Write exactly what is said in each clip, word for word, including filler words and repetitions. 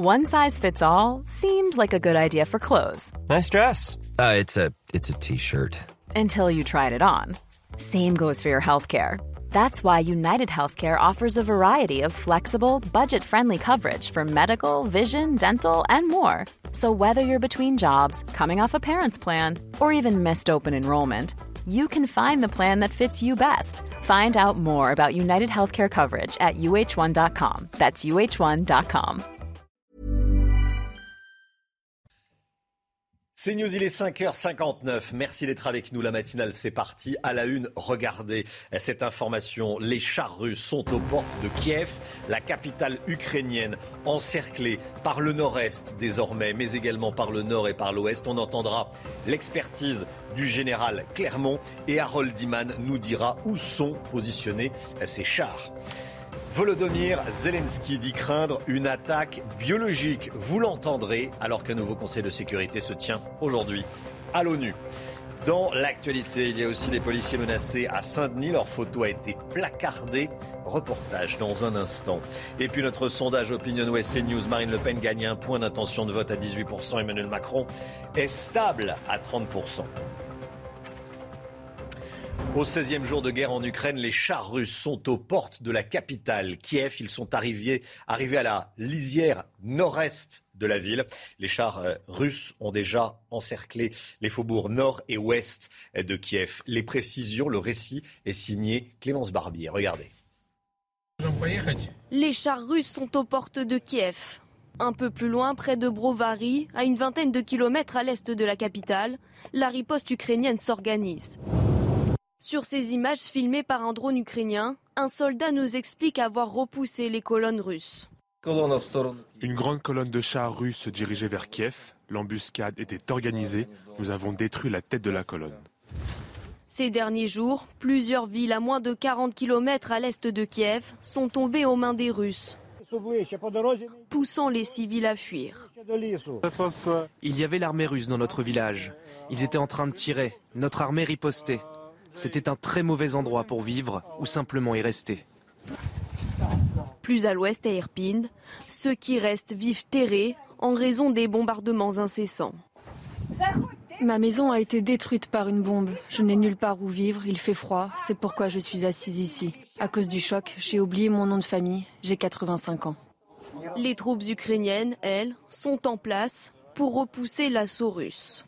One size fits all seemed like a good idea for clothes. Nice dress. Uh, it's a it's a t-shirt. Until you tried it on. Same goes for your healthcare. That's why United Healthcare offers a variety of flexible, budget-friendly coverage for medical, vision, dental, and more. So whether you're between jobs, coming off a parent's plan, or even missed open enrollment, you can find the plan that fits you best. Find out more about United Healthcare coverage at U H one dot com. That's U H one dot com. C'est News, il est cinq heures cinquante-neuf. Merci d'être avec nous. La matinale, c'est parti. À la une, regardez cette information. Les chars russes sont aux portes de Kiev, la capitale ukrainienne, encerclée par le nord-est désormais, mais également par le nord et par l'ouest. On entendra l'expertise du général Clermont et Harold Iman nous dira où sont positionnés ces chars. Volodymyr Zelensky dit craindre une attaque biologique. Vous l'entendrez alors qu'un nouveau conseil de sécurité se tient aujourd'hui à l'ONU. Dans l'actualité, il y a aussi des policiers menacés à Saint-Denis. Leur photo a été placardée. Reportage dans un instant. Et puis notre sondage Opinion West CNews. Marine Le Pen gagne un point d'intention de vote à dix-huit pour cent. Emmanuel Macron est stable à trente pour cent. Au seizième jour de guerre en Ukraine, les chars russes sont aux portes de la capitale, Kiev. Ils sont arrivés, arrivés à la lisière nord-est de la ville. Les chars euh, russes ont déjà encerclé les faubourgs nord et ouest de Kiev. Les précisions, le récit est signé Clémence Barbier. Regardez. Les chars russes sont aux portes de Kiev. Un peu plus loin, près de Brovary, à une vingtaine de kilomètres à l'est de la capitale, la riposte ukrainienne s'organise. Sur ces images filmées par un drone ukrainien, un soldat nous explique avoir repoussé les colonnes russes. Une grande colonne de chars russes se dirigeait vers Kiev. L'embuscade était organisée. Nous avons détruit la tête de la colonne. Ces derniers jours, plusieurs villes à moins de quarante kilomètres à l'est de Kiev sont tombées aux mains des Russes, poussant les civils à fuir. Il y avait l'armée russe dans notre village. Ils étaient en train de tirer. Notre armée ripostait. C'était un très mauvais endroit pour vivre ou simplement y rester. Plus à l'ouest, à Irpin, ceux qui restent vivent terrés en raison des bombardements incessants. Ma maison a été détruite par une bombe. Je n'ai nulle part où vivre, il fait froid, c'est pourquoi je suis assise ici. À cause du choc, j'ai oublié mon nom de famille, j'ai quatre-vingt-cinq ans. Les troupes ukrainiennes, elles, sont en place pour repousser l'assaut russe.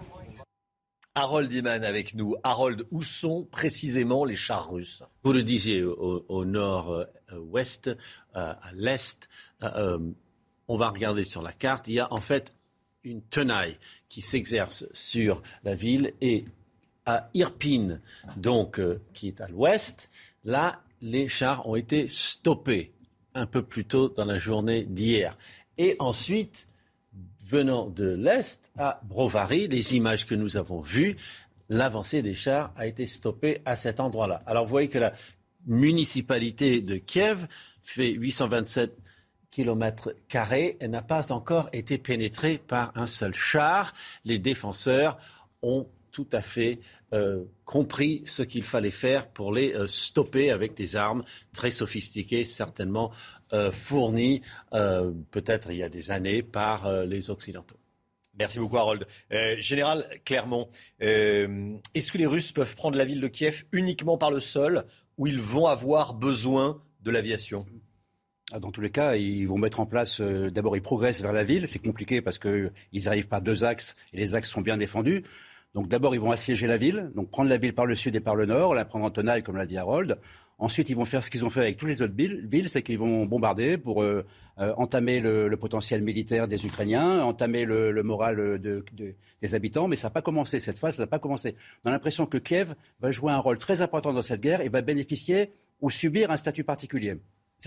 Harold Iman avec nous. Harold, où sont précisément les chars russes ? Vous le disiez, au, au nord-ouest, euh, à l'est, euh, on va regarder sur la carte, il y a en fait une tenaille qui s'exerce sur la ville et à Irpin, donc, euh, qui est à l'ouest, là, les chars ont été stoppés un peu plus tôt dans la journée d'hier. Et ensuite, venant de l'Est à Brovary, les images que nous avons vues, l'avancée des chars a été stoppée à cet endroit-là. Alors vous voyez que la municipalité de Kiev fait huit cent vingt-sept kilomètres carrés et n'a pas encore été pénétrée par un seul char. Les défenseurs ont tout à fait euh, compris ce qu'il fallait faire pour les euh, stopper avec des armes très sophistiquées, certainement euh, fournies euh, peut-être il y a des années par euh, les Occidentaux. Merci beaucoup Harold. Euh, Général Clermont, euh, est-ce que les Russes peuvent prendre la ville de Kiev uniquement par le sol ou ils vont avoir besoin de l'aviation ? Dans tous les cas, ils vont mettre en place, euh, d'abord ils progressent vers la ville, c'est compliqué parce qu'ils arrivent par deux axes et les axes sont bien défendus. Donc d'abord ils vont assiéger la ville, donc prendre la ville par le sud et par le nord, la prendre en tenaille comme l'a dit Harold. Ensuite ils vont faire ce qu'ils ont fait avec toutes les autres villes, villes c'est qu'ils vont bombarder pour euh, euh, entamer le, le potentiel militaire des Ukrainiens, entamer le, le moral de, de, des habitants, mais ça n'a pas commencé, cette phase ça n'a pas commencé. On a l'impression que Kiev va jouer un rôle très important dans cette guerre et va bénéficier ou subir un statut particulier. C'est-à-dire ?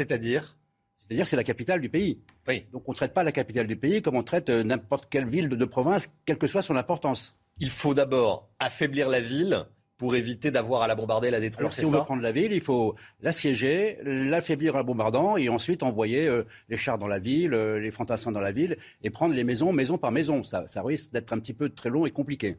C'est-à-dire c'est la capitale du pays. Oui. Donc on ne traite pas la capitale du pays comme on traite euh, n'importe quelle ville de, de province, quelle que soit son importance. Il faut d'abord affaiblir la ville pour éviter d'avoir à la bombarder, la détruire. Alors c'est si on ça veut prendre la ville, il faut l'assiéger, l'affaiblir en bombardant et ensuite envoyer euh, les chars dans la ville, euh, les fantassins dans la ville et prendre les maisons, maison par maison. Ça, ça risque d'être un petit peu très long et compliqué.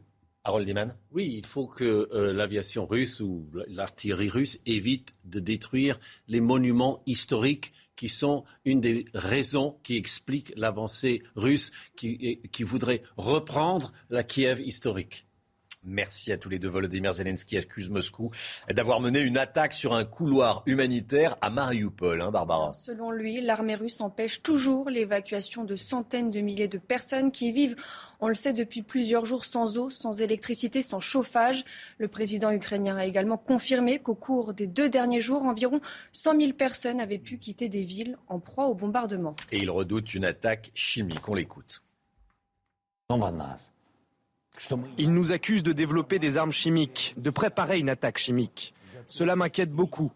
Harold Iman. Oui, il faut que euh, l'aviation russe ou l'artillerie russe évite de détruire les monuments historiques qui sont une des raisons qui expliquent l'avancée russe qui, qui voudrait reprendre la Kiev historique. Merci à tous les deux. Volodymyr Zelensky accuse Moscou d'avoir mené une attaque sur un couloir humanitaire à Marioupol, hein, Barbara. Selon lui, l'armée russe empêche toujours l'évacuation de centaines de milliers de personnes qui vivent, on le sait, depuis plusieurs jours sans eau, sans électricité, sans chauffage. Le président ukrainien a également confirmé qu'au cours des deux derniers jours, environ cent mille personnes avaient pu quitter des villes en proie au bombardement. Et il redoute une attaque chimique. On l'écoute. Ils nous accusent de développer des armes chimiques, de préparer une attaque chimique. Cela m'inquiète beaucoup.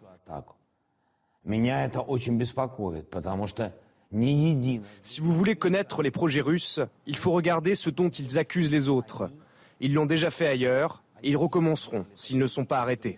Si vous voulez connaître les projets russes, il faut regarder ce dont ils accusent les autres. Ils l'ont déjà fait ailleurs et ils recommenceront s'ils ne sont pas arrêtés.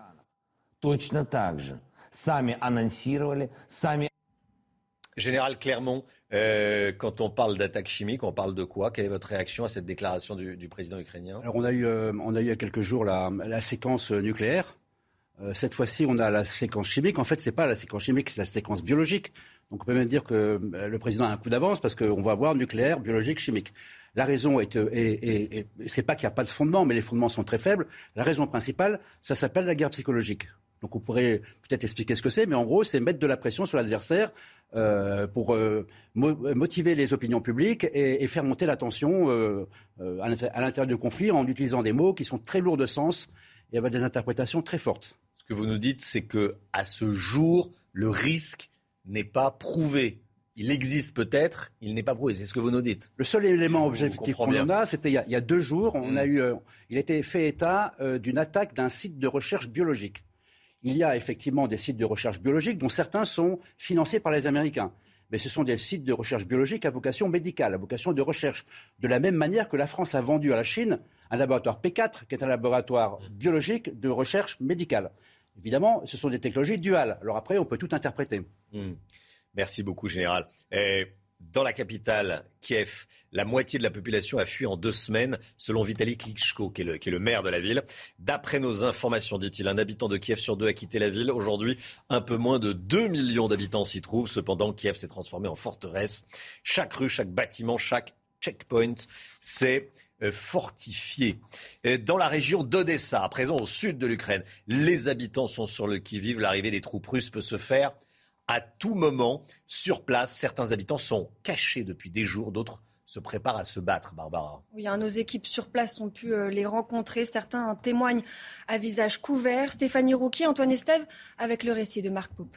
Général Clermont, euh, quand on parle d'attaque chimique, on parle de quoi? Quelle est votre réaction à cette déclaration du, du président ukrainien? Alors on a eu, euh, on a eu il y a quelques jours la, la séquence nucléaire. Euh, cette fois-ci, on a la séquence chimique. En fait, c'est pas la séquence chimique, c'est la séquence biologique. Donc on peut même dire que euh, le président a un coup d'avance parce qu'on va avoir nucléaire, biologique, chimique. La raison est, est, est, est c'est pas qu'il n'y a pas de fondement, mais les fondements sont très faibles. La raison principale, ça s'appelle la guerre psychologique. Donc on pourrait peut-être expliquer ce que c'est, mais en gros, c'est mettre de la pression sur l'adversaire euh, pour euh, mo- motiver les opinions publiques et, et faire monter la tension euh, euh, à l'intérieur du conflit en utilisant des mots qui sont très lourds de sens et avec des interprétations très fortes. Ce que vous nous dites, c'est que à ce jour, le risque n'est pas prouvé. Il existe peut-être, il n'est pas prouvé. C'est ce que vous nous dites. Le seul élément objectif qu'on en a, c'était il y a, il y a deux jours. On mmh. a eu, euh, il a été fait état euh, d'une attaque d'un site de recherche biologique. Il y a effectivement des sites de recherche biologique dont certains sont financés par les Américains. Mais ce sont des sites de recherche biologique à vocation médicale, à vocation de recherche. De la même manière que la France a vendu à la Chine un laboratoire P quatre, qui est un laboratoire biologique de recherche médicale. Évidemment, ce sont des technologies duales. Alors après, on peut tout interpréter. Mmh. Merci beaucoup, Général. Et dans la capitale, Kiev, la moitié de la population a fui en deux semaines, selon Vitaly Klitschko, qui est le, qui est le maire de la ville. D'après nos informations, dit-il, un habitant de Kiev sur deux a quitté la ville. Aujourd'hui, un peu moins de deux millions d'habitants s'y trouvent. Cependant, Kiev s'est transformé en forteresse. Chaque rue, chaque bâtiment, chaque checkpoint s'est fortifié. Dans la région d'Odessa, à présent au sud de l'Ukraine, les habitants sont sur le qui-vive. L'arrivée des troupes russes peut se faire à tout moment. Sur place, certains habitants sont cachés depuis des jours, d'autres se préparent à se battre, Barbara. Oui, hein, nos équipes sur place ont pu euh, les rencontrer. Certains témoignent à visage couvert. Stéphanie Rouquier, Antoine Estève, avec le récit de Marc Poupe.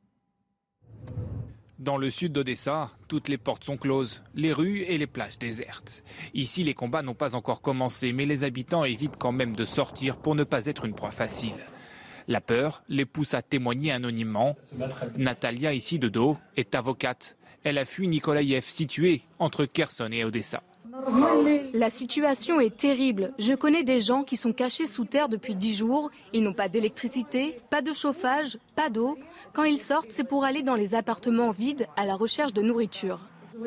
Dans le sud d'Odessa, toutes les portes sont closes, les rues et les plages désertes. Ici, les combats n'ont pas encore commencé, mais les habitants évitent quand même de sortir pour ne pas être une proie facile. La peur les pousse à témoigner anonymement. Natalia, ici de dos, est avocate. Elle a fui Nikolaïev, situé entre Kherson et Odessa. La situation est terrible. Je connais des gens qui sont cachés sous terre depuis dix jours. Ils n'ont pas d'électricité, pas de chauffage, pas d'eau. Quand ils sortent, c'est pour aller dans les appartements vides à la recherche de nourriture.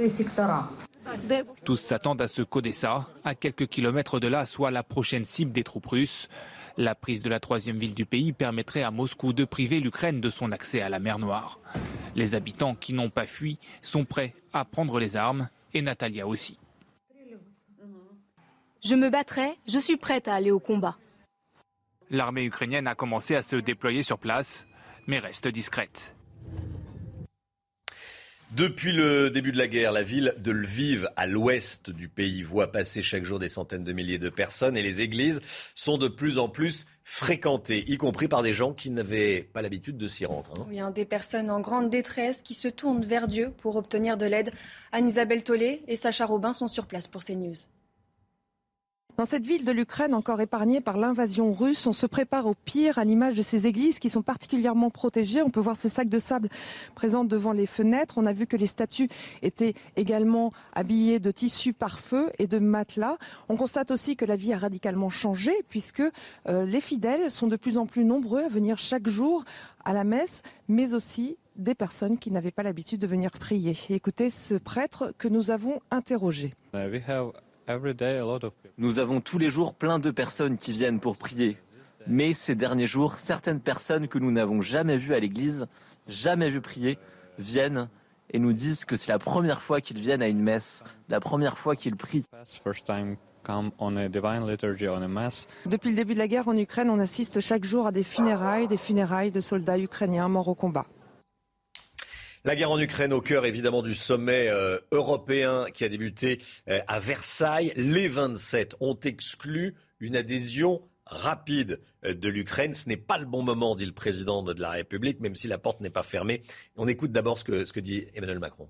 Tous s'attendent à ce qu'Odessa, à quelques kilomètres de là, soit la prochaine cible des troupes russes. La prise de la troisième ville du pays permettrait à Moscou de priver l'Ukraine de son accès à la mer Noire. Les habitants qui n'ont pas fui sont prêts à prendre les armes, et Natalia aussi. Je me battrai, je suis prête à aller au combat. L'armée ukrainienne a commencé à se déployer sur place, mais reste discrète. Depuis le début de la guerre, la ville de Lviv, à l'ouest du pays, voit passer chaque jour des centaines de milliers de personnes et les églises sont de plus en plus fréquentées, y compris par des gens qui n'avaient pas l'habitude de s'y rendre. Hein. Oui, hein, des personnes en grande détresse qui se tournent vers Dieu pour obtenir de l'aide. Anne-Isabelle Tollet et Sacha Robin sont sur place pour CNews. Dans cette ville de l'Ukraine encore épargnée par l'invasion russe, on se prépare au pire à l'image de ces églises qui sont particulièrement protégées. On peut voir ces sacs de sable présents devant les fenêtres. On a vu que les statues étaient également habillées de tissus pare-feu et de matelas. On constate aussi que la vie a radicalement changé puisque euh, les fidèles sont de plus en plus nombreux à venir chaque jour à la messe, mais aussi des personnes qui n'avaient pas l'habitude de venir prier. Et écoutez ce prêtre que nous avons interrogé. Nous avons tous les jours plein de personnes qui viennent pour prier. Mais ces derniers jours, certaines personnes que nous n'avons jamais vues à l'église, jamais vues prier, viennent et nous disent que c'est la première fois qu'ils viennent à une messe, la première fois qu'ils prient. Depuis le début de la guerre en Ukraine, on assiste chaque jour à des funérailles, des funérailles de soldats ukrainiens morts au combat. La guerre en Ukraine au cœur évidemment du sommet euh, européen qui a débuté euh, à Versailles. Les vingt-sept ont exclu une adhésion rapide euh, de l'Ukraine. Ce n'est pas le bon moment, dit le président de la République, même si la porte n'est pas fermée. On écoute d'abord ce que, ce que dit Emmanuel Macron.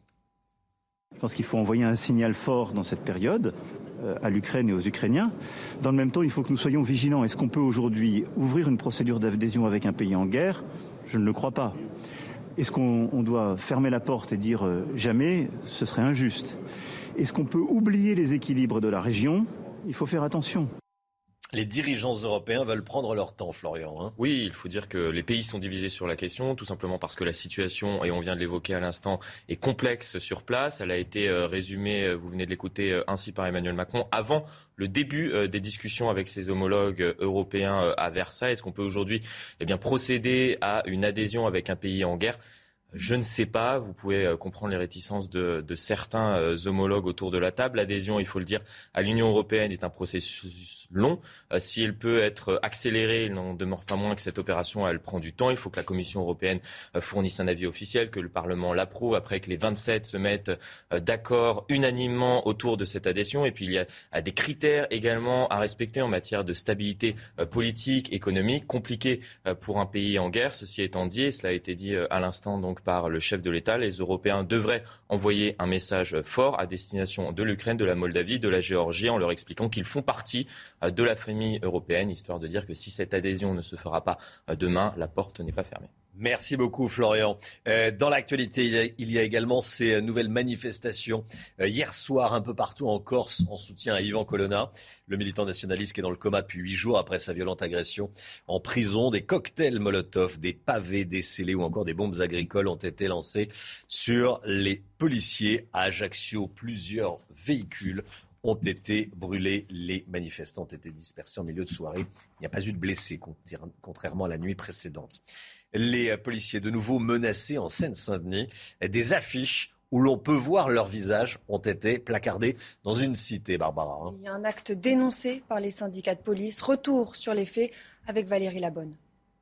Je pense qu'il faut envoyer un signal fort dans cette période euh, à l'Ukraine et aux Ukrainiens. Dans le même temps, il faut que nous soyons vigilants. Est-ce qu'on peut aujourd'hui ouvrir une procédure d'adhésion avec un pays en guerre ? Je ne le crois pas. Est-ce qu'on on doit fermer la porte et dire euh, jamais ? Ce serait injuste. Est-ce qu'on peut oublier les équilibres de la région ? Il faut faire attention. Les dirigeants européens veulent prendre leur temps, Florian. Hein. Oui, il faut dire que les pays sont divisés sur la question, tout simplement parce que la situation, et on vient de l'évoquer à l'instant, est complexe sur place. Elle a été euh, résumée, vous venez de l'écouter, euh, ainsi par Emmanuel Macron, avant le début euh, des discussions avec ses homologues euh, européens euh, à Versailles. Est-ce qu'on peut aujourd'hui eh bien, procéder à une adhésion avec un pays en guerre ? Je ne sais pas, vous pouvez comprendre les réticences de, de certains euh, homologues autour de la table. L'adhésion, il faut le dire, à l'Union européenne est un processus long. Euh, si elle peut être accélérée, il n'en demeure pas moins que cette opération, elle prend du temps. Il faut que la Commission européenne euh, fournisse un avis officiel, que le Parlement l'approuve, après que les vingt-sept se mettent euh, d'accord unanimement autour de cette adhésion. Et puis il y a euh, des critères également à respecter en matière de stabilité euh, politique, économique, compliqué euh, pour un pays en guerre. Ceci étant dit, et cela a été dit euh, à l'instant donc par le chef de l'État, les Européens devraient envoyer un message fort à destination de l'Ukraine, de la Moldavie, de la Géorgie, en leur expliquant qu'ils font partie de la famille européenne, histoire de dire que si cette adhésion ne se fera pas demain, la porte n'est pas fermée. Merci beaucoup Florian. Euh, dans l'actualité, il y, a, il y a également ces nouvelles manifestations. Euh, hier soir, un peu partout en Corse, en soutien à Yvan Colonna, le militant nationaliste qui est dans le coma depuis huit jours après sa violente agression en prison. Des cocktails Molotov, des pavés décellés ou encore des bombes agricoles ont été lancés sur les policiers à Ajaccio. Plusieurs véhicules ont été brûlés. Les manifestants ont été dispersés en milieu de soirée. Il n'y a pas eu de blessés, contrairement à la nuit précédente. Les policiers de nouveau menacés en Seine-Saint-Denis. Des affiches où l'on peut voir leur visage ont été placardées dans une cité, Barbara. Hein. Il y a un acte dénoncé par les syndicats de police. Retour sur les faits avec Valérie Labonne.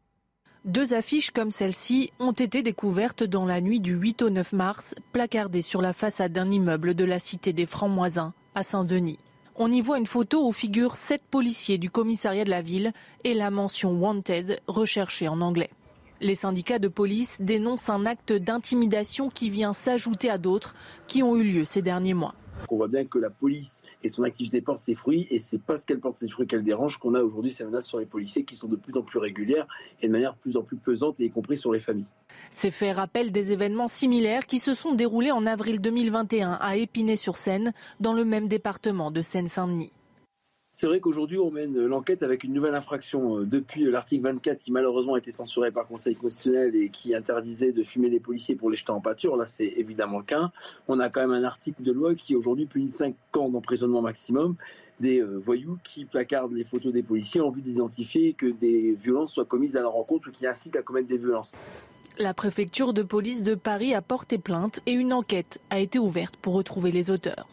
Deux affiches comme celle-ci ont été découvertes dans la nuit du huit au neuf mars, placardées sur la façade d'un immeuble de la cité des Francs-Moisins, à Saint-Denis. On y voit une photo où figurent sept policiers du commissariat de la ville et la mention « Wanted » recherché en anglais. Les syndicats de police dénoncent un acte d'intimidation qui vient s'ajouter à d'autres qui ont eu lieu ces derniers mois. On voit bien que la police et son activité portent ses fruits et c'est parce qu'elle porte ses fruits qu'elle dérange qu'on a aujourd'hui ces menaces sur les policiers qui sont de plus en plus régulières et de manière de plus en plus pesante, et y compris sur les familles. Ces faits rappellent des événements similaires qui se sont déroulés en avril deux mille vingt et un à Épinay-sur-Seine, dans le même département de Seine-Saint-Denis. C'est vrai qu'aujourd'hui, on mène l'enquête avec une nouvelle infraction depuis l'article vingt-quatre qui malheureusement a été censuré par le Conseil constitutionnel et qui interdisait de filmer les policiers pour les jeter en pâture. Là, c'est évidemment le cas. On a quand même un article de loi qui aujourd'hui punit cinq ans d'emprisonnement maximum des voyous qui placardent les photos des policiers en vue d'identifier que des violences soient commises à leur rencontre ou qui incitent à commettre des violences. La préfecture de police de Paris a porté plainte et une enquête a été ouverte pour retrouver les auteurs.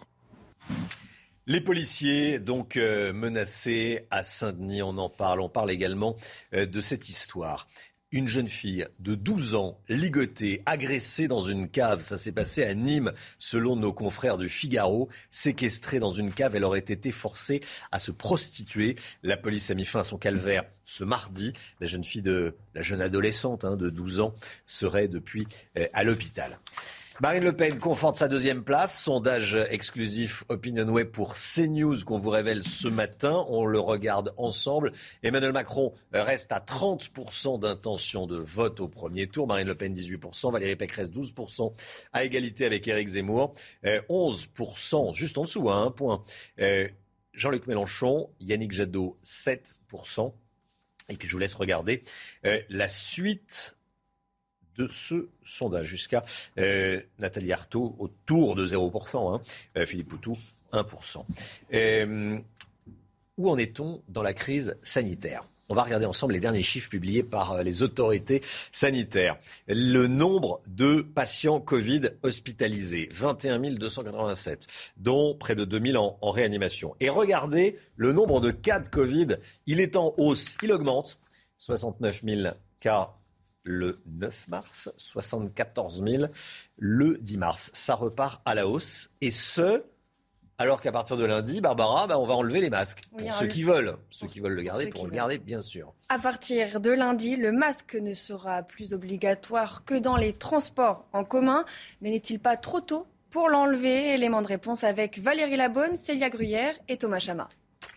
Les policiers donc euh, menacés à Saint-Denis, on en parle. On parle également euh, de cette histoire. Une jeune fille de douze ans, ligotée, agressée dans une cave. Ça s'est passé à Nîmes, selon nos confrères du Figaro. Séquestrée dans une cave, elle aurait été forcée à se prostituer. La police a mis fin à son calvaire ce mardi. La jeune fille, de, la jeune adolescente hein, de douze ans, serait depuis euh, à l'hôpital. Marine Le Pen conforte sa deuxième place. Sondage exclusif OpinionWay pour CNews qu'on vous révèle ce matin. On le regarde ensemble. Emmanuel Macron reste à trente pour cent d'intention de vote au premier tour. Marine Le Pen dix-huit pour cent. Valérie Pécresse douze pour cent. À égalité avec Éric Zemmour. Euh, onze pour cent, juste en dessous, à un point. Euh, Jean-Luc Mélenchon, Yannick Jadot, sept pour cent. Et puis je vous laisse regarder euh, la suite de ce sondage. Jusqu'à euh, Nathalie Arthaud, autour de zéro pour cent. Hein. Euh, Philippe Poutou, un pour cent. Euh, où en est-on dans la crise sanitaire ? On va regarder ensemble les derniers chiffres publiés par les autorités sanitaires. Le nombre de patients Covid hospitalisés, vingt et un mille deux cent quatre-vingt-sept, dont près de deux mille en, en réanimation. Et regardez le nombre de cas de Covid, il est en hausse, il augmente. soixante-neuf mille cas le neuf mars, soixante-quatorze mille le dix mars. Ça repart à la hausse, et ce... Alors qu'à partir de lundi, Barbara, bah on va enlever les masques. Pour oui, ceux qui veulent. Ceux qui veulent le garder, pour le garder, bien sûr. À partir de lundi, le masque ne sera plus obligatoire que dans les transports en commun. Mais n'est-il pas trop tôt pour l'enlever ? Élément de réponse avec Valérie Labonne, Célia Gruyère et Thomas Chama.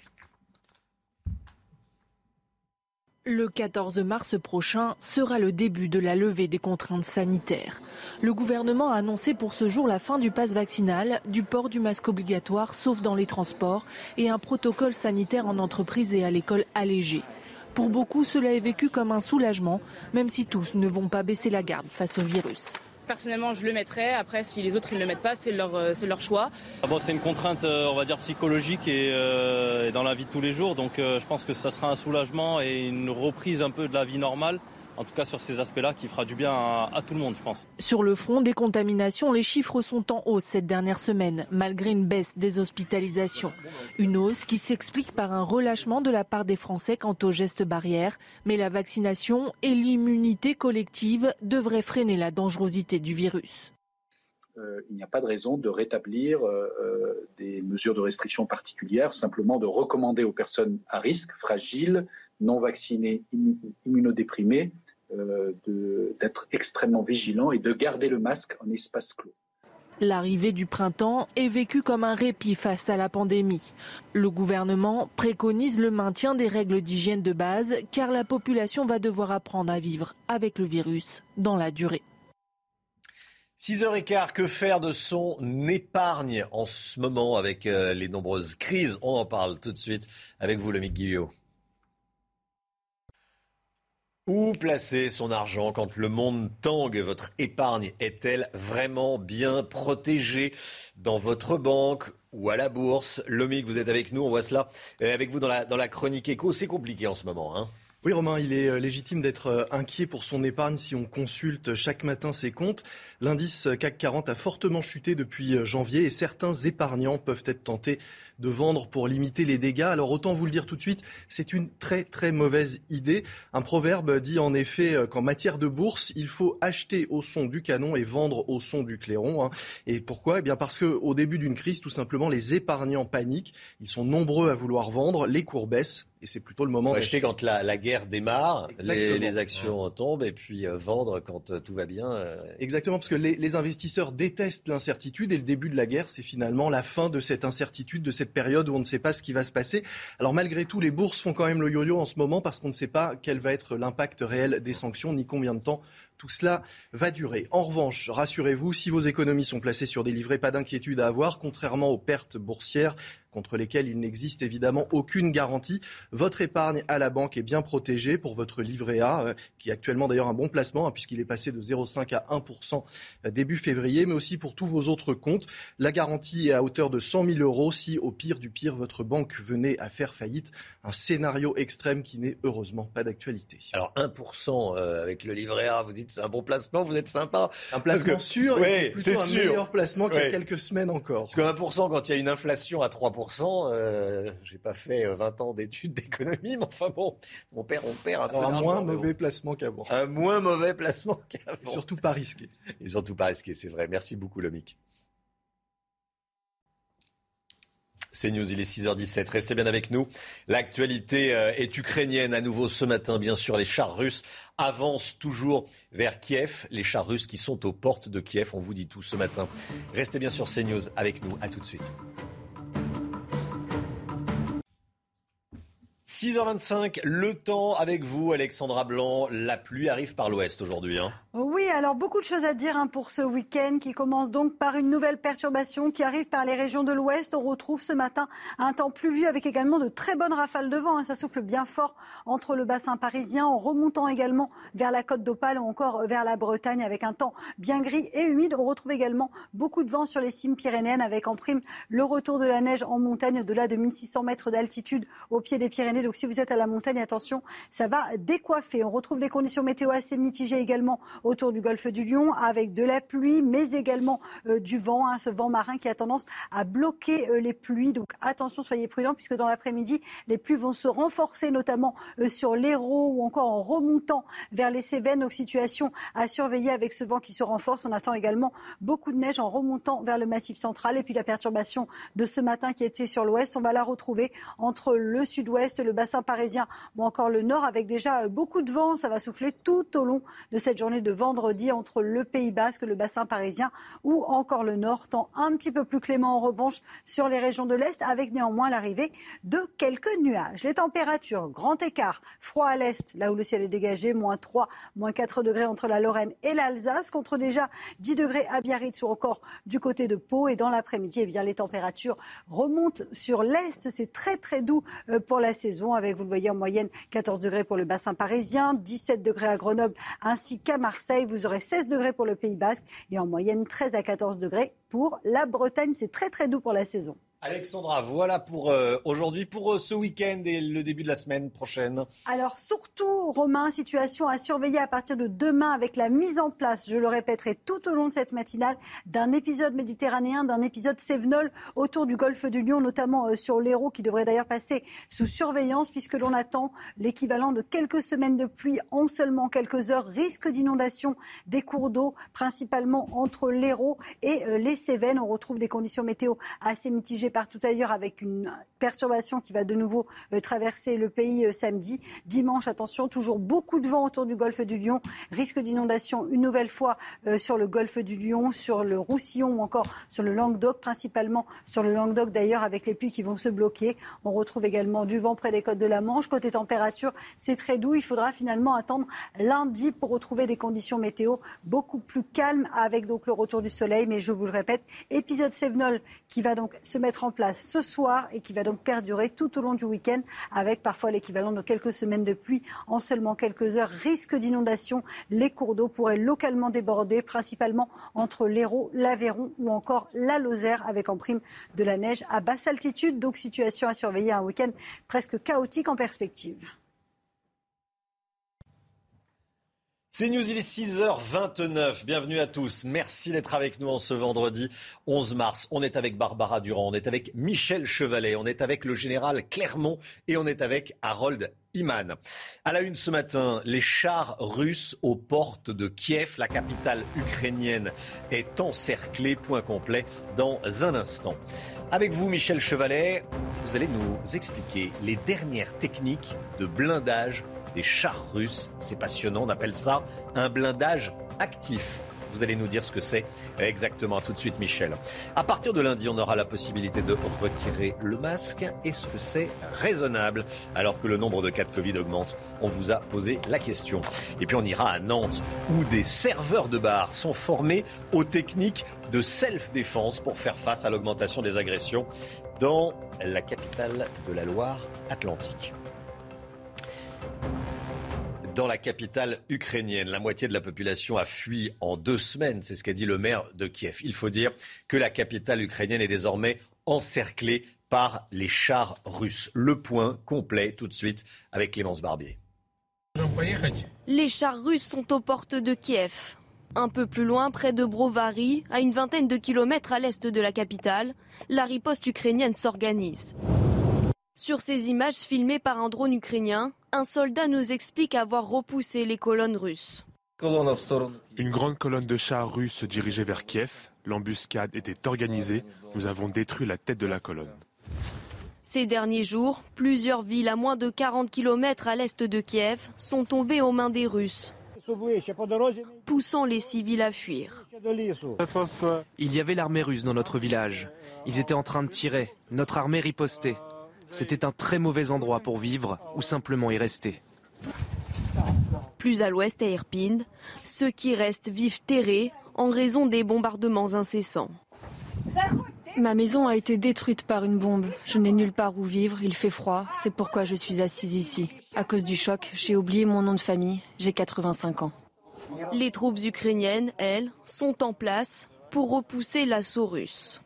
Le quatorze mars prochain sera le début de la levée des contraintes sanitaires. Le gouvernement a annoncé pour ce jour la fin du pass vaccinal, du port du masque obligatoire sauf dans les transports et un protocole sanitaire en entreprise et à l'école allégé. Pour beaucoup, cela est vécu comme un soulagement, même si tous ne vont pas baisser la garde face au virus. Personnellement, je le mettrais. Après, si les autres ne le mettent pas, c'est leur, c'est leur choix. Bon, c'est une contrainte, on va dire, psychologique et, euh, et dans la vie de tous les jours. Donc, euh, je pense que ça sera un soulagement et une reprise un peu de la vie normale. En tout cas, sur ces aspects-là, qui fera du bien à, à tout le monde, je pense. Sur le front des contaminations, les chiffres sont en hausse cette dernière semaine, malgré une baisse des hospitalisations. Une hausse qui s'explique par un relâchement de la part des Français quant aux gestes barrières. Mais la vaccination et l'immunité collective devraient freiner la dangerosité du virus. Euh, il n'y a pas de raison de rétablir euh, des mesures de restriction particulières, simplement de recommander aux personnes à risque, fragiles, non vaccinées, immunodéprimées, euh, de, d'être extrêmement vigilants et de garder le masque en espace clos. L'arrivée du printemps est vécue comme un répit face à la pandémie. Le gouvernement préconise le maintien des règles d'hygiène de base car la population va devoir apprendre à vivre avec le virus dans la durée. six heures quinze, que faire de son épargne en ce moment avec euh, les nombreuses crises ? On en parle tout de suite avec vous, Lomique Guillot. Où placer son argent quand le monde tangue ? Votre épargne est-elle vraiment bien protégée dans votre banque ou à la bourse ? Lomique, vous êtes avec nous, on voit cela avec vous dans la, dans la chronique éco. C'est compliqué en ce moment, hein ? Oui, Romain, il est légitime d'être inquiet pour son épargne si on consulte chaque matin ses comptes. L'indice C A C quarante a fortement chuté depuis janvier et certains épargnants peuvent être tentés de vendre pour limiter les dégâts. Alors autant vous le dire tout de suite, c'est une très très mauvaise idée. Un proverbe dit en effet qu'en matière de bourse, il faut acheter au son du canon et vendre au son du clairon. Et pourquoi ? Eh bien parce qu'au début d'une crise, tout simplement, les épargnants paniquent. Ils sont nombreux à vouloir vendre, les cours baissent. Et c'est plutôt le moment d'acheter quand la, la guerre démarre, les, les actions ouais. tombent et puis euh, vendre quand euh, tout va bien. Euh... Exactement, parce que les, les investisseurs détestent l'incertitude et le début de la guerre, c'est finalement la fin de cette incertitude, de cette période où on ne sait pas ce qui va se passer. Alors malgré tout, les bourses font quand même le yo-yo en ce moment parce qu'on ne sait pas quel va être l'impact réel des sanctions ni combien de temps tout cela va durer. En revanche, rassurez-vous, si vos économies sont placées sur des livrets, pas d'inquiétude à avoir, contrairement aux pertes boursières contre lesquelles il n'existe évidemment aucune garantie. Votre épargne à la banque est bien protégée pour votre livret A, euh, qui est actuellement d'ailleurs un bon placement, hein, puisqu'il est passé de zéro virgule cinq à un pour cent début février, mais aussi pour tous vos autres comptes. La garantie est à hauteur de cent mille euros si, au pire du pire, votre banque venait à faire faillite. Un scénario extrême qui n'est heureusement pas d'actualité. Alors un pour cent euh, avec le livret A, vous dites c'est un bon placement, vous êtes sympa. Un placement que... sûr, ouais, et c'est plutôt c'est un sûr. meilleur placement qu'il y a ouais. quelques semaines encore. Parce que un pour cent, quand il y a une inflation à trois pour cent, euh, j'ai pas fait vingt ans d'études d'économie, mais enfin bon, on perd, on perd un peu Alors, un moins mauvais bon. placement qu'avant. Un moins mauvais placement qu'avant. Et surtout pas risqué. Et surtout pas risqué, c'est vrai. Merci beaucoup, Lomique. C'est News, il est six heures dix-sept. Restez bien avec nous. L'actualité est ukrainienne à nouveau ce matin. Bien sûr, les chars russes avancent toujours vers Kiev. Les chars russes qui sont aux portes de Kiev. On vous dit tout ce matin. Restez bien sur CNews avec nous. À tout de suite. six heures vingt-cinq, le temps avec vous, Alexandra Blanc. La pluie arrive par l'ouest aujourd'hui. Hein. Oui, alors beaucoup de choses à dire hein, pour ce week-end qui commence donc par une nouvelle perturbation qui arrive par les régions de l'ouest. On retrouve ce matin un temps pluvieux avec également de très bonnes rafales de vent. Hein. Ça souffle bien fort entre le bassin parisien, en remontant également vers la côte d'Opale ou encore vers la Bretagne avec un temps bien gris et humide. On retrouve également beaucoup de vent sur les cimes pyrénéennes avec en prime le retour de la neige en montagne au-delà de mille six cents mètres d'altitude au pied des Pyrénées. Donc si vous êtes à la montagne, attention, ça va décoiffer. On retrouve des conditions météo assez mitigées également autour du golfe du Lion avec de la pluie mais également euh, du vent, hein, ce vent marin qui a tendance à bloquer euh, les pluies. Donc attention, soyez prudents puisque dans l'après-midi, les pluies vont se renforcer notamment euh, sur l'Hérault ou encore en remontant vers les Cévennes. Donc situation à surveiller avec ce vent qui se renforce. On attend également beaucoup de neige en remontant vers le massif central. Et puis la perturbation de ce matin qui était sur l'ouest, on va la retrouver entre le sud-ouest, le bassin parisien ou encore le nord avec déjà euh, beaucoup de vent. Ça va souffler tout au long de cette journée de vendredi entre le Pays Basque, le bassin parisien ou encore le nord, temps un petit peu plus clément en revanche sur les régions de l'Est avec néanmoins l'arrivée de quelques nuages. Les températures, grand écart, froid à l'Est, là où le ciel est dégagé, moins trois, moins quatre degrés entre la Lorraine et l'Alsace, contre déjà dix degrés à Biarritz ou encore du côté de Pau. Et dans l'après-midi, eh bien, les températures remontent sur l'Est. C'est très très doux pour la saison avec, vous le voyez, en moyenne quatorze degrés pour le bassin parisien, dix-sept degrés à Grenoble ainsi qu'à Marseille. Vous aurez seize degrés pour le Pays Basque et en moyenne treize à quatorze degrés pour la Bretagne. C'est très très doux pour la saison. Alexandra, voilà pour euh, aujourd'hui, pour euh, ce week-end et le début de la semaine prochaine. Alors surtout, Romain, situation à surveiller à partir de demain avec la mise en place, je le répéterai tout au long de cette matinale, d'un épisode méditerranéen, d'un épisode cévenol autour du golfe du Lion, notamment euh, sur l'Hérault, qui devrait d'ailleurs passer sous surveillance puisque l'on attend l'équivalent de quelques semaines de pluie en seulement quelques heures. Risque d'inondation des cours d'eau, principalement entre l'Hérault et euh, les Cévennes. On retrouve des conditions météo assez mitigées partout ailleurs avec une perturbation qui va de nouveau euh, traverser le pays euh, samedi. Dimanche, attention, toujours beaucoup de vent autour du golfe du Lion. Risque d'inondation une nouvelle fois euh, sur le golfe du Lion, sur le Roussillon ou encore sur le Languedoc, principalement sur le Languedoc d'ailleurs avec les pluies qui vont se bloquer. On retrouve également du vent près des côtes de la Manche. Côté température, c'est très doux. Il faudra finalement attendre lundi pour retrouver des conditions météo beaucoup plus calmes avec donc le retour du soleil. Mais je vous le répète, épisode cévenol qui va donc se mettre en place ce soir et qui va donc perdurer tout au long du week-end avec parfois l'équivalent de quelques semaines de pluie en seulement quelques heures. Risque d'inondation, les cours d'eau pourraient localement déborder, principalement entre l'Hérault, l'Aveyron ou encore la Lozère avec en prime de la neige à basse altitude. Donc situation à surveiller, un week-end presque chaotique en perspective. C'est News, il est six heures vingt-neuf. Bienvenue à tous. Merci d'être avec nous en ce vendredi onze mars. On est avec Barbara Durand, on est avec Michel Chevalet, on est avec le général Clermont et on est avec Harold Iman. À la une ce matin, les chars russes aux portes de Kiev. La capitale ukrainienne est encerclée. Point complet dans un instant. Avec vous, Michel Chevalet, vous allez nous expliquer les dernières techniques de blindage des chars russes. C'est passionnant, on appelle ça un blindage actif. Vous allez nous dire ce que c'est exactement. Tout de suite, Michel. À partir de lundi, on aura la possibilité de retirer le masque. Est-ce que c'est raisonnable alors que le nombre de cas de Covid augmente? On vous a posé la question. Et puis on ira à Nantes où des serveurs de bar sont formés aux techniques de self-défense pour faire face à l'augmentation des agressions dans la capitale de la Loire-Atlantique. Dans la capitale ukrainienne, la moitié de la population a fui en deux semaines. C'est ce qu'a dit le maire de Kiev. Il faut dire que la capitale ukrainienne est désormais encerclée par les chars russes. Le point complet tout de suite avec Clémence Barbier. Les chars russes sont aux portes de Kiev. Un peu plus loin, près de Brovary, à une vingtaine de kilomètres à l'est de la capitale, la riposte ukrainienne s'organise. Sur ces images filmées par un drone ukrainien, un soldat nous explique avoir repoussé les colonnes russes. Une grande colonne de chars russes se dirigeait vers Kiev. L'embuscade était organisée. Nous avons détruit la tête de la colonne. Ces derniers jours, plusieurs villes à moins de quarante kilomètres à l'est de Kiev sont tombées aux mains des Russes, poussant les civils à fuir. Il y avait l'armée russe dans notre village. Ils étaient en train de tirer. Notre armée ripostait. C'était un très mauvais endroit pour vivre ou simplement y rester. Plus à l'ouest, à Irpin, ceux qui restent vivent terrés en raison des bombardements incessants. Ma maison a été détruite par une bombe. Je n'ai nulle part où vivre, il fait froid, c'est pourquoi je suis assise ici. À cause du choc, j'ai oublié mon nom de famille, j'ai quatre-vingt-cinq ans. Les troupes ukrainiennes, elles, sont en place pour repousser l'assaut russe.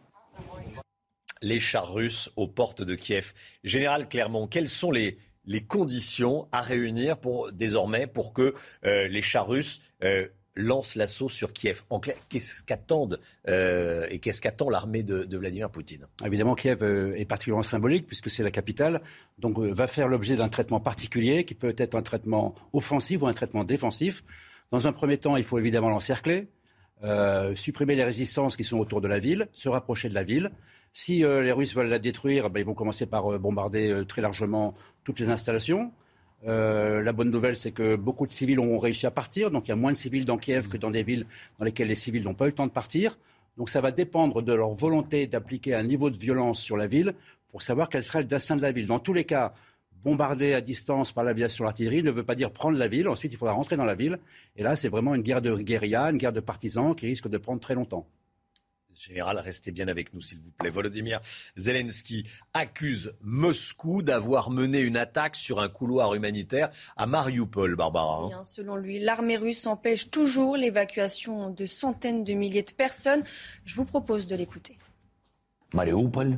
Les chars russes aux portes de Kiev. Général Clermont, quelles sont les, les conditions à réunir pour, désormais pour que euh, les chars russes euh, lancent l'assaut sur Kiev? En clair, qu'est-ce qu'attendent euh, et qu'est-ce qu'attend l'armée de, de Vladimir Poutine? Évidemment, Kiev euh, est particulièrement symbolique puisque c'est la capitale, donc euh, va faire l'objet d'un traitement particulier qui peut être un traitement offensif ou un traitement défensif. Dans un premier temps, il faut évidemment l'encercler, euh, supprimer les résistances qui sont autour de la ville, se rapprocher de la ville. Si euh, les Russes veulent la détruire, ben, ils vont commencer par euh, bombarder euh, très largement toutes les installations. Euh, la bonne nouvelle, c'est que beaucoup de civils ont réussi à partir. Donc il y a moins de civils dans Kiev que dans des villes dans lesquelles les civils n'ont pas eu le temps de partir. Donc ça va dépendre de leur volonté d'appliquer un niveau de violence sur la ville pour savoir quel sera le destin de la ville. Dans tous les cas, bombarder à distance par l'aviation, l'artillerie ne veut pas dire prendre la ville. Ensuite, il faudra rentrer dans la ville. Et là, c'est vraiment une guerre de guérilla, une guerre de partisans qui risque de prendre très longtemps. Général, restez bien avec nous, s'il vous plaît. Volodymyr Zelensky accuse Moscou d'avoir mené une attaque sur un couloir humanitaire à Mariupol, Barbara. Bien, selon lui, l'armée russe empêche toujours l'évacuation de centaines de milliers de personnes. Je vous propose de l'écouter. Mariupol,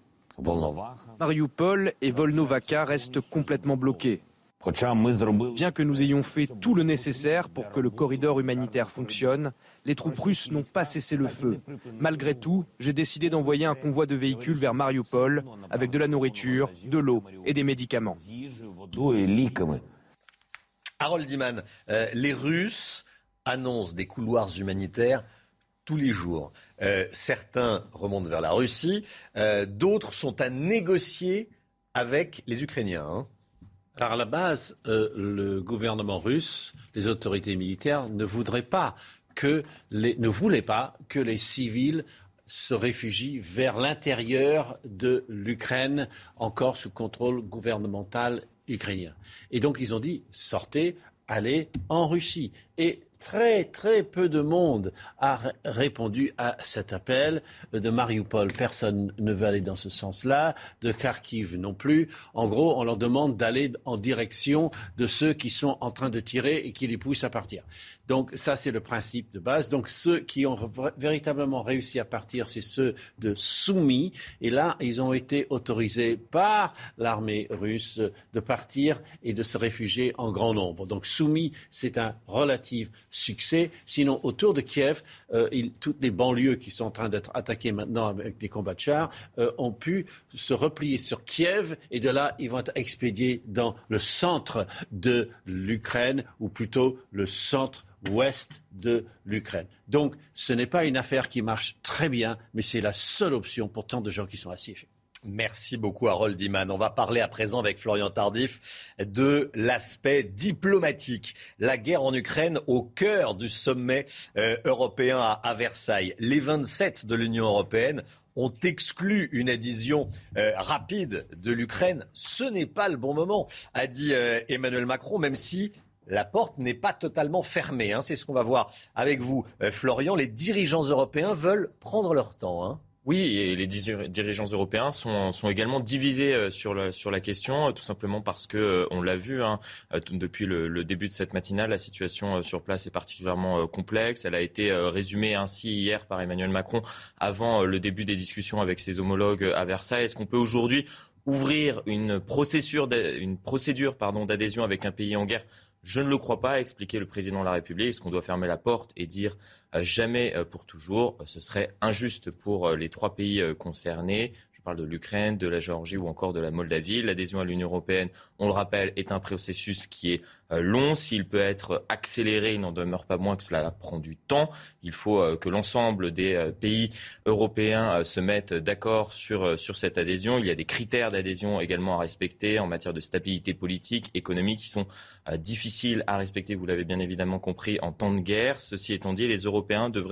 Mariupol et Volnovakha restent complètement bloqués. Bien que nous ayons fait tout le nécessaire pour que le corridor humanitaire fonctionne, les troupes russes n'ont pas cessé le feu. Malgré tout, j'ai décidé d'envoyer un convoi de véhicules vers Mariupol avec de la nourriture, de l'eau et des médicaments. Harold Iman, euh, les Russes annoncent des couloirs humanitaires tous les jours. Euh, certains remontent vers la Russie, euh, d'autres sont à négocier avec les Ukrainiens. Hein. Alors à la base, euh, le gouvernement russe, les autorités militaires ne voudraient pas que les, ne voulaient pas que les civils se réfugient vers l'intérieur de l'Ukraine, encore sous contrôle gouvernemental ukrainien. Et donc ils ont dit sortez, allez en Russie. Et très très peu de monde a r- répondu à cet appel. De Mariupol, personne ne veut aller dans ce sens-là. De Kharkiv non plus. En gros, on leur demande d'aller en direction de ceux qui sont en train de tirer et qui les poussent à partir. Donc ça, c'est le principe de base. Donc ceux qui ont v- véritablement réussi à partir, c'est ceux de Soumy. Et là, ils ont été autorisés par l'armée russe de partir et de se réfugier en grand nombre. Donc Soumy, c'est un relatif succès. Sinon, autour de Kiev, euh, il, toutes les banlieues qui sont en train d'être attaquées maintenant avec des combats de chars euh, ont pu se replier sur Kiev et de là, ils vont être expédiés dans le centre de l'Ukraine ou plutôt le centre ouest de l'Ukraine. Donc, ce n'est pas une affaire qui marche très bien, mais c'est la seule option pour tant de gens qui sont assiégés. Merci beaucoup Harold Iman. On va parler à présent avec Florian Tardif de l'aspect diplomatique. La guerre en Ukraine au cœur du sommet euh, européen à, à Versailles. Les vingt-sept de l'Union européenne ont exclu une adhésion euh, rapide de l'Ukraine. Ce n'est pas le bon moment, a dit euh, Emmanuel Macron, même si la porte n'est pas totalement fermée. Hein. C'est ce qu'on va voir avec vous, euh, Florian. Les dirigeants européens veulent prendre leur temps. Hein. Oui, et les dirigeants européens sont, sont également divisés sur la, sur la question, tout simplement parce que, on l'a vu, hein, depuis le, le début de cette matinale, la situation sur place est particulièrement complexe. Elle a été résumée ainsi hier par Emmanuel Macron avant le début des discussions avec ses homologues à Versailles. Est-ce qu'on peut aujourd'hui ouvrir une procédure, une procédure pardon, d'adhésion avec un pays en guerre ? Je ne le crois pas, a expliqué le président de la République. Est-ce qu'on doit fermer la porte et dire euh, jamais euh, pour toujours ? Ce serait injuste pour euh, les trois pays euh, concernés. Je parle de l'Ukraine, de la Géorgie ou encore de la Moldavie. L'adhésion à l'Union européenne, on le rappelle, est un processus qui est euh, long. S'il peut être accéléré, il n'en demeure pas moins que cela prend du temps. Il faut euh, que l'ensemble des euh, pays européens euh, se mettent d'accord sur, euh, sur cette adhésion. Il y a des critères d'adhésion également à respecter en matière de stabilité politique, économique, qui sont euh, difficiles à respecter, vous l'avez bien évidemment compris, en temps de guerre. Ceci étant dit, les Européens devraient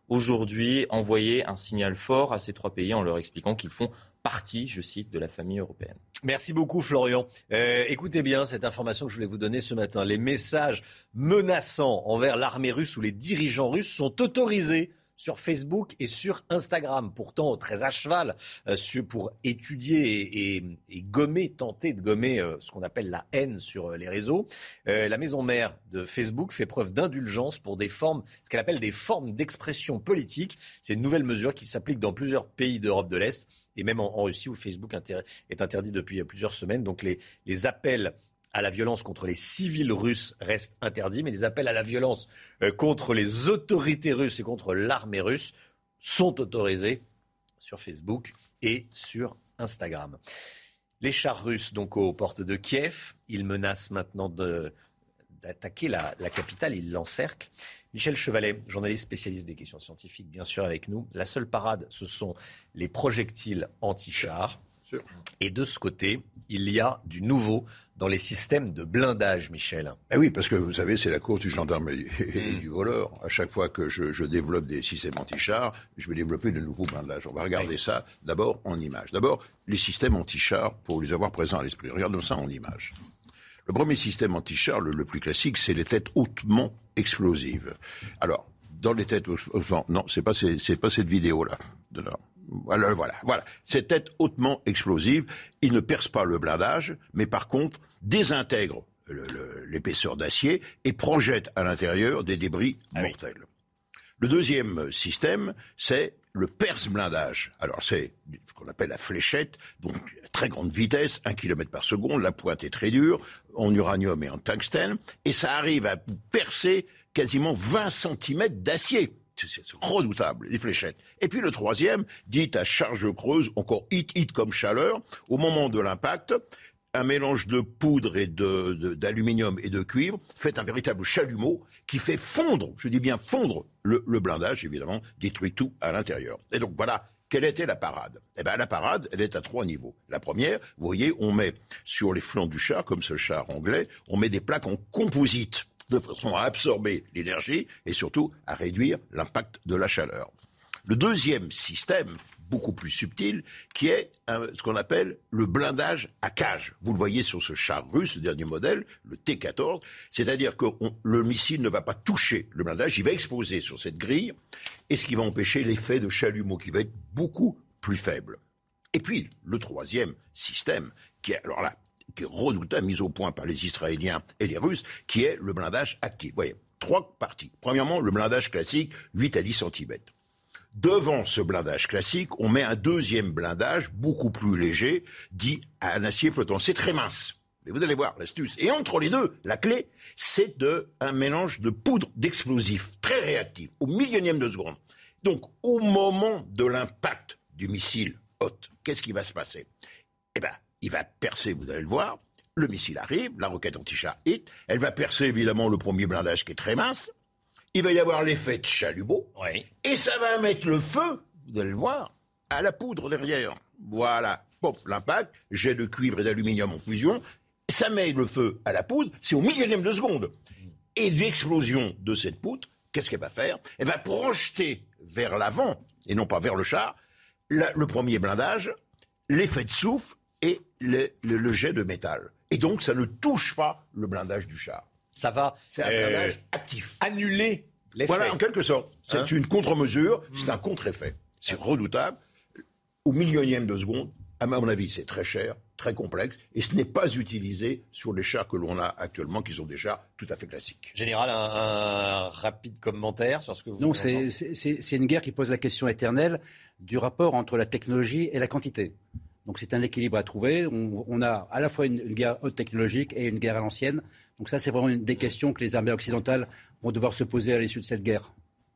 aujourd'hui envoyer un signal fort à ces trois pays en leur expliquant qu'ils font partie, je cite, de la famille européenne. Merci beaucoup Florian. Euh, écoutez bien cette information que je voulais vous donner ce matin. Les messages menaçants envers l'armée russe ou les dirigeants russes sont autorisés sur Facebook et sur Instagram, pourtant très à cheval euh, sur, pour étudier et, et, et gommer, tenter de gommer euh, ce qu'on appelle la haine sur euh, les réseaux. Euh, la maison mère de Facebook fait preuve d'indulgence pour des formes, ce qu'elle appelle des formes d'expression politique. C'est une nouvelle mesure qui s'applique dans plusieurs pays d'Europe de l'Est et même en, en Russie où Facebook inter- est interdit depuis plusieurs semaines. Donc les, les appels à la violence contre les civils russes restent interdits, mais les appels à la violence euh, contre les autorités russes et contre l'armée russe sont autorisés sur Facebook et sur Instagram. Les chars russes, donc aux portes de Kiev, ils menacent maintenant de, d'attaquer la, la capitale, ils l'encerclent. Michel Chevalet, journaliste spécialiste des questions scientifiques, bien sûr avec nous. La seule parade, ce sont les projectiles anti-chars. Et de ce côté, il y a du nouveau dans les systèmes de blindage, Michel. Eh oui, parce que vous savez, c'est la course du gendarme et du, et du voleur. À chaque fois que je, je développe des systèmes anti-chars, je vais développer de nouveaux blindages. On va regarder oui. ça d'abord en images. D'abord, les systèmes anti-chars, pour les avoir présents à l'esprit. Regardons ça en images. Le premier système anti-char, le, le plus classique, c'est les têtes hautement explosives. Alors, dans les têtes hautement... Non, c'est pas, c'est, c'est pas cette vidéo-là. De là. Voilà, voilà, voilà. Ces têtes hautement explosives, ils ne percent pas le blindage, mais par contre désintègrent le, le, l'épaisseur d'acier et projettent à l'intérieur des débris ah mortels. Oui. Le deuxième système, c'est le perce-blindage. Alors c'est ce qu'on appelle la fléchette, donc très grande vitesse, un kilomètre par seconde, la pointe est très dure, en uranium et en tungstène, et ça arrive à percer quasiment vingt centimètres d'acier. C'est redoutable, les fléchettes. Et puis le troisième, dit à charge creuse, encore hit hit comme chaleur, au moment de l'impact, un mélange de poudre et de, de, d'aluminium et de cuivre fait un véritable chalumeau qui fait fondre, je dis bien fondre, le, le blindage, évidemment, détruit tout à l'intérieur. Et donc voilà, quelle était la parade ? Eh bien la parade, elle est à trois niveaux. La première, vous voyez, on met sur les flancs du char, comme ce char anglais, on met des plaques en composite, de façon à absorber l'énergie et surtout à réduire l'impact de la chaleur. Le deuxième système, beaucoup plus subtil, qui est un, ce qu'on appelle le blindage à cage. Vous le voyez sur ce char russe, le dernier modèle, le T quatorze, c'est-à-dire que on, le missile ne va pas toucher le blindage, il va exploser sur cette grille, et ce qui va empêcher l'effet de chalumeau qui va être beaucoup plus faible. Et puis, le troisième système, qui est, alors là, qui est redoutable, mis au point par les Israéliens et les Russes, qui est le blindage actif. Vous voyez, trois parties. Premièrement, le blindage classique, huit à dix centimètres. Devant ce blindage classique, on met un deuxième blindage, beaucoup plus léger, dit à un acier flottant. C'est très mince. Mais vous allez voir l'astuce. Et entre les deux, la clé, c'est de, un mélange de poudre d'explosifs, très réactif, au millionième de seconde. Donc, au moment de l'impact du missile hôte, qu'est-ce qui va se passer ? Eh bien, il va percer, vous allez le voir, le missile arrive, la roquette anti-char hit, elle va percer évidemment le premier blindage qui est très mince, il va y avoir l'effet de chalumeau, oui. Et ça va mettre le feu, vous allez le voir, à la poudre derrière. Voilà, pop, l'impact, jet de cuivre et d'aluminium en fusion, ça met le feu à la poudre, c'est au millionième de seconde. Et l'explosion de cette poudre, qu'est-ce qu'elle va faire ? Elle va projeter vers l'avant, et non pas vers le char, la, le premier blindage, l'effet de souffle, et le, le, le jet de métal. Et donc, ça ne touche pas le blindage du char. Ça va c'est un euh, blindage actif. Annuler l'effet. Voilà, en quelque sorte. C'est hein une contre-mesure, mmh. c'est un contre-effet. C'est redoutable. Au millionième de seconde, à mon avis, c'est très cher, très complexe, et ce n'est pas utilisé sur les chars que l'on a actuellement, qui sont des chars tout à fait classiques. Général, un, un rapide commentaire sur ce que vous... Non, c'est, c'est, c'est une guerre qui pose la question éternelle du rapport entre la technologie et la quantité. Donc c'est un équilibre à trouver. On, on a à la fois une, une guerre haute technologique et une guerre à l'ancienne. Donc ça, c'est vraiment une des questions que les armées occidentales vont devoir se poser à l'issue de cette guerre.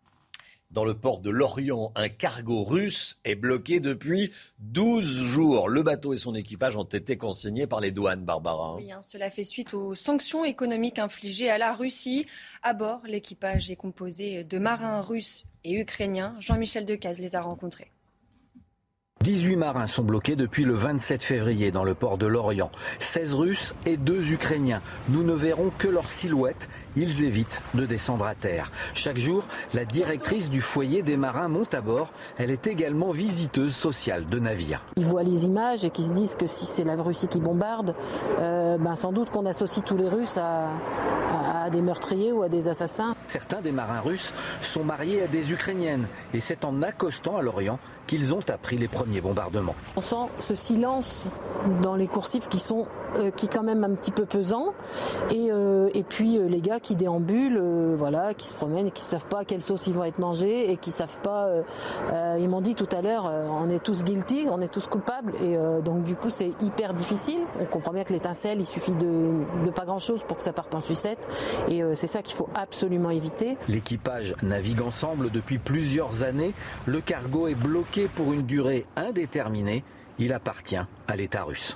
Dans le port de Lorient, un cargo russe est bloqué depuis douze jours. Le bateau et son équipage ont été consignés par les douanes, Barbara. Oui, hein, cela fait suite aux sanctions économiques infligées à la Russie. À bord, l'équipage est composé de marins russes et ukrainiens. Jean-Michel Decaze les a rencontrés. dix-huit marins sont bloqués depuis le vingt-sept février dans le port de Lorient. seize Russes et deux Ukrainiens. Nous ne verrons que leur silhouette. Ils évitent de descendre à terre. Chaque jour, la directrice du foyer des marins monte à bord. Elle est également visiteuse sociale de navires. Ils voient les images et qu'ils se disent que si c'est la Russie qui bombarde, euh, ben sans doute qu'on associe tous les Russes à, à, à des meurtriers ou à des assassins. Certains des marins russes sont mariés à des Ukrainiennes et c'est en accostant à Lorient qu'ils ont appris les premiers bombardements. On sent ce silence dans les coursifs qui sont euh, qui est quand même un petit peu pesant et, euh, et puis euh, les gars qui déambulent, euh, voilà, qui se promènent et qui ne savent pas à quelle sauce ils vont être mangés et qui savent pas. Euh, euh, ils m'ont dit tout à l'heure, euh, on est tous guilty, on est tous coupables et euh, donc du coup c'est hyper difficile. On comprend bien que l'étincelle, il suffit de, de pas grand chose pour que ça parte en sucette et euh, c'est ça qu'il faut absolument éviter. L'équipage navigue ensemble depuis plusieurs années. Le cargo est bloqué pour une durée indéterminée. Il appartient à l'État russe.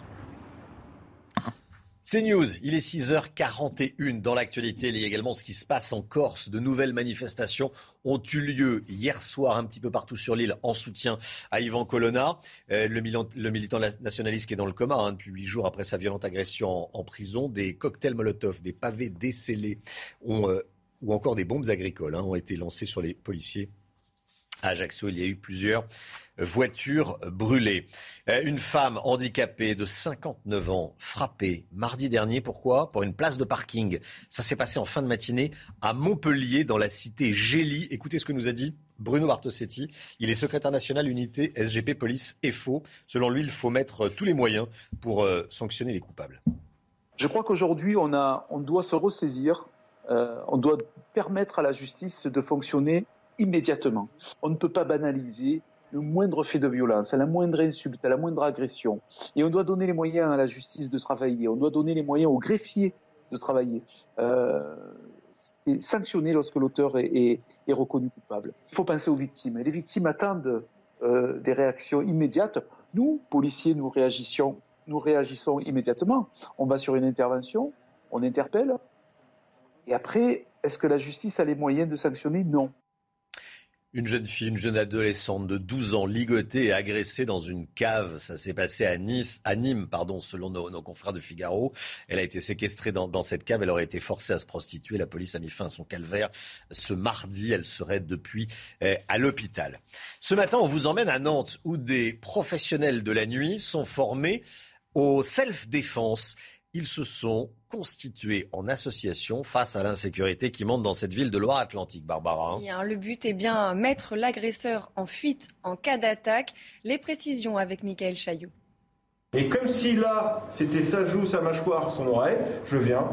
C'est News, il est six heures quarante et une. Dans l'actualité, il y a également ce qui se passe en Corse. De nouvelles manifestations ont eu lieu hier soir un petit peu partout sur l'île en soutien à Ivan Colonna, euh, le, militant, le militant nationaliste qui est dans le coma hein, depuis huit jours après sa violente agression en, en prison. Des cocktails Molotov, des pavés décellés ont, euh, ou encore des bombes agricoles hein, ont été lancés sur les policiers. À Ajaccio, il y a eu plusieurs voitures brûlées. Une femme handicapée de cinquante-neuf ans frappée mardi dernier. Pourquoi ? Pour une place de parking. Ça s'est passé en fin de matinée à Montpellier, dans la cité Gély. Écoutez ce que nous a dit Bruno Bartosetti. Il est secrétaire national unité S G P Police F O. Selon lui, il faut mettre tous les moyens pour euh, sanctionner les coupables. Je crois qu'aujourd'hui, on, a, on doit se ressaisir. Euh, on doit permettre à la justice de fonctionner immédiatement. On ne peut pas banaliser le moindre fait de violence, à la moindre insulte, à la moindre agression. Et on doit donner les moyens à la justice de travailler, on doit donner les moyens aux greffiers de travailler. Euh, c'est sanctionner lorsque l'auteur est, est, est reconnu coupable. Il faut penser aux victimes. Et les victimes attendent euh, des réactions immédiates. Nous, policiers, nous réagissons, nous réagissons immédiatement. On va sur une intervention, on interpelle. Et après, est-ce que la justice a les moyens de sanctionner ? Non. Une jeune fille, une jeune adolescente de douze ans, ligotée et agressée dans une cave. Ça s'est passé à Nice, à Nîmes, pardon, selon nos, nos confrères de Figaro. Elle a été séquestrée dans, dans cette cave. Elle aurait été forcée à se prostituer. La police a mis fin à son calvaire ce mardi. Elle serait depuis eh, à l'hôpital. Ce matin, on vous emmène à Nantes, où des professionnels de la nuit sont formés au self-défense. Ils se sont constitués en association face à l'insécurité qui monte dans cette ville de Loire-Atlantique, Barbara. Bien, le but est bien mettre l'agresseur en fuite en cas d'attaque. Les précisions avec Michael Chailloux. Et comme si là, c'était sa joue, sa mâchoire, son oreille, je viens.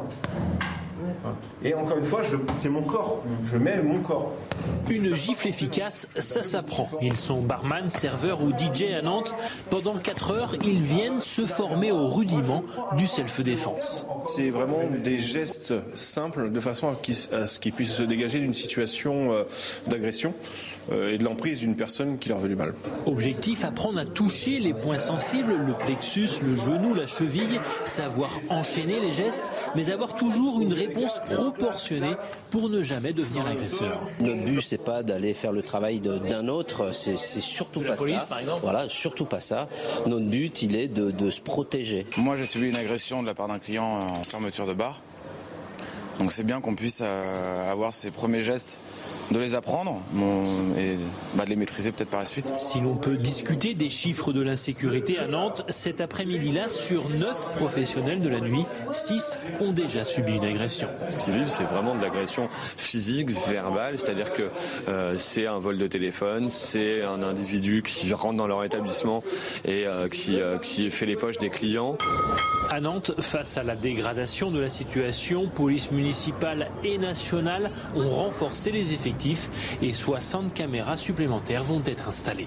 Et encore une fois, je, c'est mon corps. Je mets mon corps. Une gifle efficace, ça s'apprend. Ils sont barman, serveurs ou D J à Nantes. Pendant quatre heures, ils viennent se former aux rudiments du self-défense. C'est vraiment des gestes simples de façon à, à ce qu'ils puissent se dégager d'une situation euh, d'agression euh, et de l'emprise d'une personne qui leur veut du mal. Objectif, apprendre à toucher les points sensibles, le plexus, le genou, la cheville, savoir enchaîner les gestes, mais avoir toujours une réponse proportionnée pour ne jamais devenir l'agresseur. Notre but, c'est pas d'aller faire le travail de, d'un autre, c'est, c'est surtout pas police, ça. Par exemple. Voilà, surtout pas ça. Notre but, il est de, de se protéger. Moi, j'ai subi une agression de la part d'un client en fermeture de bar. Donc c'est bien qu'on puisse euh, avoir ces premiers gestes, de les apprendre bon, et bah, de les maîtriser peut-être par la suite. Si l'on peut discuter des chiffres de l'insécurité à Nantes, cet après-midi-là, sur neuf professionnels de la nuit, six ont déjà subi une agression. Ce qu'ils vivent, c'est vraiment de l'agression physique, verbale, c'est-à-dire que euh, c'est un vol de téléphone, c'est un individu qui rentre dans leur établissement et euh, qui, euh, qui fait les poches des clients. À Nantes, face à la dégradation de la situation, police municipale et nationale ont renforcé les effectifs et soixante caméras supplémentaires vont être installées.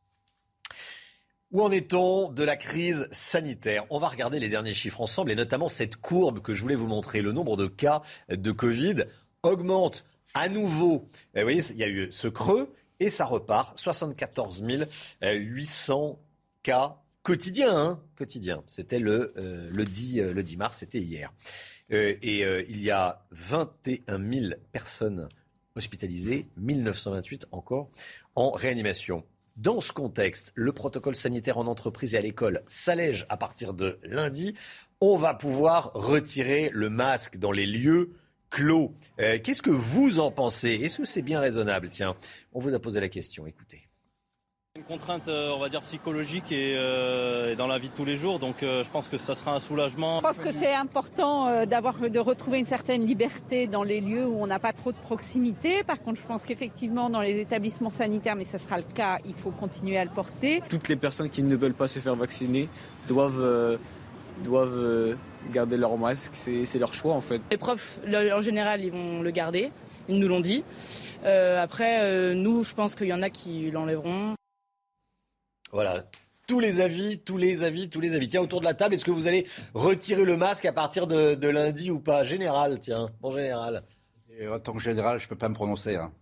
Où en est-on de la crise sanitaire ? On va regarder les derniers chiffres ensemble et notamment cette courbe que je voulais vous montrer. Le nombre de cas de Covid augmente à nouveau. Et vous voyez, il y a eu ce creux et ça repart. soixante-quatorze mille huit cents cas quotidiens. Hein, quotidien. C'était le, euh, le, dix, euh, le dix mars, c'était hier. Euh, et euh, il y a vingt et un mille personnes hospitalisées, mille neuf cent vingt-huit encore en réanimation. Dans ce contexte, le protocole sanitaire en entreprise et à l'école s'allège à partir de lundi. On va pouvoir retirer le masque dans les lieux clos. Euh, qu'est-ce que vous en pensez ? Est-ce que c'est bien raisonnable ? Tiens, on vous a posé la question, écoutez. Une contrainte, on va dire, psychologique et, euh, et dans la vie de tous les jours, donc euh, je pense que ça sera un soulagement. Je pense que c'est important euh, d'avoir, de retrouver une certaine liberté dans les lieux où on n'a pas trop de proximité. Par contre, je pense qu'effectivement, dans les établissements sanitaires, mais ça sera le cas, il faut continuer à le porter. Toutes les personnes qui ne veulent pas se faire vacciner doivent, euh, doivent euh, garder leur masque, c'est, c'est leur choix en fait. Les profs, en général, ils vont le garder, ils nous l'ont dit. Euh, après, euh, nous, je pense qu'il y en a qui l'enlèveront. Voilà, tous les avis, tous les avis, tous les avis. Tiens, autour de la table, est-ce que vous allez retirer le masque à partir de, de lundi ou pas ? Général, tiens, bon général. Et en tant que général, je ne peux pas me prononcer. Hein.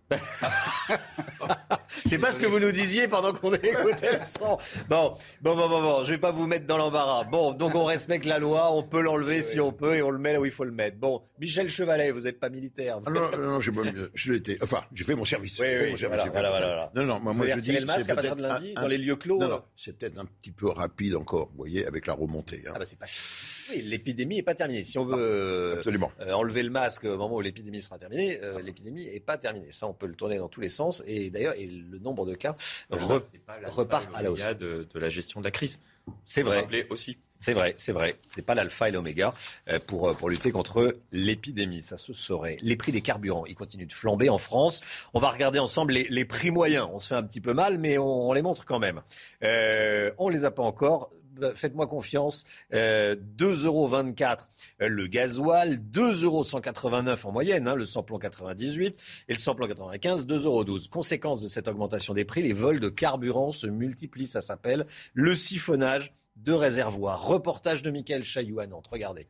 C'est pas ce que vous nous disiez pendant qu'on écoutait le son. Bon, bon, bon, bon, bon, je vais pas vous mettre dans l'embarras. Bon, donc on respecte la loi, on peut l'enlever oui, si oui. on peut et on le met là où il faut le mettre. Bon, Michel Chevalet, vous n'êtes pas militaire. Ah non, non, j'ai, je l'étais. Enfin, j'ai fait mon service. Oui, oui, mon service voilà, voilà, voilà, voilà. Non, non, moi, vous moi allez je retirer dis le masque à partir de lundi un, dans les lieux clos. Non, non, c'est peut-être un petit peu rapide encore, vous voyez, avec la remontée. Hein. Ah bah c'est pas. Oui, l'épidémie est pas terminée. Si on veut ah, absolument. Euh, enlever le masque au moment où l'épidémie sera terminée, euh, l'épidémie est pas terminée. Ça, on peut le tourner dans tous les sens. Et d'ailleurs, et le nombre de cas re, repart à la hausse. De, de la gestion de la crise. C'est vrai. Rappeler aussi. C'est vrai, c'est vrai. C'est pas l'alpha et l'oméga pour, pour lutter contre l'épidémie. Ça se saurait. Les prix des carburants, ils continuent de flamber en France. On va regarder ensemble les, les prix moyens. On se fait un petit peu mal, mais on, on les montre quand même. Euh, on les a pas encore. Faites-moi confiance, euh, deux euros vingt-quatre le gasoil, deux euros cent quatre-vingt-neuf en moyenne, hein, le samplon quatre-vingt-dix-huit et le samplon quatre-vingt-quinze, deux euros douze. Conséquence de cette augmentation des prix, les vols de carburant se multiplient, ça s'appelle le siphonnage de réservoirs. Reportage de Mickaël Chailloux à Nantes, regardez.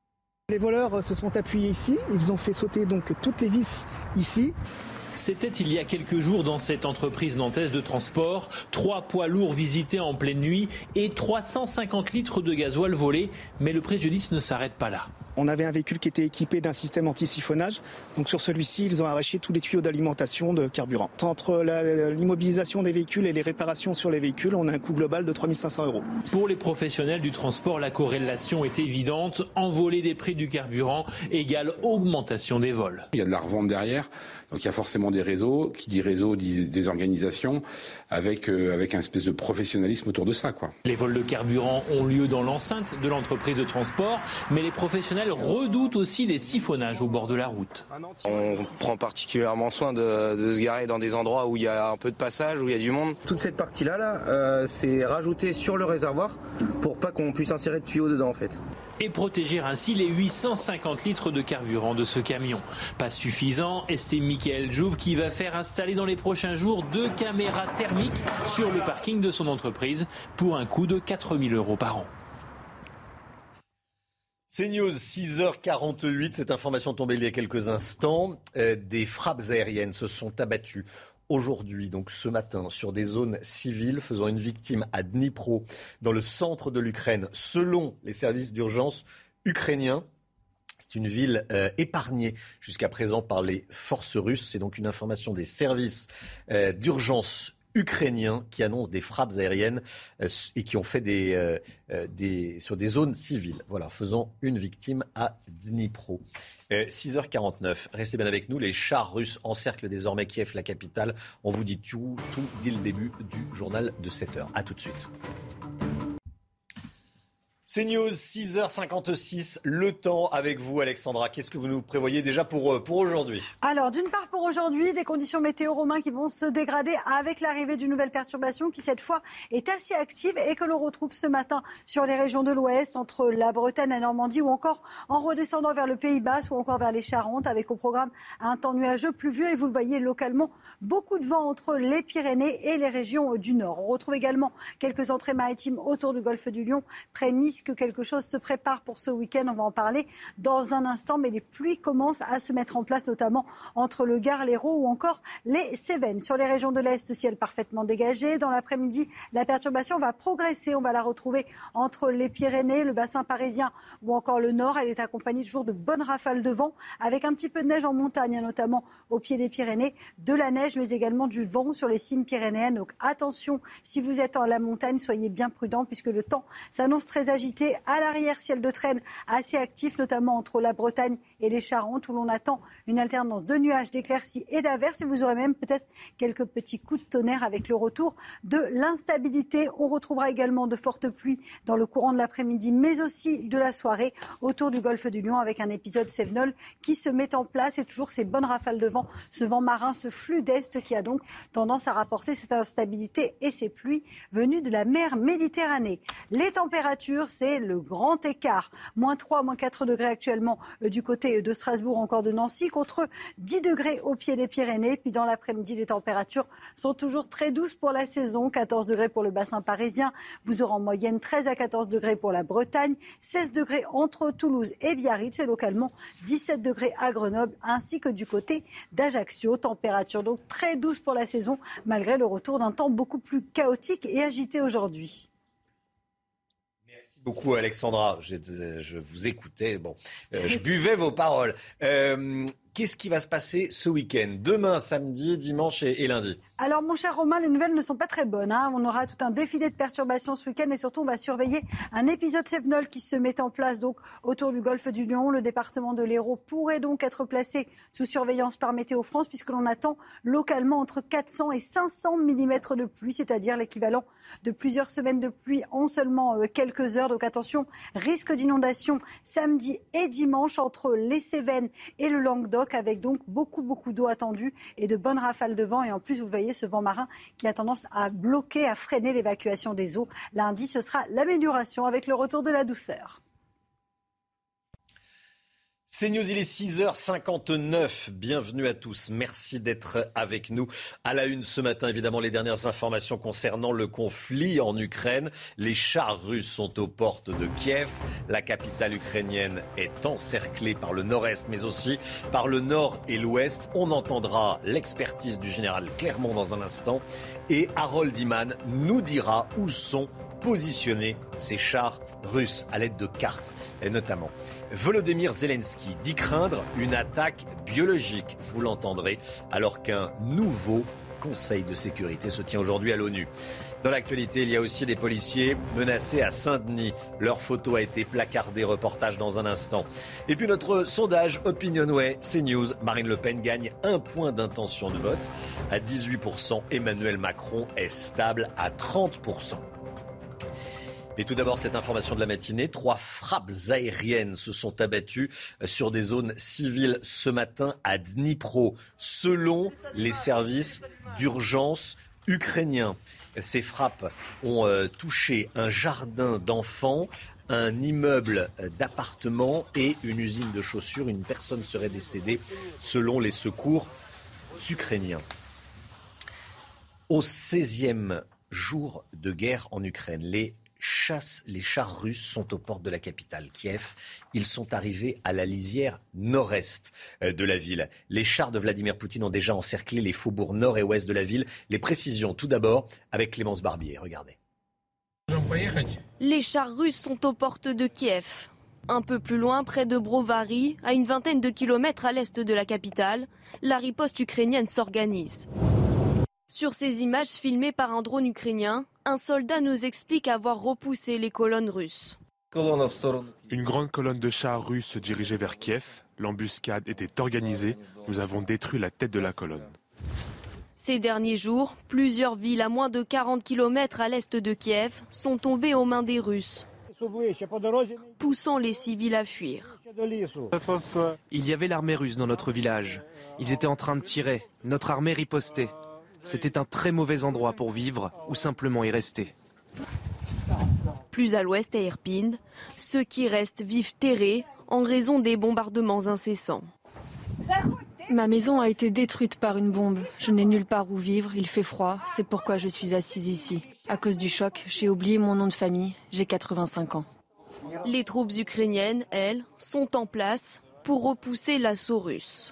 Les voleurs se sont appuyés ici, ils ont fait sauter donc toutes les vis ici. C'était il y a quelques jours dans cette entreprise nantaise de transport. Trois poids lourds visités en pleine nuit et trois cent cinquante litres de gasoil volés. Mais le préjudice ne s'arrête pas là. On avait un véhicule qui était équipé d'un système anti-siphonnage. Donc sur celui-ci, ils ont arraché tous les tuyaux d'alimentation de carburant. Entre la, l'immobilisation des véhicules et les réparations sur les véhicules, on a un coût global de trois mille cinq cents euros. Pour les professionnels du transport, la corrélation est évidente. Envolée des prix du carburant égale augmentation des vols. Il y a de la revente derrière. Donc il y a forcément des réseaux. Qui dit réseau dit des organisations avec, euh, avec un espèce de professionnalisme autour de ça, quoi. Les vols de carburant ont lieu dans l'enceinte de l'entreprise de transport, mais les professionnels redoutent aussi les siphonnages au bord de la route. On prend particulièrement soin de, de se garer dans des endroits où il y a un peu de passage, où il y a du monde. Toute cette partie-là, là, euh, c'est rajouté sur le réservoir pour pas qu'on puisse insérer de tuyaux dedans en fait. Et protéger ainsi les huit cent cinquante litres de carburant de ce camion. Pas suffisant, estime Mickaël Jouve qui va faire installer dans les prochains jours deux caméras thermiques sur le parking de son entreprise pour un coût de quatre mille euros par an. C'est News, six heures quarante-huit, cette information tombée il y a quelques instants. Euh, des frappes aériennes se sont abattues aujourd'hui, donc ce matin, sur des zones civiles, faisant une victime à Dnipro, dans le centre de l'Ukraine. Selon les services d'urgence ukrainiens, c'est une ville euh, épargnée jusqu'à présent par les forces russes. C'est donc une information des services euh, d'urgence ukrainiens qui annoncent des frappes aériennes euh, et qui ont fait des, euh, euh, des, sur des zones civiles, voilà, faisant une victime à Dnipro. Euh, six heures quarante-neuf, restez bien avec nous. Les chars russes encerclent désormais Kiev, la capitale. On vous dit tout, tout dès le début du journal de sept heures. A tout de suite. C'est News, six heures cinquante-six, le temps avec vous Alexandra. Qu'est-ce que vous nous prévoyez déjà pour, pour aujourd'hui ? Alors d'une part pour aujourd'hui, des conditions météo romains qui vont se dégrader avec l'arrivée d'une nouvelle perturbation qui cette fois est assez active et que l'on retrouve ce matin sur les régions de l'Ouest, entre la Bretagne, la Normandie ou encore en redescendant vers le Pays Basque ou encore vers les Charentes avec au programme un temps nuageux, pluvieux et vous le voyez localement, beaucoup de vent entre les Pyrénées et les régions du Nord. On retrouve également quelques entrées maritimes autour du golfe du Lion, près Nice puisque quelque chose se prépare pour ce week-end. On va en parler dans un instant, mais les pluies commencent à se mettre en place, notamment entre le Gard, l'Hérault ou encore les Cévennes. Sur les régions de l'Est, ciel parfaitement dégagé. Dans l'après-midi, la perturbation va progresser. On va la retrouver entre les Pyrénées, le bassin parisien ou encore le Nord. Elle est accompagnée toujours de bonnes rafales de vent, avec un petit peu de neige en montagne, notamment au pied des Pyrénées, de la neige, mais également du vent sur les cimes pyrénéennes. Donc attention, si vous êtes en la montagne, soyez bien prudents, puisque le temps s'annonce très agité. À l'arrière, ciel de traîne assez actif, notamment entre la Bretagne et les Charentes, où l'on attend une alternance de nuages, d'éclaircies et d'averses. Et vous aurez même peut-être quelques petits coups de tonnerre avec le retour de l'instabilité. On retrouvera également de fortes pluies dans le courant de l'après-midi, mais aussi de la soirée autour du golfe du Lion, avec un épisode cévenol qui se met en place et toujours ces bonnes rafales de vent, ce vent marin, ce flux d'est qui a donc tendance à rapporter cette instabilité et ces pluies venues de la mer Méditerranée. Les températures, c'est le grand écart. moins trois, moins quatre degrés actuellement du côté de Strasbourg, encore de Nancy, contre dix degrés au pied des Pyrénées. Puis dans l'après-midi, les températures sont toujours très douces pour la saison. quatorze degrés pour le bassin parisien. Vous aurez en moyenne treize à quatorze degrés pour la Bretagne. seize degrés entre Toulouse et Biarritz. Et localement, dix-sept degrés à Grenoble, ainsi que du côté d'Ajaccio. Température donc très douce pour la saison, malgré le retour d'un temps beaucoup plus chaotique et agité aujourd'hui. Merci beaucoup Alexandra, je, je vous écoutais, bon, euh, je buvais vos paroles. Euh, Qu'est-ce qui va se passer ce week-end ? Demain, samedi, dimanche et, et lundi. Alors, mon cher Romain, les nouvelles ne sont pas très bonnes. Hein. On aura tout un défilé de perturbations ce week-end et surtout, on va surveiller un épisode cévenol qui se met en place donc autour du golfe du Lion. Le département de l'Hérault pourrait donc être placé sous surveillance par Météo France, puisque l'on attend localement entre quatre cents et cinq cents millimètres de pluie, c'est-à-dire l'équivalent de plusieurs semaines de pluie en seulement quelques heures. Donc attention, risque d'inondation samedi et dimanche entre les Cévennes et le Languedoc, avec donc beaucoup, beaucoup d'eau attendue et de bonnes rafales de vent. Et en plus, vous voyez ce vent marin qui a tendance à bloquer, à freiner l'évacuation des eaux. Lundi, ce sera l'amélioration avec le retour de la douceur. C'est News, il est six heures cinquante-neuf. Bienvenue à tous. Merci d'être avec nous. À la une ce matin, évidemment, les dernières informations concernant le conflit en Ukraine. Les chars russes sont aux portes de Kiev. La capitale ukrainienne est encerclée par le nord-est, mais aussi par le nord et l'ouest. On entendra l'expertise du général Clermont dans un instant. Et Harold Iman nous dira où sont positionnés ces chars russes à l'aide de cartes, et notamment. Volodymyr Zelensky dit craindre une attaque biologique, vous l'entendrez, alors qu'un nouveau Conseil de sécurité se tient aujourd'hui à l'ONU. Dans l'actualité, il y a aussi des policiers menacés à Saint-Denis. Leur photo a été placardée, reportage dans un instant. Et puis notre sondage OpinionWay, CNews, Marine Le Pen gagne un point d'intention de vote à dix-huit pour cent. Emmanuel Macron est stable à trente pour cent. Mais tout d'abord, cette information de la matinée. Trois frappes aériennes se sont abattues sur des zones civiles ce matin à Dnipro, selon les services d'urgence ukrainiens. Ces frappes ont euh, touché un jardin d'enfants, un immeuble d'appartements et une usine de chaussures. Une personne serait décédée selon les secours ukrainiens. Au seizième jour de guerre en Ukraine, les Chasse, les chars russes sont aux portes de la capitale, Kiev. Ils sont arrivés à la lisière nord-est de la ville. Les chars de Vladimir Poutine ont déjà encerclé les faubourgs nord et ouest de la ville. Les précisions tout d'abord avec Clémence Barbier. Regardez. Les chars russes sont aux portes de Kiev. Un peu plus loin, près de Brovary, à une vingtaine de kilomètres à l'est de la capitale, la riposte ukrainienne s'organise. Sur ces images filmées par un drone ukrainien, un soldat nous explique avoir repoussé les colonnes russes. Une grande colonne de chars russes se dirigeait vers Kiev. L'embuscade était organisée. Nous avons détruit la tête de la colonne. Ces derniers jours, plusieurs villes à moins de quarante kilomètres à l'est de Kiev sont tombées aux mains des Russes, poussant les civils à fuir. Il y avait l'armée russe dans notre village. Ils étaient en train de tirer. Notre armée ripostait. C'était un très mauvais endroit pour vivre ou simplement y rester. Plus à l'ouest, à Irpin, ceux qui restent vivent terrés en raison des bombardements incessants. Ma maison a été détruite par une bombe. Je n'ai nulle part où vivre, il fait froid, c'est pourquoi je suis assise ici. À cause du choc, j'ai oublié mon nom de famille, j'ai quatre-vingt-cinq ans. Les troupes ukrainiennes, elles, sont en place pour repousser l'assaut russe.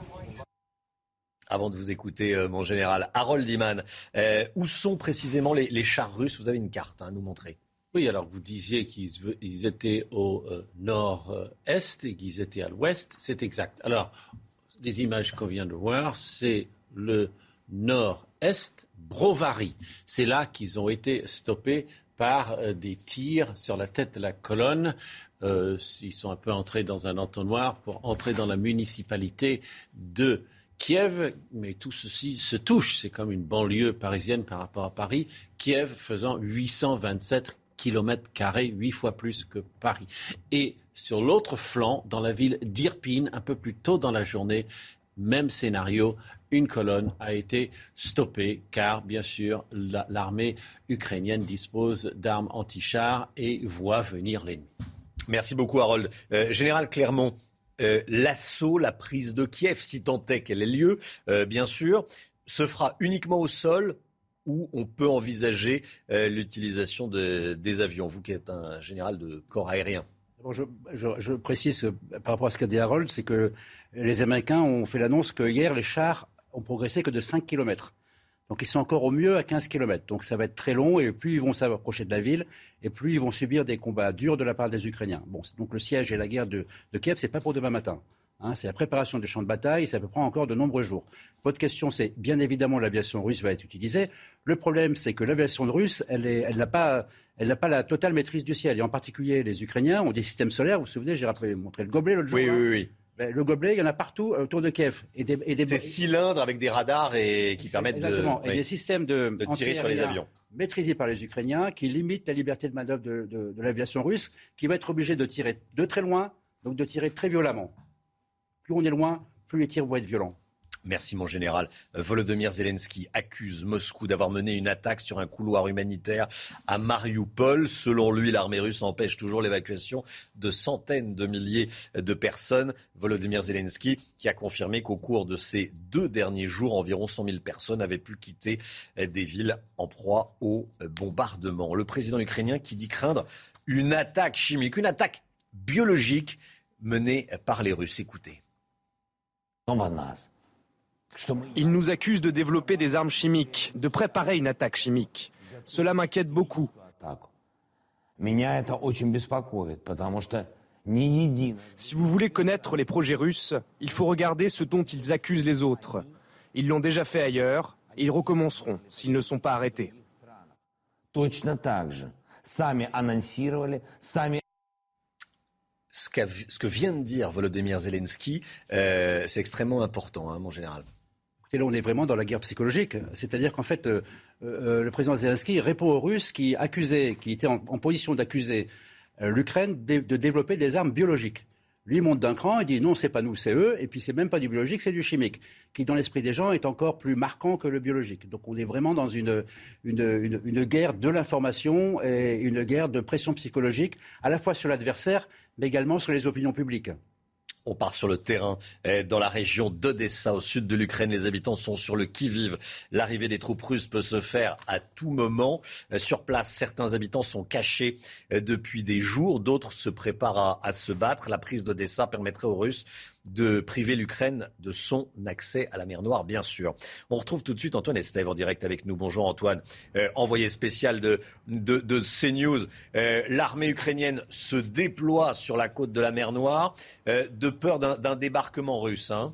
Avant de vous écouter, euh, mon général, Harold Iman, euh, où sont précisément les, les chars russes? Vous avez une carte hein, à nous montrer. Oui, alors vous disiez qu'ils ils étaient au euh, nord-est et qu'ils étaient à l'ouest. C'est exact. Alors, les images qu'on vient de voir, c'est le nord-est, Brovary. C'est là qu'ils ont été stoppés par euh, des tirs sur la tête de la colonne. Euh, ils sont un peu entrés dans un entonnoir pour entrer dans la municipalité de Kiev, mais tout ceci se touche. C'est comme une banlieue parisienne par rapport à Paris. Kiev faisant huit cent vingt-sept kilomètres carrés, huit fois plus que Paris. Et sur l'autre flanc, dans la ville d'Irpin, un peu plus tôt dans la journée, même scénario, une colonne a été stoppée car, bien sûr, la, l'armée ukrainienne dispose d'armes anti-chars et voit venir l'ennemi. Merci beaucoup, Harold. Euh, Général Clermont, euh, l'assaut, la prise de Kiev, si tant est qu'elle ait lieu, euh, bien sûr, se fera uniquement au sol ou on peut envisager euh, l'utilisation de, des avions. Vous qui êtes un général de corps aérien. Bon, je, je, je précise que, par rapport à ce qu'a dit Harold, c'est que les Américains ont fait l'annonce que hier, les chars ont progressé que de cinq kilomètres. Donc ils sont encore au mieux à quinze kilomètres. Donc ça va être très long et plus ils vont s'approcher de la ville et plus ils vont subir des combats durs de la part des Ukrainiens. Bon, donc le siège et la guerre de, de Kiev, c'est pas pour demain matin. Hein, c'est la préparation des champs de bataille et ça peut prendre encore de nombreux jours. Votre question, c'est bien évidemment l'aviation russe va être utilisée. Le problème, c'est que l'aviation russe, elle, est, elle n'a pas, elle n'a pas la totale maîtrise du ciel. Et en particulier, les Ukrainiens ont des systèmes solaires. Vous vous souvenez, j'ai rappelé, montré le gobelet l'autre jour. Oui, oui, oui. Ben, le gobelet, il y en a partout autour de Kiev. Et des, et des... Ces cylindres avec des radars et qui permettent exactement. de, et oui, des systèmes de, de tirer sur les avions. Maîtrisés par les Ukrainiens, qui limitent la liberté de manœuvre de, de, de l'aviation russe, qui va être obligée de tirer de très loin, donc de tirer très violemment. Plus on est loin, plus les tirs vont être violents. Merci mon général. Volodymyr Zelensky accuse Moscou d'avoir mené une attaque sur un couloir humanitaire à Mariupol. Selon lui, l'armée russe empêche toujours l'évacuation de centaines de milliers de personnes. Volodymyr Zelensky qui a confirmé qu'au cours de ces deux derniers jours, environ cent mille personnes avaient pu quitter des villes en proie au bombardement. Le président ukrainien qui dit craindre une attaque chimique, une attaque biologique menée par les Russes. Écoutez. Ils nous accusent de développer des armes chimiques, de préparer une attaque chimique. Cela m'inquiète beaucoup. Si vous voulez connaître les projets russes, il faut regarder ce dont ils accusent les autres. Ils l'ont déjà fait ailleurs, et ils recommenceront s'ils ne sont pas arrêtés. Ce, qu'a, ce que vient de dire Volodymyr Zelensky, euh, c'est extrêmement important, hein, mon général. Et là, on est vraiment dans la guerre psychologique. C'est-à-dire qu'en fait, euh, euh, le président Zelensky répond aux Russes qui accusaient, qui étaient en, en position d'accuser euh, l'Ukraine de, de développer des armes biologiques. Lui monte d'un cran et dit non, c'est pas nous, c'est eux. Et puis c'est même pas du biologique, c'est du chimique, qui dans l'esprit des gens est encore plus marquant que le biologique. Donc on est vraiment dans une, une, une, une guerre de l'information et une guerre de pression psychologique, à la fois sur l'adversaire, mais également sur les opinions publiques. On part sur le terrain. Dans la région d'Odessa, au sud de l'Ukraine, les habitants sont sur le qui-vive. L'arrivée des troupes russes peut se faire à tout moment. Sur place, certains habitants sont cachés depuis des jours. D'autres se préparent à, à se battre. La prise d'Odessa permettrait aux Russes de priver l'Ukraine de son accès à la mer Noire, bien sûr. On retrouve tout de suite Antoine Estève en direct avec nous. Bonjour Antoine, euh, envoyé spécial de, de, de CNews. Euh, l'armée ukrainienne se déploie sur la côte de la mer Noire euh, de peur d'un, d'un débarquement russe, hein.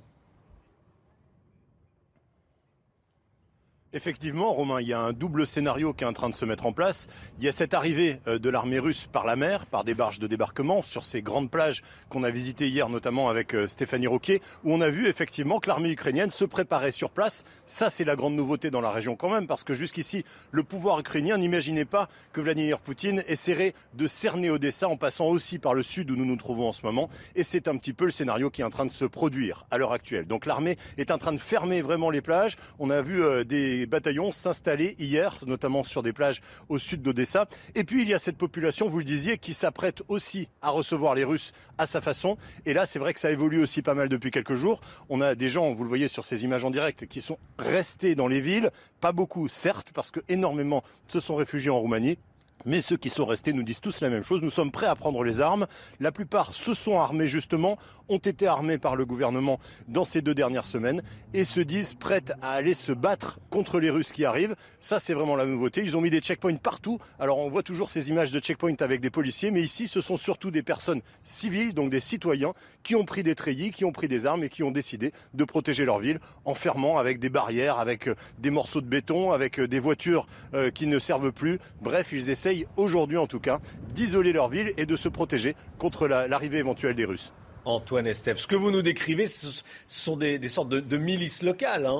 Effectivement, Romain, il y a un double scénario qui est en train de se mettre en place. Il y a cette arrivée de l'armée russe par la mer, par des barges de débarquement, sur ces grandes plages qu'on a visitées hier, notamment avec Stéphanie Rouquier, où on a vu effectivement que l'armée ukrainienne se préparait sur place. Ça, c'est la grande nouveauté dans la région quand même, parce que jusqu'ici, le pouvoir ukrainien n'imaginait pas que Vladimir Poutine essaierait de cerner Odessa en passant aussi par le sud où nous nous trouvons en ce moment. Et c'est un petit peu le scénario qui est en train de se produire à l'heure actuelle. Donc l'armée est en train de fermer vraiment les plages. On a vu euh, des bataillons s'installer hier, notamment sur des plages au sud d'Odessa. Et puis il y a cette population, vous le disiez, qui s'apprête aussi à recevoir les Russes à sa façon. Et là, c'est vrai que ça évolue aussi pas mal depuis quelques jours. On a des gens, vous le voyez sur ces images en direct, qui sont restés dans les villes. Pas beaucoup, certes, parce que énormément se sont réfugiés en Roumanie. Mais ceux qui sont restés nous disent tous la même chose. Nous sommes prêts à prendre les armes. La plupart se sont armés justement, ont été armés par le gouvernement dans ces deux dernières semaines et se disent prêts à aller se battre contre les Russes qui arrivent. Ça, c'est vraiment la nouveauté. Ils ont mis des checkpoints partout. Alors on voit toujours ces images de checkpoints avec des policiers, mais ici ce sont surtout des personnes civiles, donc des citoyens, qui ont pris des treillis, qui ont pris des armes et qui ont décidé de protéger leur ville en fermant avec des barrières, avec des morceaux de béton, avec des voitures euh, qui ne servent plus. Bref, ils essaient aujourd'hui en tout cas d'isoler leur ville et de se protéger contre la, l'arrivée éventuelle des Russes. Antoine Estève, ce que vous nous décrivez, ce sont des, des sortes de, de milices locales, hein ?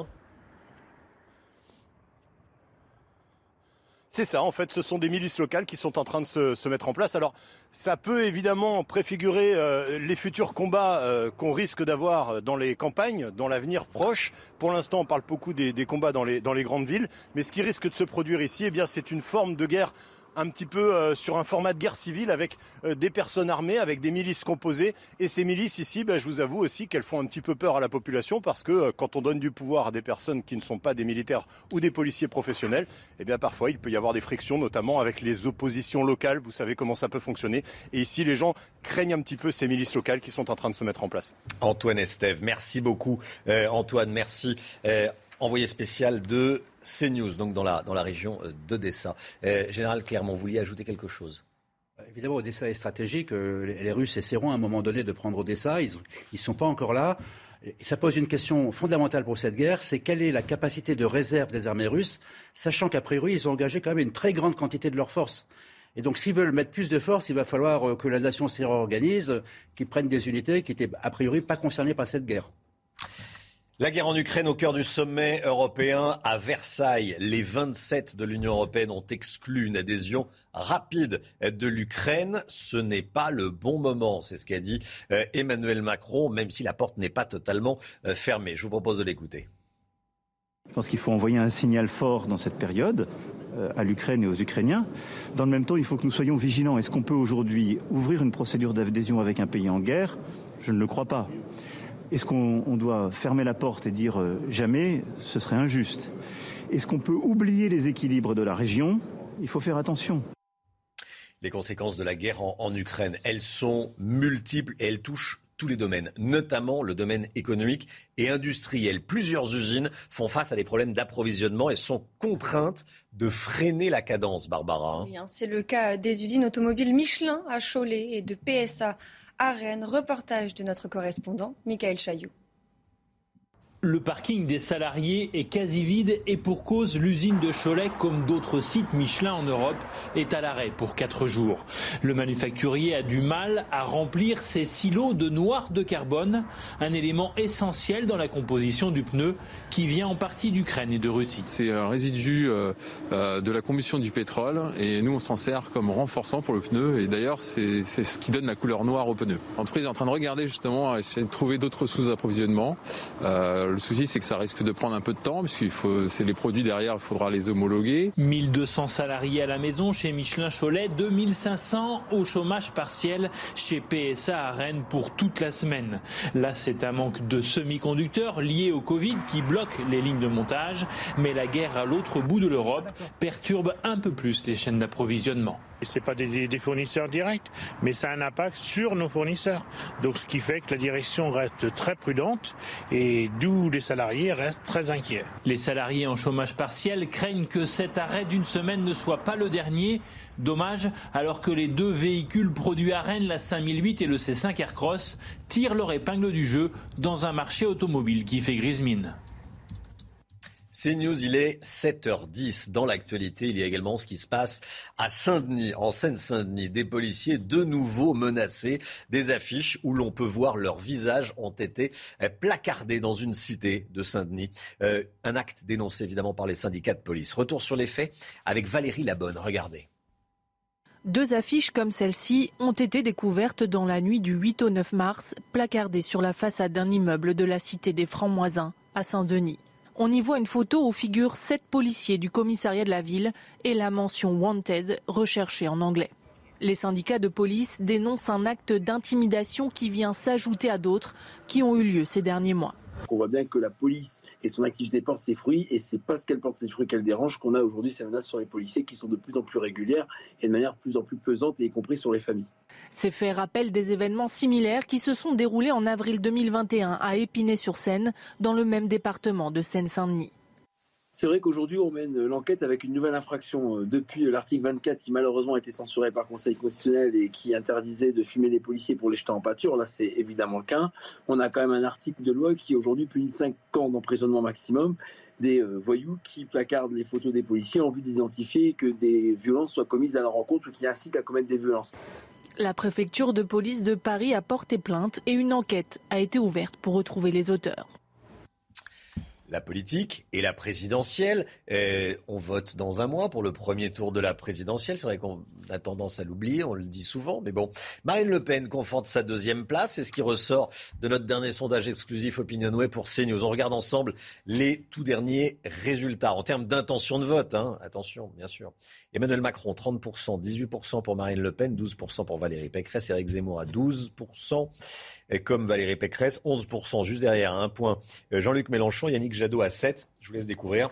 C'est ça, en fait, ce sont des milices locales qui sont en train de se, se mettre en place. Alors, ça peut évidemment préfigurer euh, les futurs combats euh, qu'on risque d'avoir dans les campagnes, dans l'avenir proche. Pour l'instant, on parle beaucoup des, des combats dans les, dans les grandes villes. Mais ce qui risque de se produire ici, eh bien, c'est une forme de guerre un petit peu euh, sur un format de guerre civile avec euh, des personnes armées, avec des milices composées. Et ces milices ici, ben, je vous avoue aussi qu'elles font un petit peu peur à la population parce que euh, quand on donne du pouvoir à des personnes qui ne sont pas des militaires ou des policiers professionnels, eh bien parfois il peut y avoir des frictions, notamment avec les oppositions locales. Vous savez comment ça peut fonctionner. Et ici, les gens craignent un petit peu ces milices locales qui sont en train de se mettre en place. Antoine Estève, merci beaucoup. Euh, Antoine, merci. Euh, envoyé spécial de CNews, donc dans la, dans la région d'Odessa. Euh, Général Clermont, vous vouliez ajouter quelque chose ? Évidemment, Odessa est stratégique. Les, les Russes essaieront à un moment donné de prendre Odessa. Ils ne sont pas encore là. Et ça pose une question fondamentale pour cette guerre, c'est quelle est la capacité de réserve des armées russes, sachant qu'a priori, ils ont engagé quand même une très grande quantité de leurs forces. Et donc, s'ils veulent mettre plus de force, il va falloir que la nation s'y réorganise, qu'ils prennent des unités qui n'étaient a priori pas concernées par cette guerre. La guerre en Ukraine au cœur du sommet européen à Versailles. Les vingt-sept de l'Union européenne ont exclu une adhésion rapide de l'Ukraine. Ce n'est pas le bon moment, c'est ce qu'a dit Emmanuel Macron, même si la porte n'est pas totalement fermée. Je vous propose de l'écouter. Je pense qu'il faut envoyer un signal fort dans cette période à l'Ukraine et aux Ukrainiens. Dans le même temps, il faut que nous soyons vigilants. Est-ce qu'on peut aujourd'hui ouvrir une procédure d'adhésion avec un pays en guerre ? Je ne le crois pas. Est-ce qu'on on doit fermer la porte et dire euh, jamais ? Ce serait injuste. Est-ce qu'on peut oublier les équilibres de la région ? Il faut faire attention. Les conséquences de la guerre en, en Ukraine, elles sont multiples et elles touchent tous les domaines, notamment le domaine économique et industriel. Plusieurs usines font face à des problèmes d'approvisionnement et sont contraintes de freiner la cadence, Barbara. Oui, hein, c'est le cas des usines automobiles Michelin à Cholet et de P S A à Rennes. Reportage de notre correspondant, Michael Chailloux. Le parking des salariés est quasi vide et pour cause, l'usine de Cholet, comme d'autres sites Michelin en Europe, est à l'arrêt pour quatre jours. Le manufacturier a du mal à remplir ses silos de noir de carbone, un élément essentiel dans la composition du pneu qui vient en partie d'Ukraine et de Russie. C'est un résidu euh, euh, de la combustion du pétrole et nous on s'en sert comme renforçant pour le pneu et d'ailleurs c'est, c'est ce qui donne la couleur noire au pneu. L'entreprise est en train de regarder justement, à essayer de trouver d'autres sources d'approvisionnement. Euh, Le souci, c'est que ça risque de prendre un peu de temps, puisqu'il faut, c'est les produits derrière, il faudra les homologuer. mille deux cents salariés à la maison chez Michelin Cholet, deux mille cinq cents au chômage partiel chez P S A à Rennes pour toute la semaine. Là, c'est un manque de semi-conducteurs lié au Covid qui bloque les lignes de montage, mais la guerre à l'autre bout de l'Europe perturbe un peu plus les chaînes d'approvisionnement. Ce n'est pas des, des fournisseurs directs, mais ça a un impact sur nos fournisseurs. Donc ce qui fait que la direction reste très prudente et d'où les salariés restent très inquiets. Les salariés en chômage partiel craignent que cet arrêt d'une semaine ne soit pas le dernier. Dommage, alors que les deux véhicules produits à Rennes, la cinq mille huit et le C cinq Aircross, tirent leur épingle du jeu dans un marché automobile qui fait grise mine. CNews, il est sept heures dix. Dans l'actualité, il y a également ce qui se passe à Saint-Denis, en Seine-Saint-Denis. Des policiers de nouveau menacés. Des affiches où l'on peut voir leurs visages ont été placardés dans une cité de Saint-Denis. Euh, un acte dénoncé évidemment par les syndicats de police. Retour sur les faits avec Valérie Labonne. Regardez. Deux affiches comme celle-ci ont été découvertes dans la nuit du huit au neuf mars, placardées sur la façade d'un immeuble de la cité des Francs-Moisins à Saint-Denis. On y voit une photo où figurent sept policiers du commissariat de la ville et la mention « Wanted » recherché en anglais. Les syndicats de police dénoncent un acte d'intimidation qui vient s'ajouter à d'autres qui ont eu lieu ces derniers mois. On voit bien que la police et son activité portent ses fruits, et c'est parce qu'elle porte ses fruits qu'elle dérange qu'on a aujourd'hui ces menaces sur les policiers qui sont de plus en plus régulières et de manière de plus en plus pesante, et y compris sur les familles. Ces faits rappellent des événements similaires qui se sont déroulés en avril deux mille vingt et un à Épinay-sur-Seine, dans le même département de Seine-Saint-Denis. C'est vrai qu'aujourd'hui, on mène l'enquête avec une nouvelle infraction. Depuis l'article vingt-quatre, qui malheureusement a été censuré par le Conseil constitutionnel et qui interdisait de filmer les policiers pour les jeter en pâture, là c'est évidemment le cas. On a quand même un article de loi qui aujourd'hui punit cinq ans d'emprisonnement maximum des voyous qui placardent les photos des policiers en vue d'identifier que des violences soient commises à leur encontre ou qui incitent à commettre des violences. La préfecture de police de Paris a porté plainte et une enquête a été ouverte pour retrouver les auteurs. La politique et la présidentielle. Euh, on vote dans un mois pour le premier tour de la présidentielle. C'est vrai qu'on a tendance à l'oublier, on le dit souvent. Mais bon, Marine Le Pen conforte sa deuxième place. C'est ce qui ressort de notre dernier sondage exclusif Opinionway pour CNews. On regarde ensemble les tout derniers résultats en termes d'intention de vote. Hein. Attention, bien sûr. Emmanuel Macron, trente pour cent, dix-huit pour cent pour Marine Le Pen, douze pour cent pour Valérie Pécresse. Éric Zemmour à douze pour cent. Et comme Valérie Pécresse, onze pour cent juste derrière, à un point. Jean-Luc Mélenchon, Yannick Jadot à sept. Je vous laisse découvrir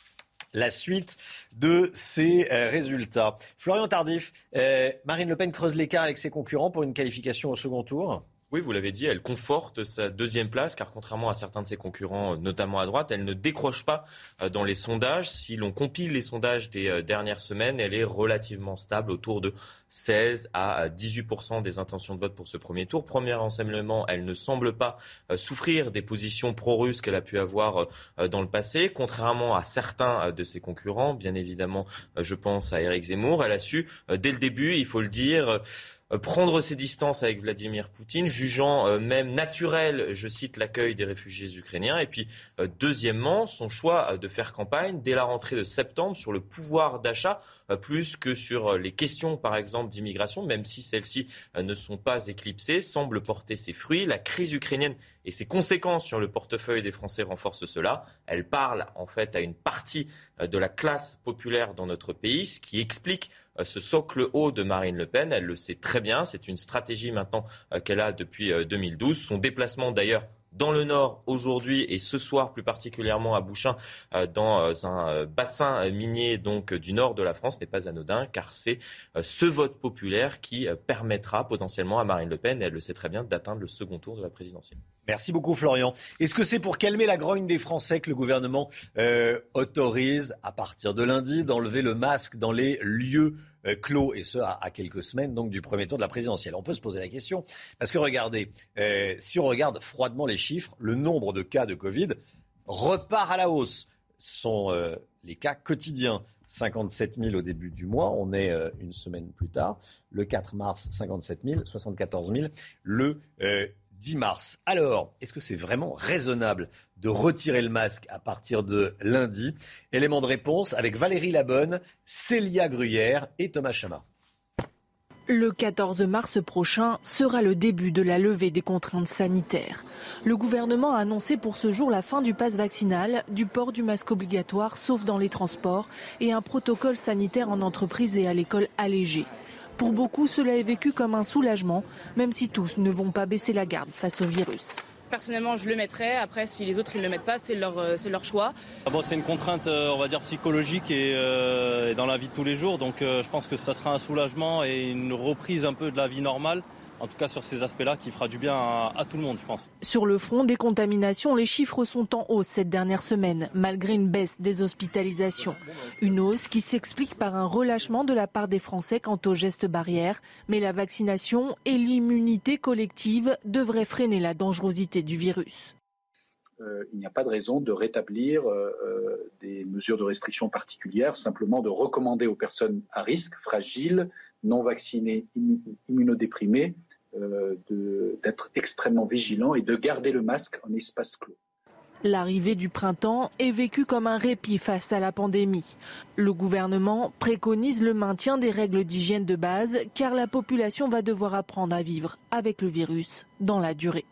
la suite de ces euh, résultats. Florian Tardif, euh, Marine Le Pen creuse l'écart avec ses concurrents pour une qualification au second tour. Oui, vous l'avez dit, elle conforte sa deuxième place, car contrairement à certains de ses concurrents, notamment à droite, elle ne décroche pas dans les sondages. Si l'on compile les sondages des dernières semaines, elle est relativement stable, autour de seize à dix-huit pour cent des intentions de vote pour ce premier tour. Premier enseignement, elle ne semble pas souffrir des positions pro-russes qu'elle a pu avoir dans le passé, contrairement à certains de ses concurrents. Bien évidemment, je pense à Éric Zemmour. Elle a su, dès le début, il faut le dire, prendre ses distances avec Vladimir Poutine, jugeant euh, même naturel, je cite, l'accueil des réfugiés ukrainiens. Et puis, euh, deuxièmement, son choix euh, de faire campagne dès la rentrée de septembre sur le pouvoir d'achat, euh, plus que sur euh, les questions, par exemple, d'immigration, même si celles-ci euh, ne sont pas éclipsées, semble porter ses fruits. La crise ukrainienne et ses conséquences sur le portefeuille des Français renforcent cela. Elle parle, en fait, à une partie euh, de la classe populaire dans notre pays, ce qui explique ce socle haut de Marine Le Pen. Elle le sait très bien. C'est une stratégie maintenant qu'elle a depuis deux mille douze. Son déplacement d'ailleurs dans le Nord aujourd'hui et ce soir plus particulièrement à Bouchain, dans un bassin minier donc du nord de la France, n'est pas anodin, car c'est ce vote populaire qui permettra potentiellement à Marine Le Pen, elle le sait très bien, d'atteindre le second tour de la présidentielle. Merci beaucoup Florian. Est-ce que c'est pour calmer la grogne des Français que le gouvernement euh, autorise à partir de lundi d'enlever le masque dans les lieux euh, clos, et ce à, à quelques semaines donc du premier tour de la présidentielle? On peut se poser la question parce que regardez, euh, si on regarde froidement les chiffres, le nombre de cas de Covid repart à la hausse. Ce sont euh, les cas quotidiens. cinquante-sept mille au début du mois, on est euh, une semaine plus tard. Le quatre mars, cinquante-sept mille, soixante-quatorze mille le euh, dix mars. Alors, est-ce que c'est vraiment raisonnable de retirer le masque à partir de lundi? Élément de réponse avec Valérie Labonne, Célia Gruyère et Thomas Chama. Le quatorze mars prochain sera le début de la levée des contraintes sanitaires. Le gouvernement a annoncé pour ce jour la fin du pass vaccinal, du port du masque obligatoire sauf dans les transports et un protocole sanitaire en entreprise et à l'école allégé. Pour beaucoup, cela est vécu comme un soulagement, même si tous ne vont pas baisser la garde face au virus. Personnellement, je le mettrai. Après, si les autres ne le mettent pas, c'est leur, c'est leur choix. Bon, c'est une contrainte, on va dire, psychologique et, euh, et dans la vie de tous les jours. Donc euh, je pense que ça sera un soulagement et une reprise un peu de la vie normale. En tout cas sur ces aspects-là, qui fera du bien à, à tout le monde, je pense. Sur le front des contaminations, les chiffres sont en hausse cette dernière semaine, malgré une baisse des hospitalisations. Une hausse qui s'explique par un relâchement de la part des Français quant aux gestes barrières. Mais la vaccination et l'immunité collective devraient freiner la dangerosité du virus. Euh, il n'y a pas de raison de rétablir euh, des mesures de restriction particulières, simplement de recommander aux personnes à risque, fragiles, non vaccinées, immunodéprimées, euh, de, d'être extrêmement vigilants et de garder le masque en espace clos. L'arrivée du printemps est vécue comme un répit face à la pandémie. Le gouvernement préconise le maintien des règles d'hygiène de base car la population va devoir apprendre à vivre avec le virus dans la durée.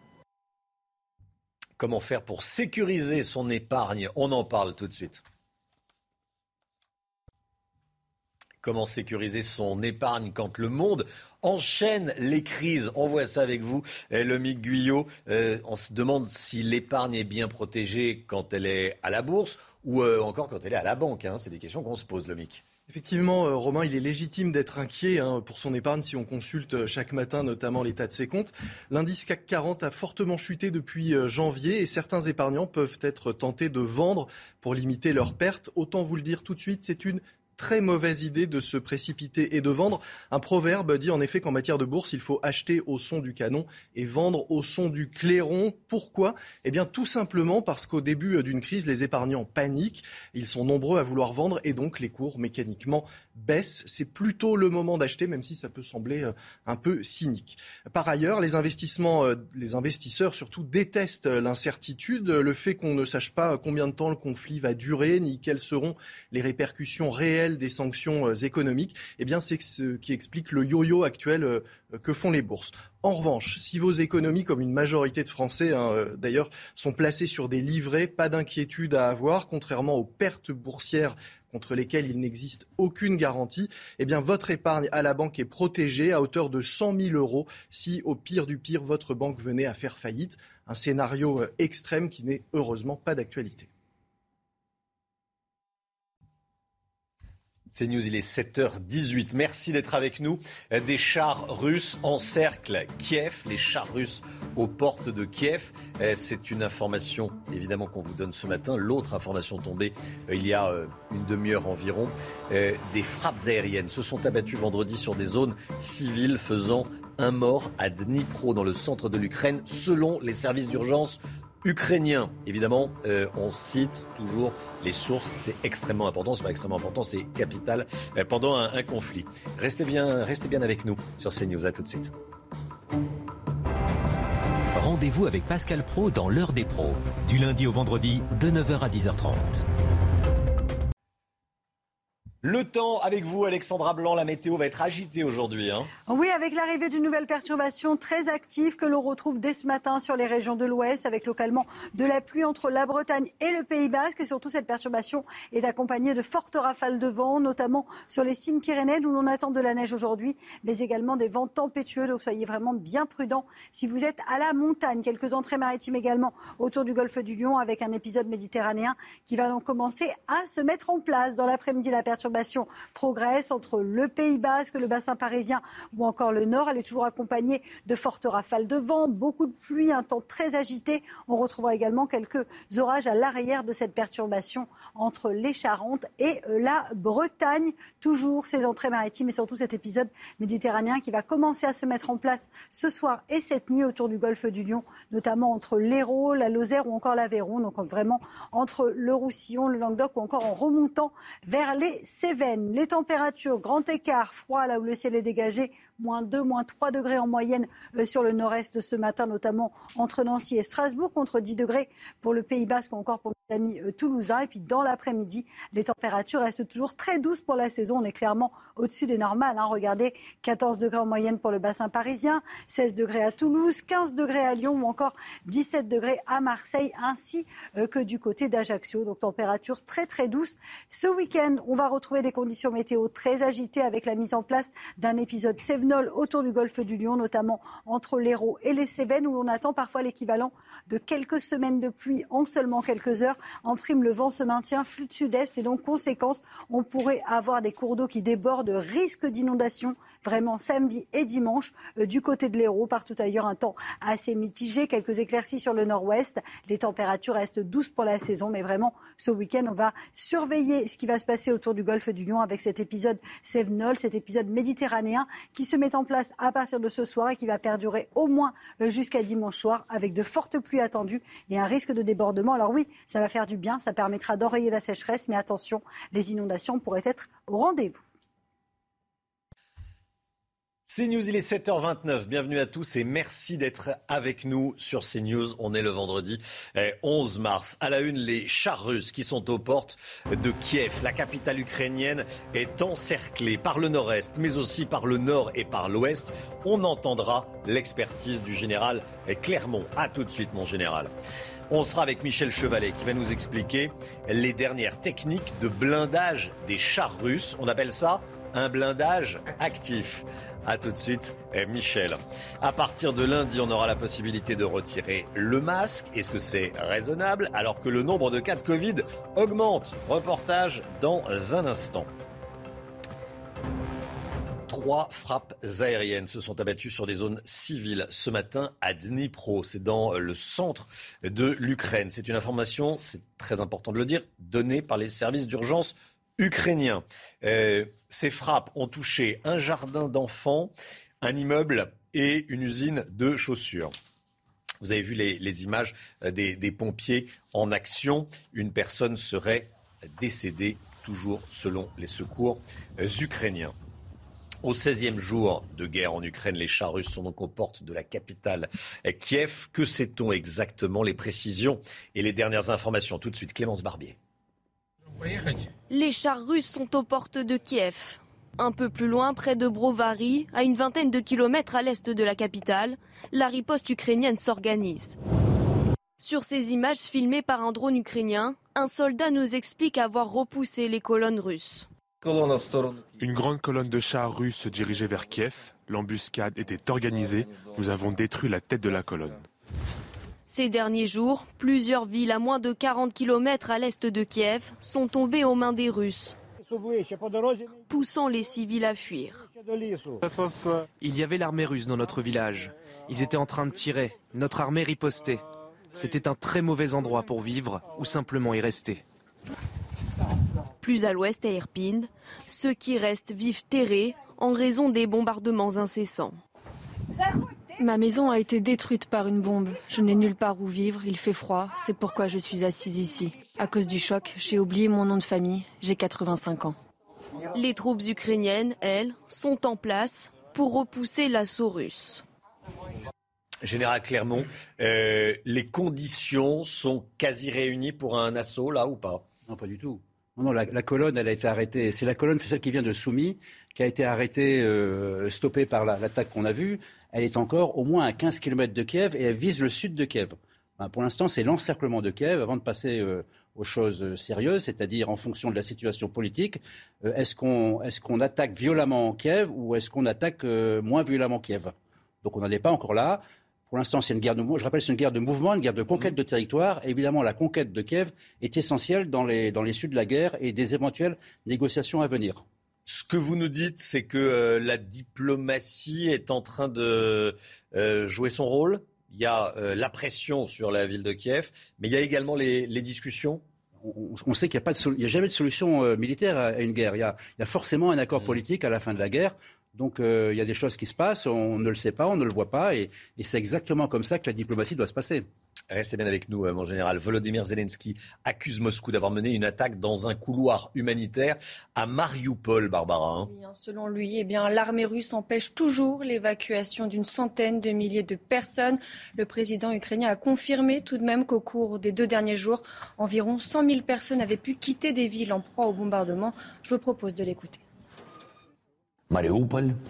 Comment faire pour sécuriser son épargne? On en parle tout de suite. Comment sécuriser son épargne quand le monde enchaîne les crises? On voit ça avec vous, Lomique Guyot. Euh, on se demande si l'épargne est bien protégée quand elle est à la bourse ou euh, encore quand elle est à la banque. Hein. C'est des questions qu'on se pose, Lomique. Effectivement, euh, Romain, il est légitime d'être inquiet hein, pour son épargne si on consulte chaque matin notamment l'état de ses comptes. L'indice C A C quarante a fortement chuté depuis euh, janvier et certains épargnants peuvent être tentés de vendre pour limiter leurs pertes. Autant vous le dire tout de suite, c'est une très mauvaise idée de se précipiter et de vendre. Un proverbe dit en effet qu'en matière de bourse, il faut acheter au son du canon et vendre au son du clairon. Pourquoi ? Eh bien, tout simplement parce qu'au début d'une crise, les épargnants paniquent. Ils sont nombreux à vouloir vendre et donc les cours mécaniquement baissent. C'est plutôt le moment d'acheter, même si ça peut sembler un peu cynique. Par ailleurs, les investissements, les investisseurs surtout détestent l'incertitude, le fait qu'on ne sache pas combien de temps le conflit va durer, ni quelles seront les répercussions réelles des sanctions économiques. Eh bien, c'est ce qui explique le yo-yo actuel que font les bourses. En revanche, si vos économies, comme une majorité de Français hein, d'ailleurs, sont placées sur des livrets, pas d'inquiétude à avoir, contrairement aux pertes boursières contre lesquelles il n'existe aucune garantie, eh bien votre épargne à la banque est protégée à hauteur de cent mille euros si, au pire du pire, votre banque venait à faire faillite. Un scénario extrême qui n'est heureusement pas d'actualité. C'est News, il est sept heures dix-huit. Merci d'être avec nous. Des chars russes encerclent Kiev, les chars russes aux portes de Kiev. C'est une information évidemment qu'on vous donne ce matin. L'autre information tombée il y a une demi-heure environ. Des frappes aériennes se sont abattues vendredi sur des zones civiles faisant un mort à Dnipro dans le centre de l'Ukraine selon les services d'urgence ukrainien. Évidemment, euh, on cite toujours les sources. C'est extrêmement important. C'est pas extrêmement important, c'est capital euh, pendant un, un conflit. Restez bien, restez bien avec nous sur CNews. À tout de suite. Rendez-vous avec Pascal Praud dans l'heure des pros. Du lundi au vendredi, de neuf heures à dix heures trente. Le temps avec vous, Alexandra Blanc. La météo va être agitée aujourd'hui. Hein. Oui, avec l'arrivée d'une nouvelle perturbation très active que l'on retrouve dès ce matin sur les régions de l'Ouest, avec localement de la pluie entre la Bretagne et le Pays Basque. Et surtout, cette perturbation est accompagnée de fortes rafales de vent, notamment sur les cimes Pyrénées, où l'on attend de la neige aujourd'hui, mais également des vents tempétueux. Donc soyez vraiment bien prudents si vous êtes à la montagne. Quelques entrées maritimes également autour du golfe du Lion, avec un épisode méditerranéen qui va donc commencer à se mettre en place. Dans l'après-midi, la perturbation progresse entre le Pays Basque, le bassin parisien ou encore le nord. Elle est toujours accompagnée de fortes rafales de vent, beaucoup de pluie, un temps très agité. On retrouvera également quelques orages à l'arrière de cette perturbation entre les Charentes et la Bretagne. Toujours ces entrées maritimes et surtout cet épisode méditerranéen qui va commencer à se mettre en place ce soir et cette nuit autour du golfe du Lion, notamment entre l'Hérault, la Lozère ou encore l'Aveyron. Donc vraiment entre le Roussillon, le Languedoc ou encore en remontant vers les Cévennes. Les températures, grand écart, froid là où le ciel est dégagé, moins deux, moins trois degrés en moyenne euh, sur le nord-est ce matin, notamment entre Nancy et Strasbourg, contre dix degrés pour le Pays Basque ou encore pour nos amis euh, toulousains. Et puis dans l'après-midi, les températures restent toujours très douces pour la saison. On est clairement au-dessus des normales. Hein. Regardez, quatorze degrés en moyenne pour le bassin parisien, seize degrés à Toulouse, quinze degrés à Lyon ou encore dix-sept degrés à Marseille, ainsi euh, que du côté d'Ajaccio. Donc température très très douce. Ce week-end, on va retrouver des conditions météo très agitées avec la mise en place d'un épisode cévenol autour du golfe du Lion, notamment entre l'Hérault et les Cévennes, où l'on attend parfois l'équivalent de quelques semaines de pluie en seulement quelques heures. En prime, le vent se maintient, flux de sud-est, et donc, conséquence, on pourrait avoir des cours d'eau qui débordent, risque d'inondation vraiment samedi et dimanche euh, du côté de l'Hérault. Partout ailleurs, un temps assez mitigé, quelques éclaircies sur le nord-ouest. Les températures restent douces pour la saison, mais vraiment, ce week-end, on va surveiller ce qui va se passer autour du golfe du Lion avec cet épisode cévenol, cet épisode méditerranéen qui se met en place à partir de ce soir et qui va perdurer au moins jusqu'à dimanche soir avec de fortes pluies attendues et un risque de débordement. Alors oui, ça va faire du bien, ça permettra d'enrayer la sécheresse, mais attention, les inondations pourraient être au rendez-vous. CNews, il est sept heures vingt-neuf. Bienvenue à tous et merci d'être avec nous sur CNews. On est le vendredi onze mars. À la une, les chars russes qui sont aux portes de Kiev. La capitale ukrainienne est encerclée par le nord-est, mais aussi par le nord et par l'ouest. On entendra l'expertise du général Clermont. À tout de suite, mon général. On sera avec Michel Chevalet qui va nous expliquer les dernières techniques de blindage des chars russes. On appelle ça un blindage actif. A tout de suite, Michel. À partir de lundi, on aura la possibilité de retirer le masque. Est-ce que c'est raisonnable alors que le nombre de cas de Covid augmente? Reportage dans un instant. Trois frappes aériennes se sont abattues sur des zones civiles ce matin à Dnipro. C'est dans le centre de l'Ukraine. C'est une information, c'est très important de le dire, donnée par les services d'urgence ukrainiens. Euh, ces frappes ont touché un jardin d'enfants, un immeuble et une usine de chaussures. Vous avez vu les, les images des, des pompiers en action. Une personne serait décédée, toujours selon les secours ukrainiens. Au seizième jour de guerre en Ukraine, les chars russes sont donc aux portes de la capitale Kiev. Que sait-on exactement? Les précisions et les dernières informations. Tout de suite, Clémence Barbier. Les chars russes sont aux portes de Kiev. Un peu plus loin, près de Brovary, à une vingtaine de kilomètres à l'est de la capitale, la riposte ukrainienne s'organise. Sur ces images filmées par un drone ukrainien, un soldat nous explique avoir repoussé les colonnes russes. Une grande colonne de chars russes se dirigeait vers Kiev. L'embuscade était organisée. Nous avons détruit la tête de la colonne. Ces derniers jours, plusieurs villes à moins de quarante kilomètres à l'est de Kiev sont tombées aux mains des Russes, poussant les civils à fuir. Il y avait l'armée russe dans notre village. Ils étaient en train de tirer. Notre armée ripostait. C'était un très mauvais endroit pour vivre ou simplement y rester. Plus à l'ouest, à Irpin, ceux qui restent vivent terrés en raison des bombardements incessants. Ma maison a été détruite par une bombe. Je n'ai nulle part où vivre, il fait froid, c'est pourquoi je suis assise ici. À cause du choc, j'ai oublié mon nom de famille, j'ai quatre-vingt-cinq ans. Les troupes ukrainiennes, elles, sont en place pour repousser l'assaut russe. Général Clermont, euh, les conditions sont quasi réunies pour un assaut, là, ou pas? Non, pas du tout. Non, non, la, la colonne, elle a été arrêtée. C'est la colonne, c'est celle qui vient de Soumy, qui a été arrêtée, euh, stoppée par la, l'attaque qu'on a vue. Elle est encore au moins à quinze kilomètres de Kiev et elle vise le sud de Kiev. Enfin, pour l'instant, c'est l'encerclement de Kiev avant de passer euh, aux choses sérieuses, c'est-à-dire en fonction de la situation politique. Euh, est-ce qu'on, est-ce qu'on attaque violemment Kiev ou est-ce qu'on attaque euh, moins violemment Kiev? Donc on n'en est pas encore là. Pour l'instant, c'est une guerre de mouvement. Je rappelle, c'est une guerre de mouvement, une guerre de conquête de territoire. Et évidemment, la conquête de Kiev est essentielle dans les, dans les suites de la guerre et des éventuelles négociations à venir. Ce que vous nous dites, c'est que euh, la diplomatie est en train de euh, jouer son rôle. Il y a euh, la pression sur la ville de Kiev, mais il y a également les, les discussions. On, on sait qu'il n'y a, pas de sol- il y a jamais de solution euh, militaire à, à une guerre. Il y, a, il y a forcément un accord mmh. politique à la fin de la guerre. Donc euh, il y a des choses qui se passent, on ne le sait pas, on ne le voit pas, et, et c'est exactement comme ça que la diplomatie doit se passer. Restez bien avec nous, mon général. Volodymyr Zelensky accuse Moscou d'avoir mené une attaque dans un couloir humanitaire à Marioupol, Barbara. Hein. Oui, selon lui, eh bien, l'armée russe empêche toujours l'évacuation d'une centaine de milliers de personnes. Le président ukrainien a confirmé tout de même qu'au cours des deux derniers jours, environ cent mille personnes avaient pu quitter des villes en proie au bombardement. Je vous propose de l'écouter. Mariupol,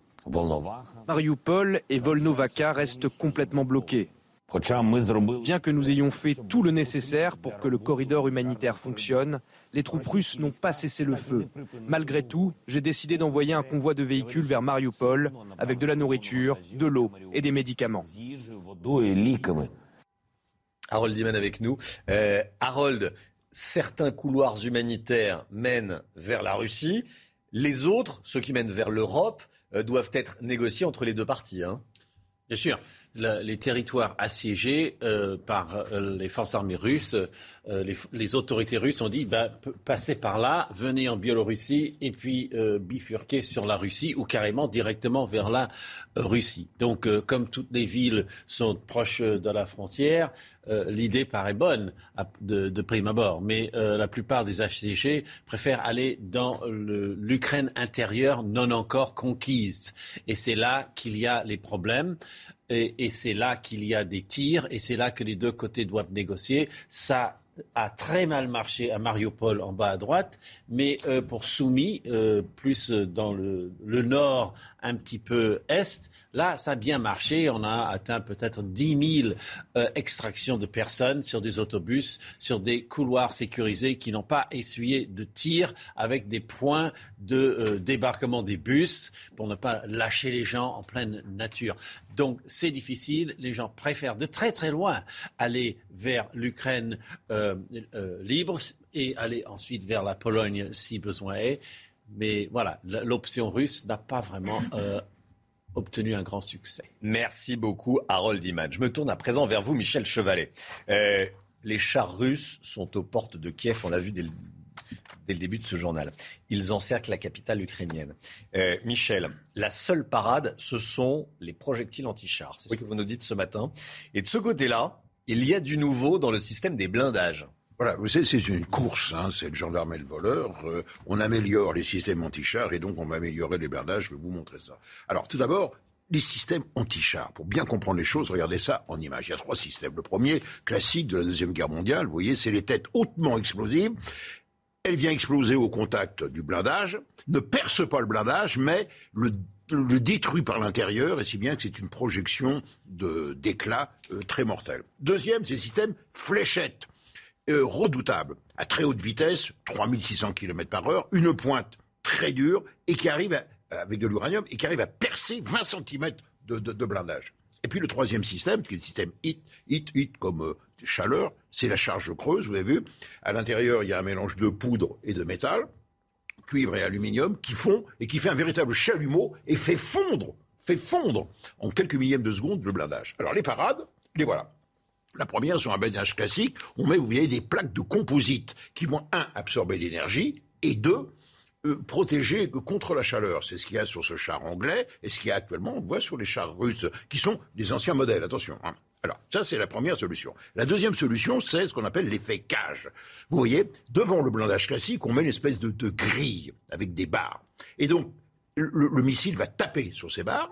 Mariupol et Volnovakha restent complètement bloqués. Bien que nous ayons fait tout le nécessaire pour que le corridor humanitaire fonctionne, les troupes russes n'ont pas cessé le feu. Malgré tout, j'ai décidé d'envoyer un convoi de véhicules vers Mariupol avec de la nourriture, de l'eau et des médicaments. Harold Iman avec nous. Euh, Harold, certains couloirs humanitaires mènent vers la Russie. Les autres, ceux qui mènent vers l'Europe, euh, doivent être négociés entre les deux parties. Hein. Bien sûr. Le, les territoires assiégés euh, par euh, les forces armées russes, euh, les, les autorités russes ont dit bah, p- passez par là, venez en Biélorussie et puis euh, bifurquez sur la Russie ou carrément directement vers la euh, Russie. Donc euh, comme toutes les villes sont proches de la frontière, euh, l'idée paraît bonne à, de, de prime abord. Mais euh, la plupart des assiégés préfèrent aller dans le, l'Ukraine intérieure non encore conquise. Et c'est là qu'il y a les problèmes. Et, et c'est là qu'il y a des tirs, et c'est là que les deux côtés doivent négocier. Ça a très mal marché à Mariupol en bas à droite, mais euh, pour Soumy, euh, plus dans le, le nord un petit peu est. Là, ça a bien marché. On a atteint peut-être dix mille euh, extractions de personnes sur des autobus, sur des couloirs sécurisés qui n'ont pas essuyé de tir, avec des points de euh, débarquement des bus pour ne pas lâcher les gens en pleine nature. Donc c'est difficile. Les gens préfèrent de très très loin aller vers l'Ukraine euh, euh, libre et aller ensuite vers la Pologne si besoin est. Mais voilà, l'option russe n'a pas vraiment euh, obtenu un grand succès. Merci beaucoup, Harold Iman. Je me tourne à présent vers vous, Michel Chevalet. Euh, les chars russes sont aux portes de Kiev, on l'a vu dès le, dès le début de ce journal. Ils encerclent la capitale ukrainienne. Euh, Michel, la seule parade, ce sont les projectiles anti-chars. C'est oui. ce que vous nous dites ce matin. Et de ce côté-là, il y a du nouveau dans le système des blindages. Voilà, vous savez, c'est une course, hein, c'est le gendarme et le voleur. Euh, on améliore les systèmes anti-chars et donc on va améliorer les blindages. Je vais vous montrer ça. Alors, tout d'abord, les systèmes anti-chars. Pour bien comprendre les choses, regardez ça en image. Il y a trois systèmes. Le premier, classique de la Deuxième Guerre mondiale, vous voyez, c'est les têtes hautement explosives. Elle vient exploser au contact du blindage, ne perce pas le blindage, mais le le détruit par l'intérieur, et si bien que c'est une projection de, d'éclat euh, très mortelle. Deuxième, c'est le système fléchette. Euh, redoutable, à très haute vitesse, trois mille six cents kilomètres par heure, une pointe très dure, et qui arrive, à, avec de l'uranium, et qui arrive à percer vingt centimètres de, de, de blindage. Et puis le troisième système, qui est le système hit, hit, hit, comme euh, chaleur, c'est la charge creuse, vous avez vu. À l'intérieur, il y a un mélange de poudre et de métal, cuivre et aluminium, qui fond, et qui fait un véritable chalumeau, et fait fondre, fait fondre, en quelques millièmes de seconde, le blindage. Alors les parades, les voilà. La première, sur un blindage classique, on met, vous voyez, des plaques de composite qui vont, un, absorber l'énergie, et deux, euh, protéger contre la chaleur. C'est ce qu'il y a sur ce char anglais, et ce qu'il y a actuellement, on voit sur les chars russes, qui sont des anciens modèles, attention. Hein. Alors, ça, c'est la première solution. La deuxième solution, c'est ce qu'on appelle l'effet cage. Vous voyez, devant le blindage classique, on met une espèce de, de grille, avec des barres. Et donc, le, le missile va taper sur ces barres,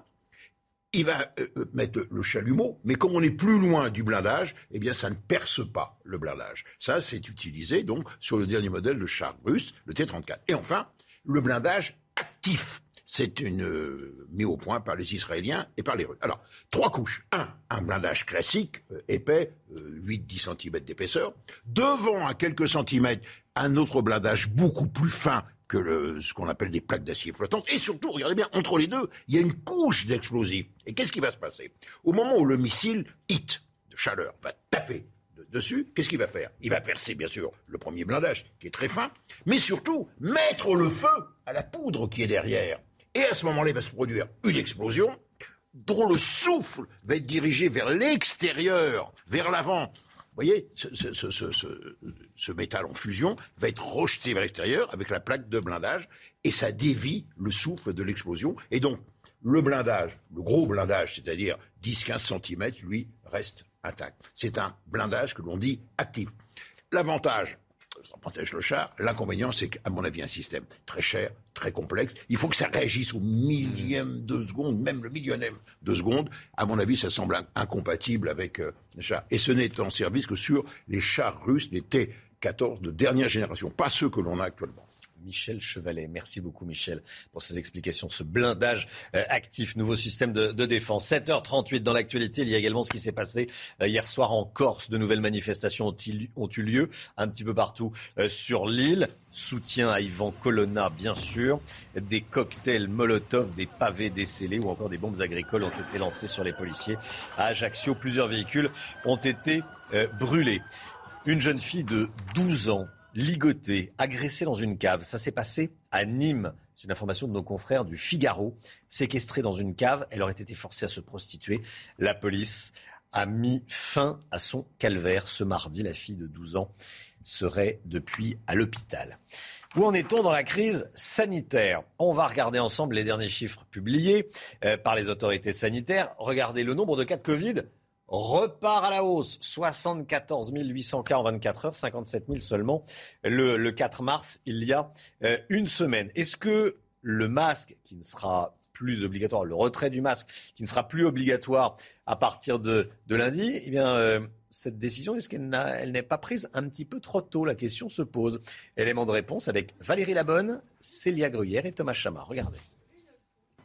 il va euh, mettre le chalumeau, mais comme on est plus loin du blindage, eh bien ça ne perce pas le blindage. Ça, c'est utilisé donc sur le dernier modèle de char russe, le T trente-quatre. Et enfin, le blindage actif. C'est une, euh, mis au point par les Israéliens et par les Russes. Alors, trois couches. Un, un blindage classique, euh, épais, euh, huit à dix centimètres d'épaisseur. Devant, à quelques centimètres, un autre blindage beaucoup plus fin, que le, ce qu'on appelle des plaques d'acier flottantes. Et surtout, regardez bien, entre les deux, il y a une couche d'explosifs. Et qu'est-ce qui va se passer ? Au moment où le missile hit, de chaleur, va taper de, dessus, qu'est-ce qu'il va faire ? Il va percer, bien sûr, le premier blindage, qui est très fin, mais surtout, mettre le feu à la poudre qui est derrière. Et à ce moment-là, il va se produire une explosion dont le souffle va être dirigé vers l'extérieur, vers l'avant. Vous voyez, ce, ce, ce, ce, ce métal en fusion va être rejeté vers l'extérieur avec la plaque de blindage et ça dévie le souffle de l'explosion. Et donc, le blindage, le gros blindage, c'est-à-dire dix à quinze centimètres, lui, reste intact. C'est un blindage que l'on dit actif. L'avantage, ça protège le char. L'inconvénient, c'est qu'à mon avis, un système très cher, très complexe. Il faut que ça réagisse au millième de seconde, même le millionième de seconde. À mon avis, ça semble incompatible avec euh, les chars. Et ce n'est en service que sur les chars russes, les T quatorze de dernière génération, pas ceux que l'on a actuellement. Michel Chevalet. Merci beaucoup, Michel, pour ces explications. Ce blindage euh, actif, nouveau système de, de défense. sept heures trente-huit dans l'actualité. Il y a également ce qui s'est passé euh, hier soir en Corse. De nouvelles manifestations ont, ont eu lieu un petit peu partout euh, sur l'île. Soutien à Ivan Colonna, bien sûr. Des cocktails Molotov, des pavés décellés ou encore des bombes agricoles ont été lancées sur les policiers. À Ajaccio, plusieurs véhicules ont été euh, brûlés. Une jeune fille de douze ans ligotée, agressée dans une cave. Ça s'est passé à Nîmes. C'est une information de nos confrères du Figaro. Séquestrée dans une cave, elle aurait été forcée à se prostituer. La police a mis fin à son calvaire ce mardi. La fille de douze ans serait depuis à l'hôpital. Où en est-on dans la crise sanitaire ? On va regarder ensemble les derniers chiffres publiés euh, par les autorités sanitaires. Regardez le nombre de cas de Covid. Repart à la hausse, soixante-quatorze mille huit cents cas en vingt-quatre heures, cinquante-sept mille seulement le, le quatre mars, il y a euh, une semaine. Est-ce que le masque qui ne sera plus obligatoire, le retrait du masque qui ne sera plus obligatoire à partir de, de lundi, eh bien, euh, cette décision, est-ce qu'elle n'a, elle n'est pas prise un petit peu trop tôt ? La question se pose. Élément de réponse avec Valérie Labonne, Célia Gruyère et Thomas Chama. Regardez.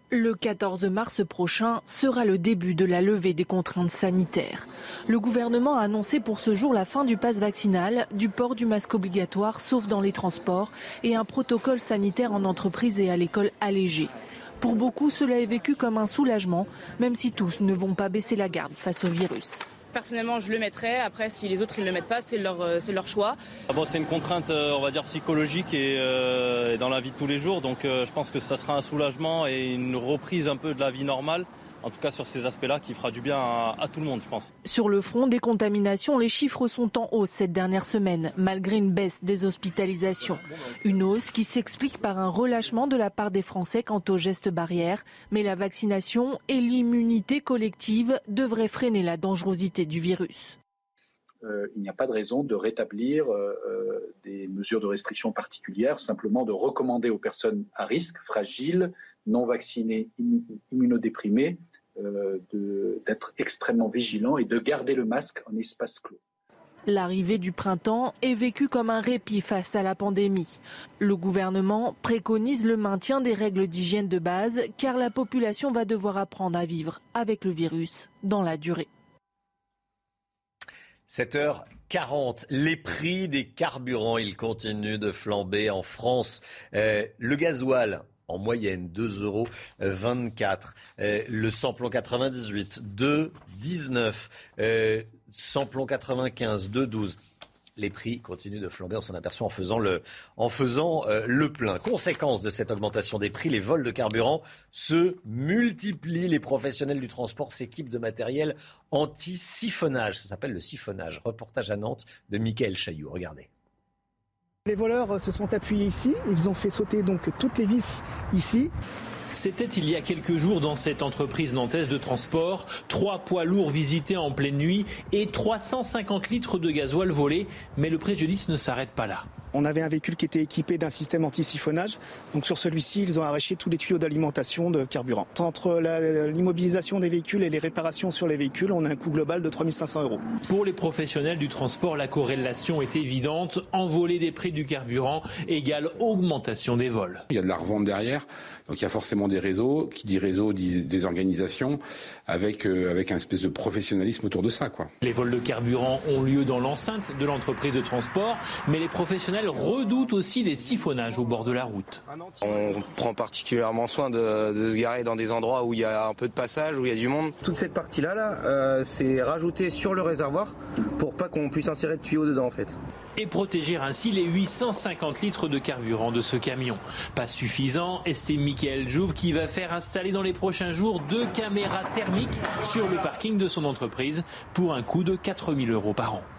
Le quatorze mars prochain sera le début de la levée des contraintes sanitaires. Le gouvernement a annoncé pour ce jour la fin du pass vaccinal, du port du masque obligatoire sauf dans les transports et un protocole sanitaire en entreprise et à l'école allégé. Pour beaucoup, cela est vécu comme un soulagement, même si tous ne vont pas baisser la garde face au virus. Personnellement, je le mettrai. Après, si les autres ils le mettent pas, c'est leur, euh, c'est leur choix. Ah bon, c'est une contrainte, euh, on va dire, psychologique et, euh, et dans la vie de tous les jours. Donc euh, je pense que ça sera un soulagement et une reprise un peu de la vie normale. En tout cas sur ces aspects-là, qui fera du bien à, à tout le monde, je pense. Sur le front des contaminations, les chiffres sont en hausse cette dernière semaine, malgré une baisse des hospitalisations. Une hausse qui s'explique par un relâchement de la part des Français quant aux gestes barrières. Mais la vaccination et l'immunité collective devraient freiner la dangerosité du virus. Euh, il n'y a pas de raison de rétablir euh, des mesures de restriction particulières, simplement de recommander aux personnes à risque, fragiles, non vaccinées, immunodéprimées, euh, de, d'être extrêmement vigilants et de garder le masque en espace clos. L'arrivée du printemps est vécue comme un répit face à la pandémie. Le gouvernement préconise le maintien des règles d'hygiène de base car la population va devoir apprendre à vivre avec le virus dans la durée. sept heures quarante, les prix des carburants, ils continuent de flamber en France. Euh, le gasoil, en moyenne, deux euros vingt-quatre. Euh, le samplon quatre-vingt-dix-huit, deux euros dix-neuf. Euh, samplon quatre-vingt-quinze, deux euros douze. Les prix continuent de flamber, on s'en aperçoit en faisant le, en faisant, euh, le plein. Conséquence de cette augmentation des prix, les vols de carburant se multiplient. Les professionnels du transport s'équipent de matériel anti-siphonnage. Ça s'appelle le siphonnage. Reportage à Nantes de Mickaël Chailloux. Regardez. Les voleurs se sont appuyés ici, ils ont fait sauter donc toutes les vis ici. C'était il y a quelques jours dans cette entreprise nantaise de transport. Trois poids lourds visités en pleine nuit et trois cent cinquante litres de gasoil volés. Mais le préjudice ne s'arrête pas là. On avait un véhicule qui était équipé d'un système anti-siphonnage. Donc sur celui-ci, ils ont arraché tous les tuyaux d'alimentation de carburant. Entre la, l'immobilisation des véhicules et les réparations sur les véhicules, on a un coût global de trois mille cinq cents euros. Pour les professionnels du transport, la corrélation est évidente. Envolée des prix du carburant égale augmentation des vols. Il y a de la revente derrière. Donc il y a forcément des réseaux. Qui dit réseau dit des organisations avec, euh, avec un espèce de professionnalisme autour de ça, quoi. Les vols de carburant ont lieu dans l'enceinte de l'entreprise de transport, mais les professionnels redoutent aussi les siphonnages au bord de la route. On prend particulièrement soin de, de se garer dans des endroits où il y a un peu de passage, où il y a du monde. Toute cette partie-là, là, euh, c'est rajouté sur le réservoir pour pas qu'on puisse insérer de tuyaux dedans en fait. Et protéger ainsi les huit cent cinquante litres de carburant de ce camion. Pas suffisant, estime Mickaël Jouve qui va faire installer dans les prochains jours deux caméras thermiques sur le parking de son entreprise pour un coût de quatre mille euros par an.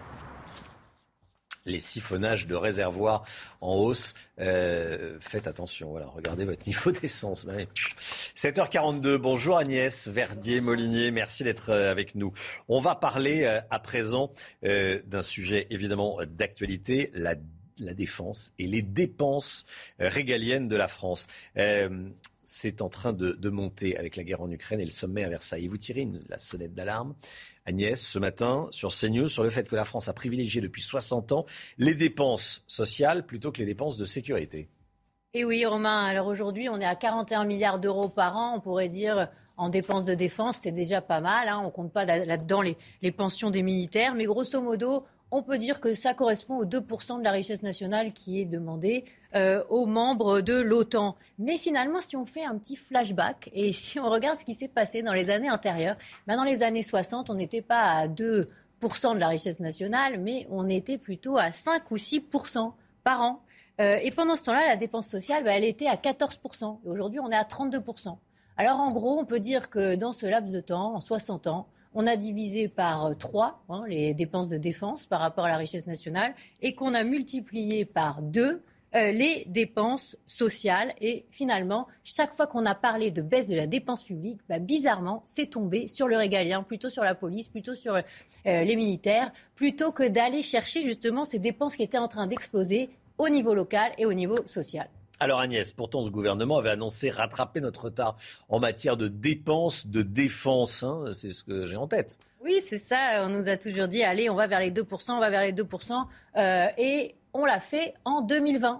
Les siphonnages de réservoirs en hausse. Euh, faites attention, voilà, regardez votre niveau d'essence. sept heures quarante-deux, bonjour Agnès Verdier-Molinier, merci d'être avec nous. On va parler à présent euh, d'un sujet évidemment d'actualité, la, la défense et les dépenses régaliennes de la France. Euh, C'est en train de, de monter avec la guerre en Ukraine et le sommet à Versailles. Vous tirez une, la sonnette d'alarme, Agnès, ce matin sur CNews, sur le fait que la France a privilégié depuis soixante ans les dépenses sociales plutôt que les dépenses de sécurité. Et oui, Romain. Alors aujourd'hui, on est à quarante et un milliards d'euros par an. On pourrait dire en dépenses de défense, c'est déjà pas mal. Hein. On ne compte pas là-dedans les, les pensions des militaires. Mais grosso modo, on peut dire que ça correspond aux deux pour cent de la richesse nationale qui est demandée euh, aux membres de l'OTAN. Mais finalement, si on fait un petit flashback et si on regarde ce qui s'est passé dans les années antérieures, ben dans les années soixante, on n'était pas à deux pour cent de la richesse nationale, mais on était plutôt à cinq ou six pour cent par an. Euh, et pendant ce temps-là, la dépense sociale, ben, elle était à quatorze pour cent. Et aujourd'hui, on est à trente-deux pour cent. Alors en gros, on peut dire que dans ce laps de temps, en soixante ans, on a divisé par trois hein, les dépenses de défense par rapport à la richesse nationale et qu'on a multiplié par deux euh, les dépenses sociales. Et finalement, chaque fois qu'on a parlé de baisse de la dépense publique, bah, bizarrement, c'est tombé sur le régalien, plutôt sur la police, plutôt sur euh, les militaires, plutôt que d'aller chercher justement ces dépenses qui étaient en train d'exploser au niveau local et au niveau social. Alors Agnès, pourtant ce gouvernement avait annoncé rattraper notre retard en matière de dépenses de défense. Hein, c'est ce que j'ai en tête. Oui, c'est ça. On nous a toujours dit, allez, on va vers les deux pour cent, on va vers les deux pour cent. Euh, et on l'a fait en deux mille vingt.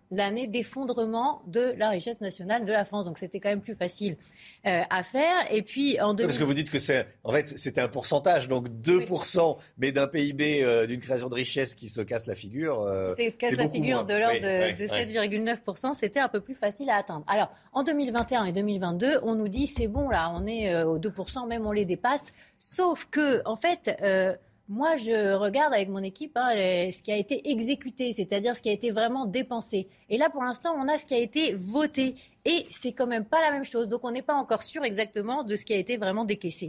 l'année d'effondrement de la richesse nationale de la France. Donc c'était quand même plus facile euh, à faire. Et puis en deux mille... Parce que vous dites que c'est, en fait, c'était un pourcentage, donc deux pour cent, oui. mais d'un P I B, euh, d'une création de richesse qui se casse la figure. Euh, c'est casse c'est la figure moins. de l'ordre oui, de, oui, de sept virgule neuf pour cent, oui. C'était un peu plus facile à atteindre. Alors en deux mille vingt et un et deux mille vingt-deux, on nous dit c'est bon là, on est euh, aux deux pour cent, même on les dépasse. Sauf que, en fait... Euh, Moi, je regarde avec mon équipe hein, les, ce qui a été exécuté, c'est-à-dire ce qui a été vraiment dépensé. Et là, pour l'instant, on a ce qui a été voté. Et c'est quand même pas la même chose. Donc, on n'est pas encore sûr exactement de ce qui a été vraiment décaissé.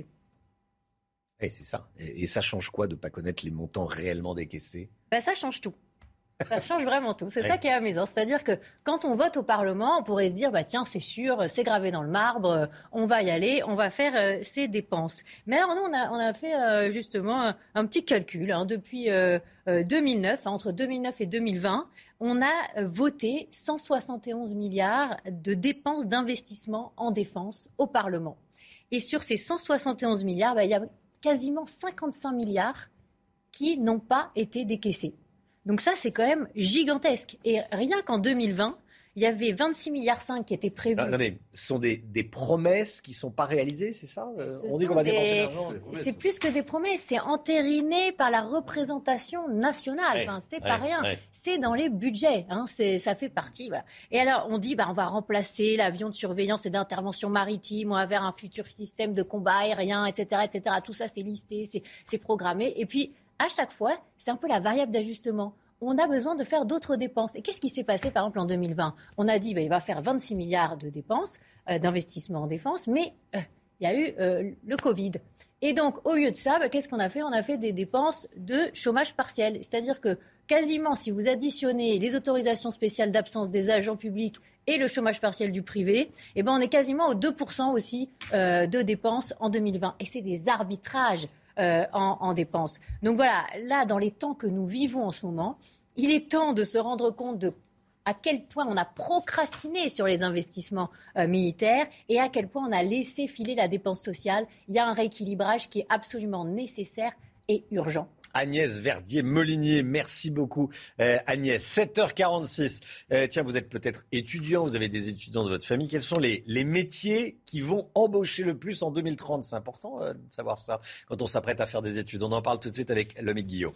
Et c'est ça. Et, et ça change quoi de ne pas connaître les montants réellement décaissés ? Ben, ça change tout. Ça change vraiment tout. C'est ouais. ça qui est amusant. C'est-à-dire que quand on vote au Parlement, on pourrait se dire, bah tiens, c'est sûr, c'est gravé dans le marbre, on va y aller, on va faire euh, ces dépenses. Mais alors nous, on a, on a fait euh, justement un, un petit calcul. Hein, depuis euh, euh, deux mille neuf, hein, entre deux mille neuf et deux mille vingt, on a voté cent soixante et onze milliards de dépenses d'investissement en défense au Parlement. Et sur ces cent soixante et onze milliards, bah, il y a quasiment cinquante-cinq milliards qui n'ont pas été décaissés. Donc ça, c'est quand même gigantesque. Et rien qu'en deux mille vingt, il y avait vingt-six virgule cinq milliards qui étaient prévus. Non, attendez, ce sont des, des promesses qui ne sont pas réalisées, c'est ça ? Ce On dit qu'on va des... dépenser l'argent. C'est plus que des promesses, c'est entériné par la représentation nationale. Ouais, enfin, c'est ouais, pas rien. Ouais. C'est dans les budgets. Hein, c'est, ça fait partie. Voilà. Et alors, on dit, bah, on va remplacer l'avion de surveillance et d'intervention maritime, on va vers un futur système de combat aérien, et cetera, et cetera. Tout ça, c'est listé, c'est, c'est programmé. Et puis, à chaque fois, c'est un peu la variable d'ajustement. On a besoin de faire d'autres dépenses. Et qu'est-ce qui s'est passé, par exemple, en deux mille vingt ? On a dit qu'il va faire vingt-six milliards de dépenses, euh, d'investissement en défense, mais il euh, y a eu euh, le Covid. Et donc, au lieu de ça, bah, qu'est-ce qu'on a fait ? On a fait des dépenses de chômage partiel. C'est-à-dire que quasiment, si vous additionnez les autorisations spéciales d'absence des agents publics et le chômage partiel du privé, eh ben, on est quasiment aux deux pour cent aussi euh, de dépenses en deux mille vingt. Et c'est des arbitrages. Euh, en, en dépenses. Donc voilà, là, dans les temps que nous vivons en ce moment, il est temps de se rendre compte de à quel point on a procrastiné sur les investissements euh, militaires et à quel point on a laissé filer la dépense sociale. Il y a un rééquilibrage qui est absolument nécessaire et urgent. Agnès Verdier-Molinier, merci beaucoup euh, Agnès. sept heures quarante-six, euh, tiens, vous êtes peut-être étudiant, vous avez des étudiants de votre famille. Quels sont les, les métiers qui vont embaucher le plus en deux mille trente ? C'est important euh, de savoir ça quand on s'apprête à faire des études. On en parle tout de suite avec Lomique Guillot.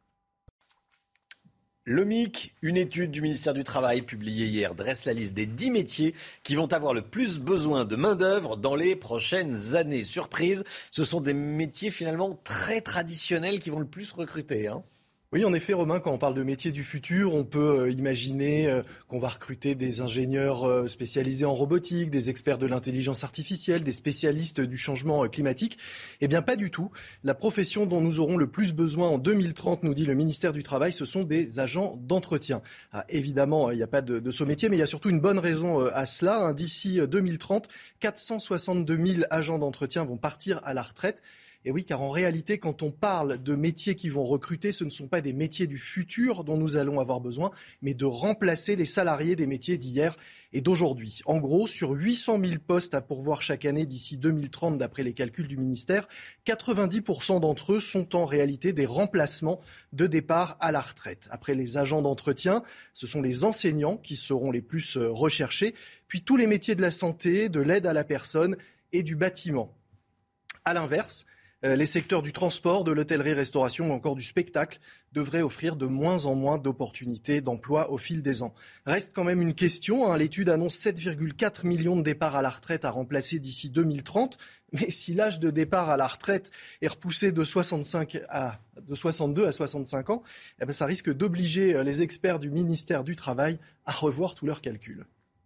Le M I C, une étude du ministère du Travail publiée hier, dresse la liste des dix métiers qui vont avoir le plus besoin de main-d'œuvre dans les prochaines années. Surprise, ce sont des métiers finalement très traditionnels qui vont le plus recruter, hein. Oui, en effet, Romain, quand on parle de métiers du futur, on peut euh, imaginer euh, qu'on va recruter des ingénieurs euh, spécialisés en robotique, des experts de l'intelligence artificielle, des spécialistes du changement euh, climatique. Eh bien, pas du tout. La profession dont nous aurons le plus besoin en deux mille trente, nous dit le ministère du Travail, ce sont des agents d'entretien. Ah, évidemment, il n'y a pas de, de ce métier, mais il y a surtout une bonne raison euh, à cela. Hein. D'ici deux mille trente, quatre cent soixante-deux mille agents d'entretien vont partir à la retraite. Et oui, car en réalité, quand on parle de métiers qui vont recruter, ce ne sont pas des métiers du futur dont nous allons avoir besoin, mais de remplacer les salariés des métiers d'hier et d'aujourd'hui. En gros, sur huit cent mille postes à pourvoir chaque année d'ici deux mille trente, d'après les calculs du ministère, quatre-vingt-dix pour cent d'entre eux sont en réalité des remplacements de départ à la retraite. Après les agents d'entretien, ce sont les enseignants qui seront les plus recherchés, puis tous les métiers de la santé, de l'aide à la personne et du bâtiment. À l'inverse, les secteurs du transport, de l'hôtellerie-restauration ou encore du spectacle devraient offrir de moins en moins d'opportunités d'emploi au fil des ans. Reste quand même une question, hein. L'étude annonce sept virgule quatre millions de départs à la retraite à remplacer d'ici deux mille trente. Mais si l'âge de départ à la retraite est repoussé de, soixante-cinq à, de soixante-deux à soixante-cinq ans, eh bien ça risque d'obliger les experts du ministère du Travail à revoir tous leurs calculs.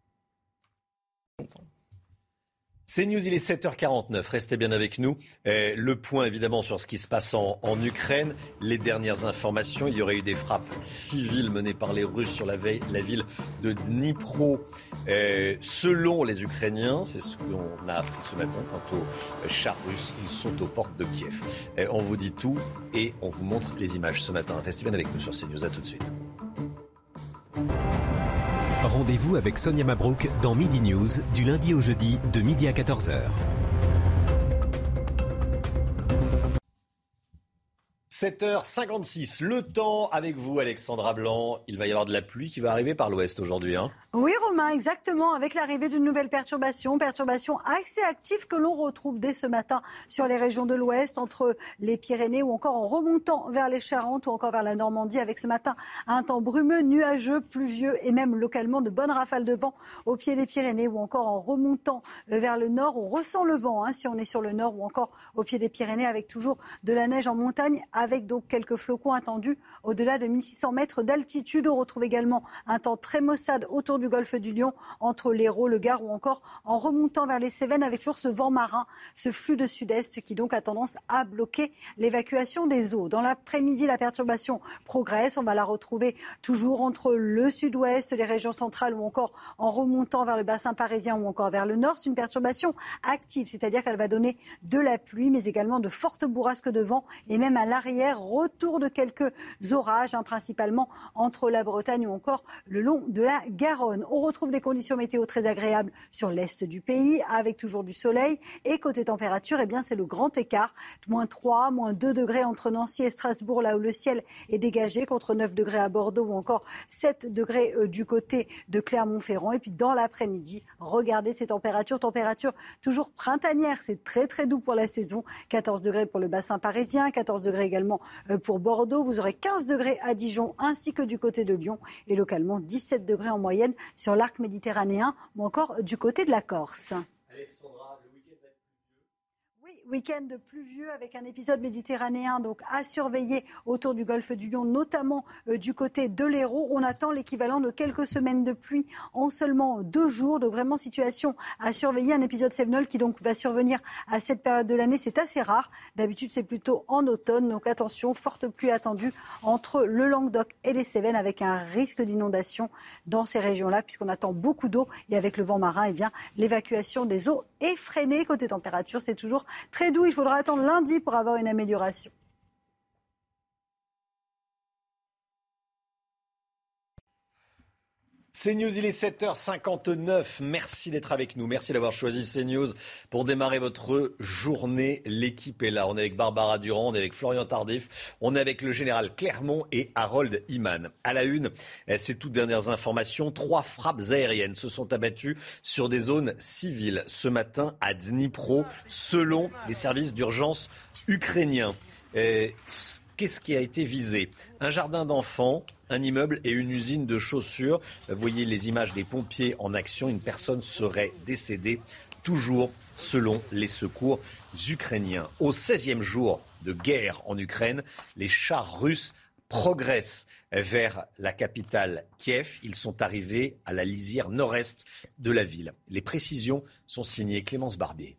C'est News, il est sept heures quarante-neuf, restez bien avec nous. Euh, le point évidemment sur ce qui se passe en, en Ukraine, les dernières informations, il y aurait eu des frappes civiles menées par les Russes sur la, veille, la ville de Dnipro. Euh, selon les Ukrainiens, c'est ce qu'on a appris ce matin quant aux chars russes, ils sont aux portes de Kiev. Euh, on vous dit tout et on vous montre les images ce matin. Restez bien avec nous sur CNews, à tout de suite. Rendez-vous avec Sonia Mabrouk dans Midi News, du lundi au jeudi, de midi à quatorze heures. sept heures cinquante-six, le temps avec vous Alexandra Blanc. Il va y avoir de la pluie qui va arriver par l'ouest aujourd'hui. Hein. Oui Romain, exactement, avec l'arrivée d'une nouvelle perturbation, perturbation assez active que l'on retrouve dès ce matin sur les régions de l'ouest, entre les Pyrénées ou encore en remontant vers les Charentes ou encore vers la Normandie, avec ce matin un temps brumeux, nuageux, pluvieux et même localement de bonnes rafales de vent au pied des Pyrénées ou encore en remontant vers le nord. On ressent le vent hein, si on est sur le nord ou encore au pied des Pyrénées, avec toujours de la neige en montagne, avec donc quelques flocons attendus au-delà de mille six cents mètres d'altitude. On retrouve également un temps très maussade autour du golfe du Lion, entre l'Hérault, le Gard ou encore en remontant vers les Cévennes, avec toujours ce vent marin, ce flux de sud-est qui donc a tendance à bloquer l'évacuation des eaux. Dans l'après-midi, la perturbation progresse. On va la retrouver toujours entre le sud-ouest, les régions centrales ou encore en remontant vers le bassin parisien ou encore vers le nord. C'est une perturbation active, c'est-à-dire qu'elle va donner de la pluie, mais également de fortes bourrasques de vent et même à l'arrière, retour de quelques orages, hein, principalement entre la Bretagne ou encore le long de la Garonne. On retrouve des conditions météo très agréables sur l'est du pays, avec toujours du soleil. Et côté température, eh bien, c'est le grand écart. moins trois, moins deux degrés entre Nancy et Strasbourg, là où le ciel est dégagé, contre neuf degrés à Bordeaux ou encore sept degrés euh, du côté de Clermont-Ferrand. Et puis dans l'après-midi, regardez ces températures. Températures toujours printanières. C'est très très doux pour la saison. quatorze degrés pour le bassin parisien, quatorze degrés également euh, pour Bordeaux. Vous aurez quinze degrés à Dijon ainsi que du côté de Lyon. Et localement, dix-sept degrés en moyenne sur l'arc méditerranéen ou encore du côté de la Corse. Alexandra, le week-end va être Oui, week-end pluvieux avec un épisode méditerranéen donc à surveiller autour du golfe du Lion, notamment euh, du côté de l'Hérault. On attend l'équivalent de quelques semaines de pluie en seulement deux jours. Donc vraiment situation à surveiller. Un épisode cévenol qui donc va survenir à cette période de l'année. C'est assez rare. D'habitude, c'est plutôt en automne. Donc attention, forte pluie attendue entre le Languedoc et les Cévennes, avec un risque d'inondation dans ces régions-là, puisqu'on attend beaucoup d'eau. Et avec le vent marin, eh bien, l'évacuation des eaux est freinée. Côté température, c'est toujours très doux. Il faudra attendre lundi pour avoir une amélioration. CNews, il est sept heures cinquante-neuf. Merci d'être avec nous. Merci d'avoir choisi CNews pour démarrer votre journée. L'équipe est là. On est avec Barbara Durand, on est avec Florian Tardif, on est avec le général Clermont et Harold Iman. À la une, ces toutes dernières informations. Trois frappes aériennes se sont abattues sur des zones civiles ce matin à Dnipro, selon les services d'urgence ukrainiens. Et qu'est-ce qui a été visé ? Un jardin d'enfants, un immeuble et une usine de chaussures. Vous voyez les images des pompiers en action. Une personne serait décédée, toujours selon les secours ukrainiens. Au seizième jour de guerre en Ukraine, les chars russes progressent vers la capitale Kiev. Ils sont arrivés à la lisière nord-est de la ville. Les précisions sont signées Clémence Barbier.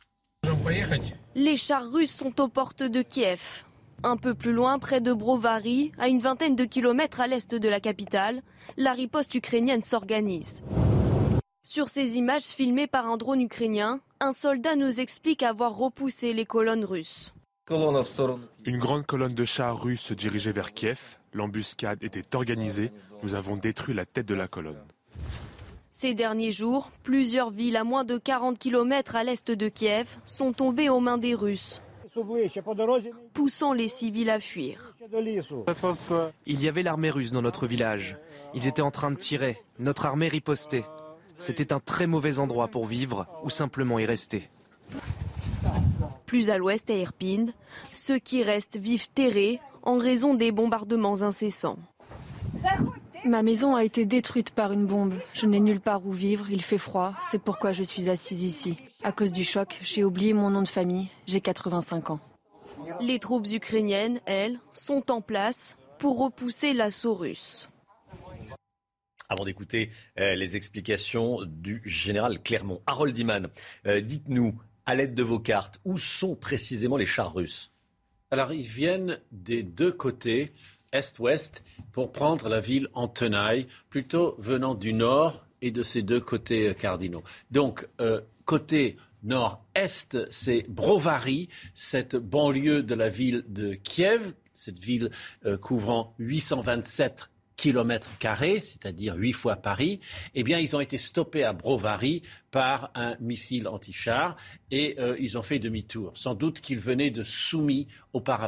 Les chars russes sont aux portes de Kiev. Un peu plus loin, près de Brovary, à une vingtaine de kilomètres à l'est de la capitale, la riposte ukrainienne s'organise. Sur ces images filmées par un drone ukrainien, un soldat nous explique avoir repoussé les colonnes russes. Une grande colonne de chars russes se dirigeait vers Kiev. L'embuscade était organisée. Nous avons détruit la tête de la colonne. Ces derniers jours, plusieurs villes à moins de quarante kilomètres à l'est de Kiev sont tombées aux mains des Russes, poussant les civils à fuir. Il y avait l'armée russe dans notre village. Ils étaient en train de tirer. Notre armée ripostait. C'était un très mauvais endroit pour vivre ou simplement y rester. Plus à l'ouest, à Irpin, ceux qui restent vivent terrés en raison des bombardements incessants. Ma maison a été détruite par une bombe. Je n'ai nulle part où vivre, il fait froid. C'est pourquoi je suis assise ici. À cause du choc, j'ai oublié mon nom de famille. J'ai quatre-vingt-cinq ans. Les troupes ukrainiennes, elles, sont en place pour repousser l'assaut russe. Avant d'écouter euh, les explications du général Clermont, Harold Iman, euh, dites-nous, à l'aide de vos cartes, où sont précisément les chars russes ? Alors, ils viennent des deux côtés, est-ouest, pour prendre la ville en tenaille, plutôt venant du nord et de ces deux côtés cardinaux. Donc, euh, côté nord-est, c'est Brovary, cette banlieue de la ville de Kiev, cette ville euh, couvrant huit cent vingt-sept kilomètres carrés, c'est-à-dire huit fois Paris. Eh bien, ils ont été stoppés à Brovary par un missile anti-char et euh, ils ont fait demi-tour. Sans doute qu'ils venaient de Soumy auparavant.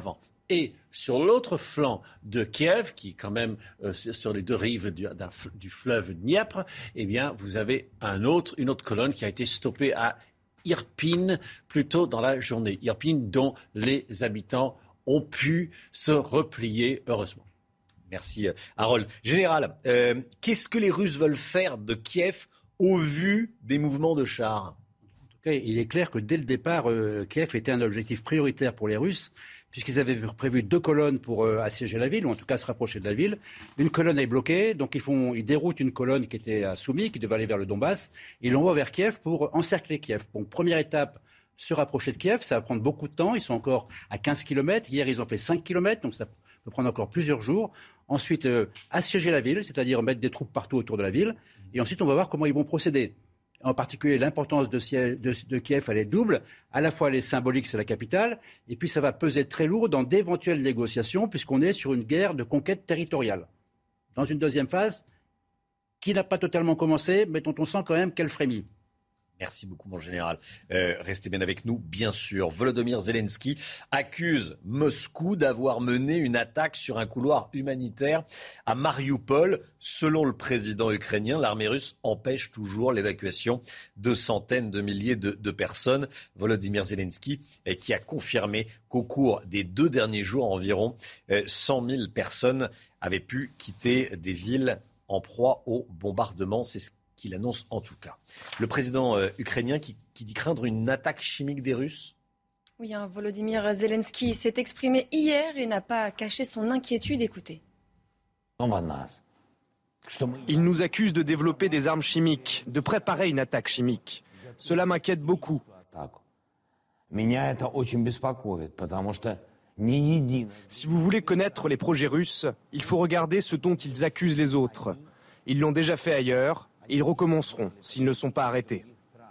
Et sur l'autre flanc de Kiev, qui est quand même euh, sur les deux rives du, du fleuve Dniepr, eh bien, vous avez un autre, une autre colonne qui a été stoppée à Irpin plus tôt dans la journée. Irpin dont les habitants ont pu se replier, heureusement. Merci Harold. Général, euh, qu'est-ce que les Russes veulent faire de Kiev au vu des mouvements de chars ? En tout cas, il est clair que dès le départ, euh, Kiev était un objectif prioritaire pour les Russes, puisqu'ils avaient prévu deux colonnes pour euh, assiéger la ville, ou en tout cas se rapprocher de la ville. Une colonne est bloquée, donc ils, font, ils déroutent une colonne qui était à Soumy, qui devait aller vers le Donbass. Ils l'envoient vers Kiev pour encercler Kiev. Bon, première étape, se rapprocher de Kiev, ça va prendre beaucoup de temps. Ils sont encore à quinze kilomètres. Hier, ils ont fait cinq kilomètres, donc ça peut prendre encore plusieurs jours. Ensuite, euh, assiéger la ville, c'est-à-dire mettre des troupes partout autour de la ville. Et ensuite, on va voir comment ils vont procéder. En particulier, l'importance de, de, de Kiev, elle est double. À la fois, elle est symbolique, c'est la capitale. Et puis, ça va peser très lourd dans d'éventuelles négociations, puisqu'on est sur une guerre de conquête territoriale. Dans une deuxième phase, qui n'a pas totalement commencé, mais dont on sent quand même qu'elle frémit. Merci beaucoup, mon général. Euh, restez bien avec nous, bien sûr. Volodymyr Zelensky accuse Moscou d'avoir mené une attaque sur un couloir humanitaire à Marioupol. Selon le président ukrainien, l'armée russe empêche toujours l'évacuation de centaines de milliers de, de personnes. Volodymyr Zelensky, eh, qui a confirmé qu'au cours des deux derniers jours, environ eh, cent mille personnes avaient pu quitter des villes en proie au bombardement. C'est ce qu'il annonce en tout cas. Le président euh, ukrainien qui, qui dit craindre une attaque chimique des Russes. Oui, hein, Volodymyr Zelensky s'est exprimé hier et n'a pas caché son inquiétude. Écoutez. Il nous accuse de développer des armes chimiques, de préparer une attaque chimique. Cela m'inquiète beaucoup. Si vous voulez connaître les projets russes, il faut regarder ce dont ils accusent les autres. Ils l'ont déjà fait ailleurs. Ils recommenceront s'ils ne sont pas arrêtés.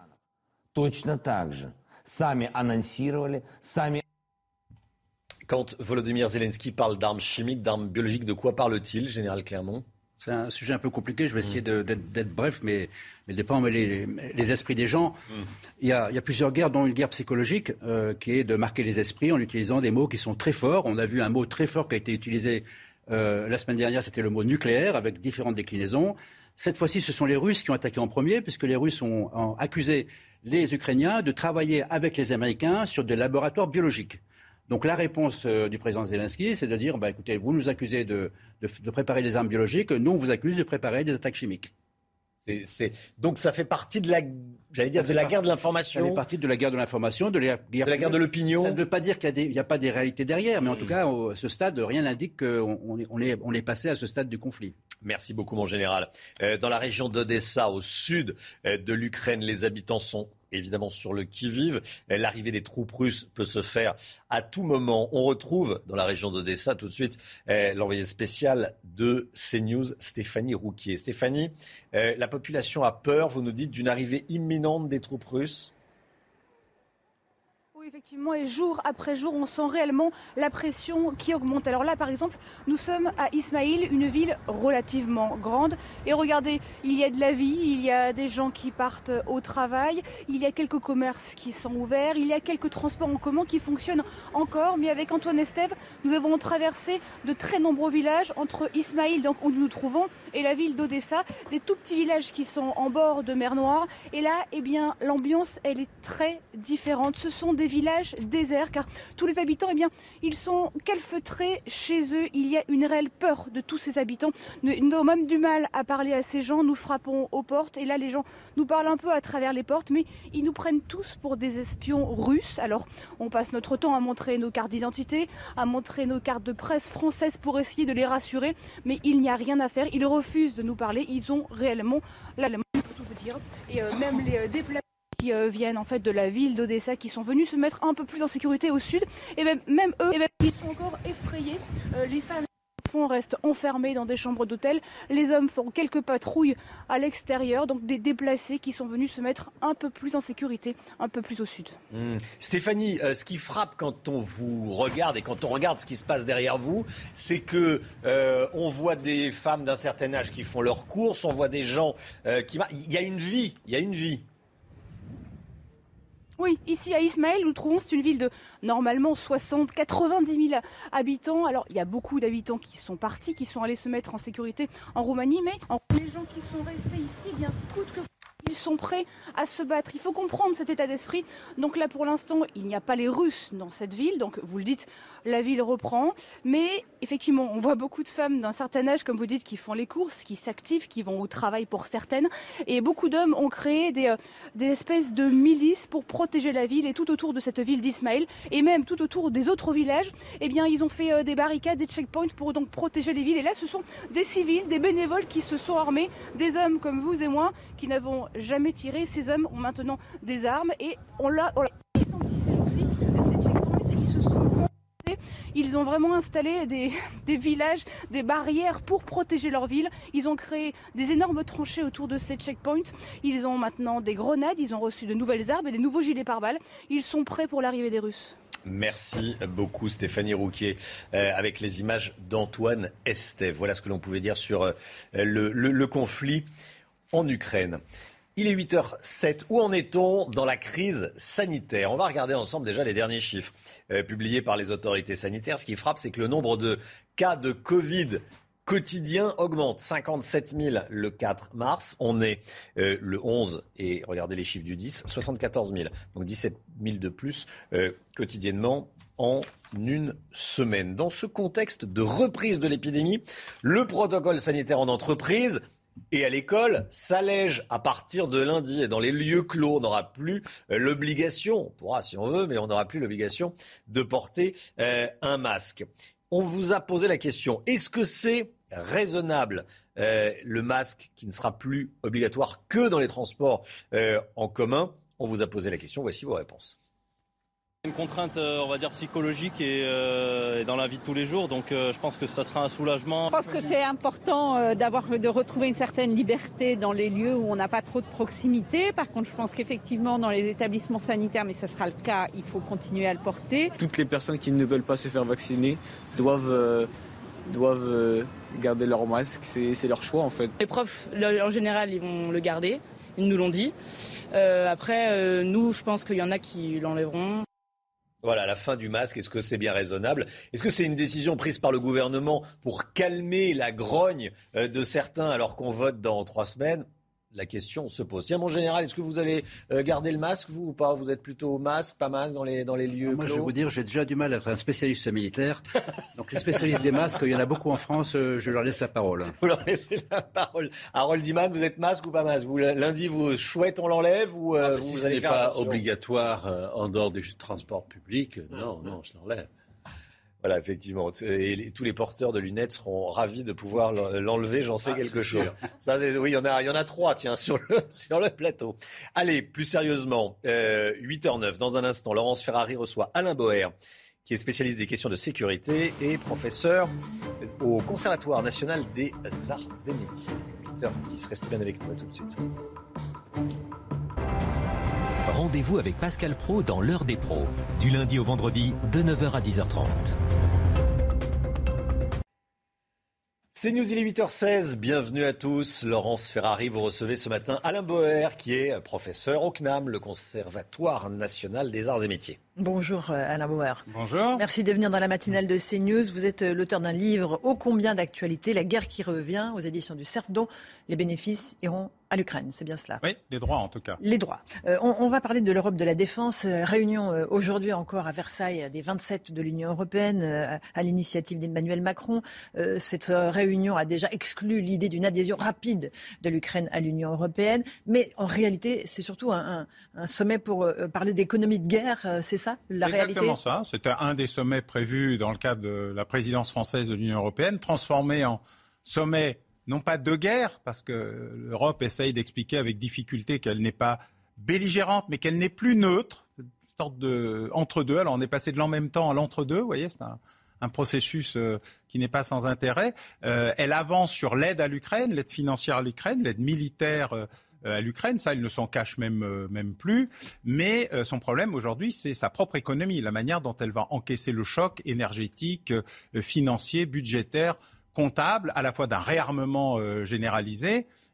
Quand Volodymyr Zelensky parle d'armes chimiques, d'armes biologiques, de quoi parle-t-il, Général Clermont ? C'est un sujet un peu compliqué, je vais essayer de, d'être, d'être bref, mais, mais de ne pas emmêler les, les esprits des gens. Mm. Il, y a, il y a plusieurs guerres, dont une guerre psychologique, euh, qui est de marquer les esprits en utilisant des mots qui sont très forts. On a vu un mot très fort qui a été utilisé euh, la semaine dernière, c'était le mot nucléaire, avec différentes déclinaisons. Cette fois-ci, ce sont les Russes qui ont attaqué en premier, puisque les Russes ont, ont accusé les Ukrainiens de travailler avec les Américains sur des laboratoires biologiques. Donc la réponse euh, du président Zelensky, c'est de dire, bah, écoutez, vous nous accusez de, de, de préparer des armes biologiques, nous on vous accuse de préparer des attaques chimiques. C'est, c'est... Donc ça fait partie de la, j'allais dire, de la guerre de l'information. Ça fait partie de la guerre de l'information, de la guerre, de, la guerre de l'opinion. Ça ne veut pas dire qu'il n'y a, a pas des réalités derrière, mais en mmh. tout cas, à ce stade, rien n'indique qu'on on est, on est, on est passé à ce stade du conflit. Merci beaucoup, mon général. Euh, dans la région d'Odessa, au sud euh, de l'Ukraine, les habitants sont évidemment sur le qui-vive. L'arrivée des troupes russes peut se faire à tout moment. On retrouve dans la région d'Odessa tout de suite euh, l'envoyé spécial de CNews, Stéphanie Rouquier. Stéphanie, euh, la population a peur, vous nous dites, d'une arrivée imminente des troupes russes ? Oui, effectivement, et jour après jour, on sent réellement la pression qui augmente. Alors là, par exemple, nous sommes à Ismaïl, une ville relativement grande. Et regardez, il y a de la vie, il y a des gens qui partent au travail, il y a quelques commerces qui sont ouverts, il y a quelques transports en commun qui fonctionnent encore. Mais avec Antoine Estève, nous avons traversé de très nombreux villages entre Ismaïl, donc où nous nous trouvons, et la ville d'Odessa, des tout petits villages qui sont en bord de mer Noire. Et là, eh bien, l'ambiance, elle est très différente. Ce sont des villages déserts, car tous les habitants, eh bien, ils sont calfeutrés chez eux. Il y a une réelle peur de tous ces habitants. Nous avons même du mal à parler à ces gens. Nous frappons aux portes et là, les gens nous parlent un peu à travers les portes, mais ils nous prennent tous pour des espions russes. Alors, on passe notre temps à montrer nos cartes d'identité, à montrer nos cartes de presse françaises pour essayer de les rassurer, mais il n'y a rien à faire. Ils refusent de nous parler. Ils ont réellement la pour tout vous dire. Et euh, même les euh, déplacés qui euh, viennent en fait de la ville d'Odessa, qui sont venus se mettre un peu plus en sécurité au sud, et même, même eux, et même, ils sont encore effrayés. Euh, les femmes restent enfermés dans des chambres d'hôtel. Les hommes font quelques patrouilles à l'extérieur, donc des déplacés qui sont venus se mettre un peu plus en sécurité, un peu plus au sud. Mmh. Stéphanie, euh, ce qui frappe quand on vous regarde et quand on regarde ce qui se passe derrière vous, c'est que euh, on voit des femmes d'un certain âge qui font leurs courses, on voit des gens euh, qui... Il y a une vie, il y a une vie. Oui, ici à Ismaël, nous trouvons, c'est une ville de normalement soixante à quatre-vingt-dix mille habitants. Alors, il y a beaucoup d'habitants qui sont partis, qui sont allés se mettre en sécurité en Roumanie, mais les gens qui sont restés ici, eh bien, coûte que ils sont prêts à se battre. Il faut comprendre cet état d'esprit. Donc là, pour l'instant, il n'y a pas les Russes dans cette ville. Donc, vous le dites, la ville reprend. Mais effectivement, on voit beaucoup de femmes d'un certain âge, comme vous dites, qui font les courses, qui s'activent, qui vont au travail pour certaines. Et beaucoup d'hommes ont créé des, euh, des espèces de milices pour protéger la ville. Et tout autour de cette ville d'Ismaël, et même tout autour des autres villages, eh bien, ils ont fait euh, des barricades, des checkpoints pour donc protéger les villes. Et là, ce sont des civils, des bénévoles qui se sont armés, des hommes comme vous et moi, qui n'avons jamais tiré. Ces hommes ont maintenant des armes et on l'a senti ces jours-ci. Ces checkpoints, ils se sont renforcés. Ils ont vraiment installé des, des villages, des barrières pour protéger leur ville. Ils ont créé des énormes tranchées autour de ces checkpoints. Ils ont maintenant des grenades, ils ont reçu de nouvelles armes et des nouveaux gilets pare-balles. Ils sont prêts pour l'arrivée des Russes. Merci beaucoup Stéphanie Rouquier euh, avec les images d'Antoine Estève. Voilà ce que l'on pouvait dire sur euh, le, le, le conflit en Ukraine. Il est huit heures zéro sept. Où en est-on dans la crise sanitaire ? On va regarder ensemble déjà les derniers chiffres euh, publiés par les autorités sanitaires. Ce qui frappe, c'est que le nombre de cas de Covid quotidien augmente. cinquante-sept mille le quatre mars. On est euh, le onze et regardez les chiffres du dix, soixante-quatorze mille. Donc dix-sept mille de plus euh, quotidiennement en une semaine. Dans ce contexte de reprise de l'épidémie, le protocole sanitaire en entreprise et à l'école s'allège à partir de lundi. Et dans les lieux clos, on n'aura plus l'obligation, on pourra si on veut, mais on n'aura plus l'obligation de porter euh, un masque. On vous a posé la question, est-ce que c'est raisonnable euh, le masque qui ne sera plus obligatoire que dans les transports euh, en commun ? On vous a posé la question, voici vos réponses. Une contrainte, on va dire, psychologique et, euh, et dans la vie de tous les jours, donc euh, je pense que ça sera un soulagement. Je pense que c'est important euh, d'avoir, de retrouver une certaine liberté dans les lieux où on n'a pas trop de proximité. Par contre, je pense qu'effectivement, dans les établissements sanitaires, mais ça sera le cas, il faut continuer à le porter. Toutes les personnes qui ne veulent pas se faire vacciner doivent... Euh, doivent euh, garder leur masque, c'est, c'est leur choix en fait. Les profs, en général, ils vont le garder, ils nous l'ont dit. Euh, après, euh, nous, je pense qu'il y en a qui l'enlèveront. Voilà, la fin du masque, est-ce que c'est bien raisonnable ? Est-ce que c'est une décision prise par le gouvernement pour calmer la grogne de certains alors qu'on vote dans trois semaines ? La question se pose. Tiens, mon général, est-ce que vous allez garder le masque, vous ou pas ? Vous êtes plutôt masque, pas masque dans les, dans les lieux Moi, clos ? je vais vous dire, j'ai déjà du mal à être un spécialiste militaire. Donc, les spécialistes des masques, il y en a beaucoup en France, je leur laisse la parole. Vous leur laissez la parole. Harold Iman, vous êtes masque ou pas masque ? Vous, lundi, vous chouette, on l'enlève ou ah, vous, si vous ce allez n'est faire pas attention. Obligatoire euh, en dehors des transports publics, non, non, je l'enlève. Voilà, effectivement. Et les, tous les porteurs de lunettes seront ravis de pouvoir l'enlever, j'en sais ah, quelque chose. Sûr. Ça, c'est, oui, il y en a, il y en a trois, tiens, sur le, sur le plateau. Allez, plus sérieusement, euh, huit heures neuf, dans un instant, Laurence Ferrari reçoit Alain Boer, qui est spécialiste des questions de sécurité et professeur au Conservatoire national des arts et métiers. huit heures dix, restez bien avec nous, à tout de suite. Rendez-vous avec Pascal Praud dans l'heure des pros, du lundi au vendredi de neuf heures à dix heures trente. C'est News, il est huit heures seize, bienvenue à tous. Laurence Ferrari, vous recevez ce matin Alain Boer, qui est professeur au C N A M, le Conservatoire national des arts et métiers. Bonjour Alain Bauer. Bonjour. Merci de venir dans la matinale de CNews. Vous êtes l'auteur d'un livre ô combien d'actualité, La guerre qui revient, aux éditions du Cerf, dont les bénéfices iront à l'Ukraine. C'est bien cela ? Oui, les droits en tout cas. Les droits. Euh, on, on va parler de l'Europe de la défense. Euh, réunion euh, aujourd'hui encore à Versailles des vingt-sept de l'Union européenne euh, à l'initiative d'Emmanuel Macron. Euh, cette euh, réunion a déjà exclu l'idée d'une adhésion rapide de l'Ukraine à l'Union européenne. Mais en réalité, c'est surtout un, un, un sommet pour euh, parler d'économie de guerre. Euh, c'est ça, la c'est réalité ? Exactement ça. C'était un des sommets prévus dans le cadre de la présidence française de l'Union européenne, transformé en sommet non pas de guerre, parce que l'Europe essaye d'expliquer avec difficulté qu'elle n'est pas belligérante, mais qu'elle n'est plus neutre, une sorte de entre-deux. Alors on est passé de l'en même temps à l'entre-deux, vous voyez, c'est un, un processus euh, qui n'est pas sans intérêt. Euh, elle avance sur l'aide à l'Ukraine, l'aide financière à l'Ukraine, l'aide militaire euh, à l'Ukraine, ça, il ne s'en cache même, euh, même plus. Mais euh, son problème aujourd'hui, c'est sa propre économie, la manière dont elle va encaisser le choc énergétique, euh, financier, budgétaire, comptable, à la fois d'un réarmement euh, généralisé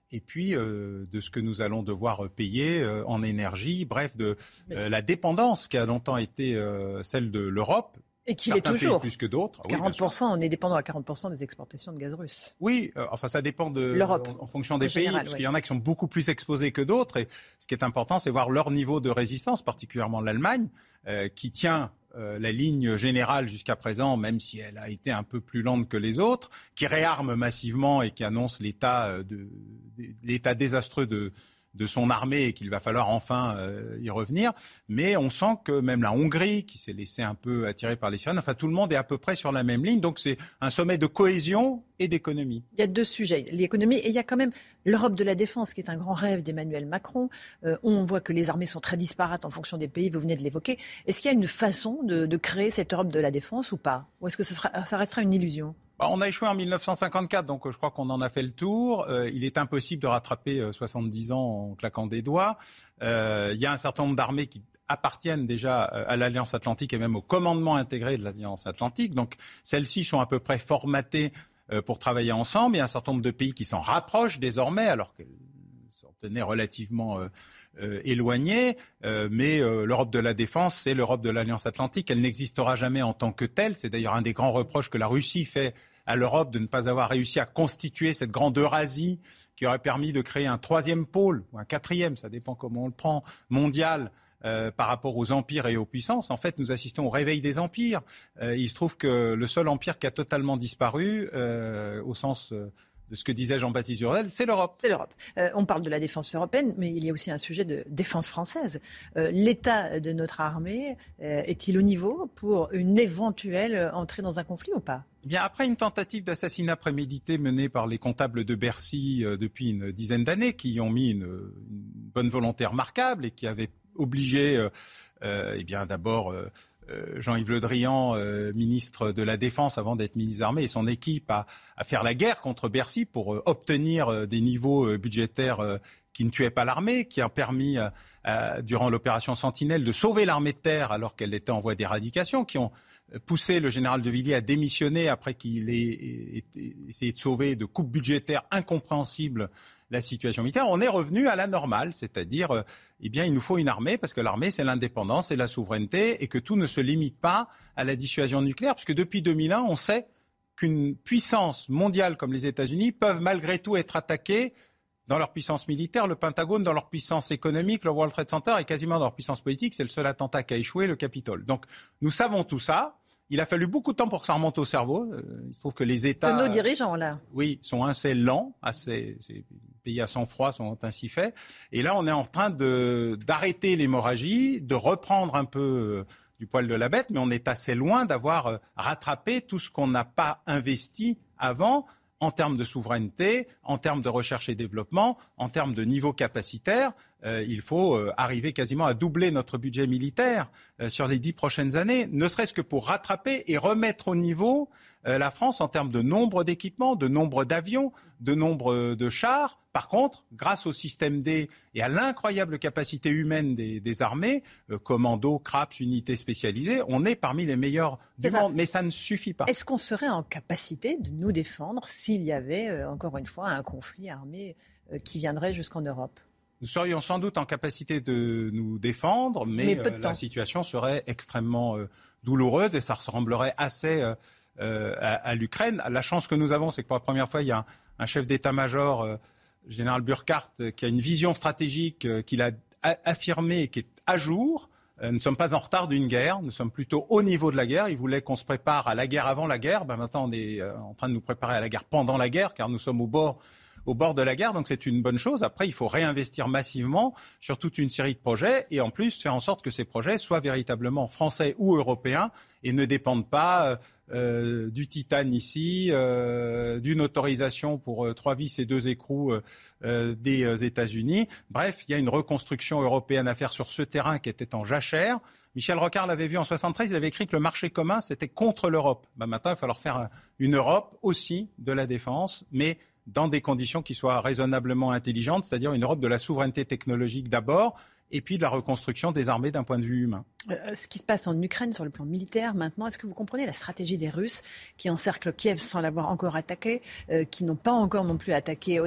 et puis euh, de ce que nous allons devoir payer euh, en énergie, bref, de euh, la dépendance qui a longtemps été euh, celle de l'Europe. Et qu'il est toujours. Pays plus que d'autres. quarante pour cent, oui, on est dépendant à quarante pour cent des exportations de gaz russe. Oui, euh, enfin ça dépend de l'Europe, en, en fonction des en pays, général, parce ouais. qu'il y en a qui sont beaucoup plus exposés que d'autres. Et ce qui est important, c'est voir leur niveau de résistance, particulièrement l'Allemagne, euh, qui tient euh, la ligne générale jusqu'à présent, même si elle a été un peu plus lente que les autres, qui réarme massivement et qui annonce l'état, de, de, l'état désastreux de de son armée et qu'il va falloir enfin euh, y revenir. Mais on sent que même la Hongrie, qui s'est laissée un peu attirer par les sirènes, enfin tout le monde est à peu près sur la même ligne. Donc c'est un sommet de cohésion et d'économie. Il y a deux sujets, l'économie et il y a quand même l'Europe de la défense qui est un grand rêve d'Emmanuel Macron. Euh, on voit que les armées sont très disparates en fonction des pays, vous venez de l'évoquer. Est-ce qu'il y a une façon de, de créer cette Europe de la défense ou pas ? Ou est-ce que ça, sera, ça restera une illusion ? On a échoué en mille neuf cent cinquante-quatre, donc je crois qu'on en a fait le tour. Euh, il est impossible de rattraper euh, soixante-dix ans en claquant des doigts. Euh, il y a un certain nombre d'armées qui appartiennent déjà à l'Alliance Atlantique et même au commandement intégré de l'Alliance Atlantique. Donc celles-ci sont à peu près formatées euh, pour travailler ensemble. Il y a un certain nombre de pays qui s'en rapprochent désormais, alors qu'elles s'en tenaient relativement euh, euh, éloignées. Euh, mais euh, l'Europe de la défense, c'est l'Europe de l'Alliance Atlantique. Elle n'existera jamais en tant que telle. C'est d'ailleurs un des grands reproches que la Russie fait à l'Europe de ne pas avoir réussi à constituer cette grande Eurasie qui aurait permis de créer un troisième pôle, ou un quatrième, ça dépend comment on le prend, mondial, euh, par rapport aux empires et aux puissances. En fait, nous assistons au réveil des empires. Euh, il se trouve que le seul empire qui a totalement disparu, euh, au sens euh, de ce que disait Jean-Baptiste Urdel, c'est l'Europe. C'est l'Europe. Euh, on parle de la défense européenne, mais il y a aussi un sujet de défense française. Euh, l'état de notre armée euh, est-il au niveau pour une éventuelle entrée dans un conflit ou pas ? Eh bien, après une tentative d'assassinat prémédité menée par les comptables de Bercy euh, depuis une dizaine d'années, qui ont mis une, une bonne volonté remarquable et qui avaient obligé, euh, euh, eh bien, d'abord euh, euh, Jean-Yves Le Drian, euh, ministre de la Défense avant d'être ministre des Armées, et son équipe à, à faire la guerre contre Bercy pour euh, obtenir euh, des niveaux euh, budgétaires euh, qui ne tuaient pas l'armée, qui a permis, euh, euh, durant l'opération Sentinelle, de sauver l'armée de terre alors qu'elle était en voie d'éradication, qui ont poussé le général de Villiers à démissionner après qu'il ait essayé de sauver de coupes budgétaires incompréhensibles la situation militaire. On est revenu à la normale, c'est-à-dire, euh, eh bien, il nous faut une armée, parce que l'armée, c'est l'indépendance, c'est la souveraineté, et que tout ne se limite pas à la dissuasion nucléaire, puisque depuis deux mille un, on sait qu'une puissance mondiale comme les États-Unis peuvent malgré tout être attaquées dans leur puissance militaire, le Pentagone dans leur puissance économique, le World Trade Center, et quasiment dans leur puissance politique. C'est le seul attentat qui a échoué, le Capitole. Donc, nous savons tout ça. Il a fallu beaucoup de temps pour que ça remonte au cerveau. Il se trouve que les États... De nos dirigeants, là. Oui, sont assez lents, assez... Ces pays à sang-froid sont ainsi faits. Et là, on est en train de, d'arrêter l'hémorragie, de reprendre un peu du poil de la bête, mais on est assez loin d'avoir rattrapé tout ce qu'on n'a pas investi avant, en termes de souveraineté, en termes de recherche et développement, en termes de niveau capacitaire. Euh, il faut euh, arriver quasiment à doubler notre budget militaire euh, sur les dix prochaines années, ne serait-ce que pour rattraper et remettre au niveau euh, la France en termes de nombre d'équipements, de nombre d'avions, de nombre de chars. Par contre, grâce au système D et à l'incroyable capacité humaine des, des armées, euh, commandos, CRAPS, unités spécialisées, on est parmi les meilleurs du monde, mais ça ne suffit pas. Est-ce qu'on serait en capacité de nous défendre s'il y avait, euh, encore une fois, un conflit armé euh, qui viendrait jusqu'en Europe ? Nous serions sans doute en capacité de nous défendre, mais, mais euh, la situation serait extrêmement euh, douloureuse et ça ressemblerait assez euh, euh, à, à l'Ukraine. La chance que nous avons, c'est que pour la première fois, il y a un, un chef d'état-major, euh, le général Burkhardt, qui a une vision stratégique euh, qu'il a a- affirmée et qui est à jour. Euh, nous ne sommes pas en retard d'une guerre, nous sommes plutôt au niveau de la guerre. Il voulait qu'on se prépare à la guerre avant la guerre. Ben, maintenant, on est euh, en train de nous préparer à la guerre pendant la guerre, car nous sommes au bord au bord de la guerre, donc c'est une bonne chose. Après, il faut réinvestir massivement sur toute une série de projets et en plus faire en sorte que ces projets soient véritablement français ou européens et ne dépendent pas euh, du titane ici, euh, d'une autorisation pour euh, trois vis et deux écrous euh, des euh, États-Unis. Bref, il y a une reconstruction européenne à faire sur ce terrain qui était en jachère. Michel Rocard l'avait vu en soixante-treize, il avait écrit que le marché commun, c'était contre l'Europe. Ben maintenant, il va falloir faire une Europe aussi de la défense, mais dans des conditions qui soient raisonnablement intelligentes, c'est-à-dire une Europe de la souveraineté technologique d'abord, et puis de la reconstruction des armées d'un point de vue humain. Euh, ce qui se passe en Ukraine sur le plan militaire maintenant, est-ce que vous comprenez la stratégie des Russes qui encerclent Kiev sans l'avoir encore attaqué, euh, qui n'ont pas encore non plus attaqué Odessa ?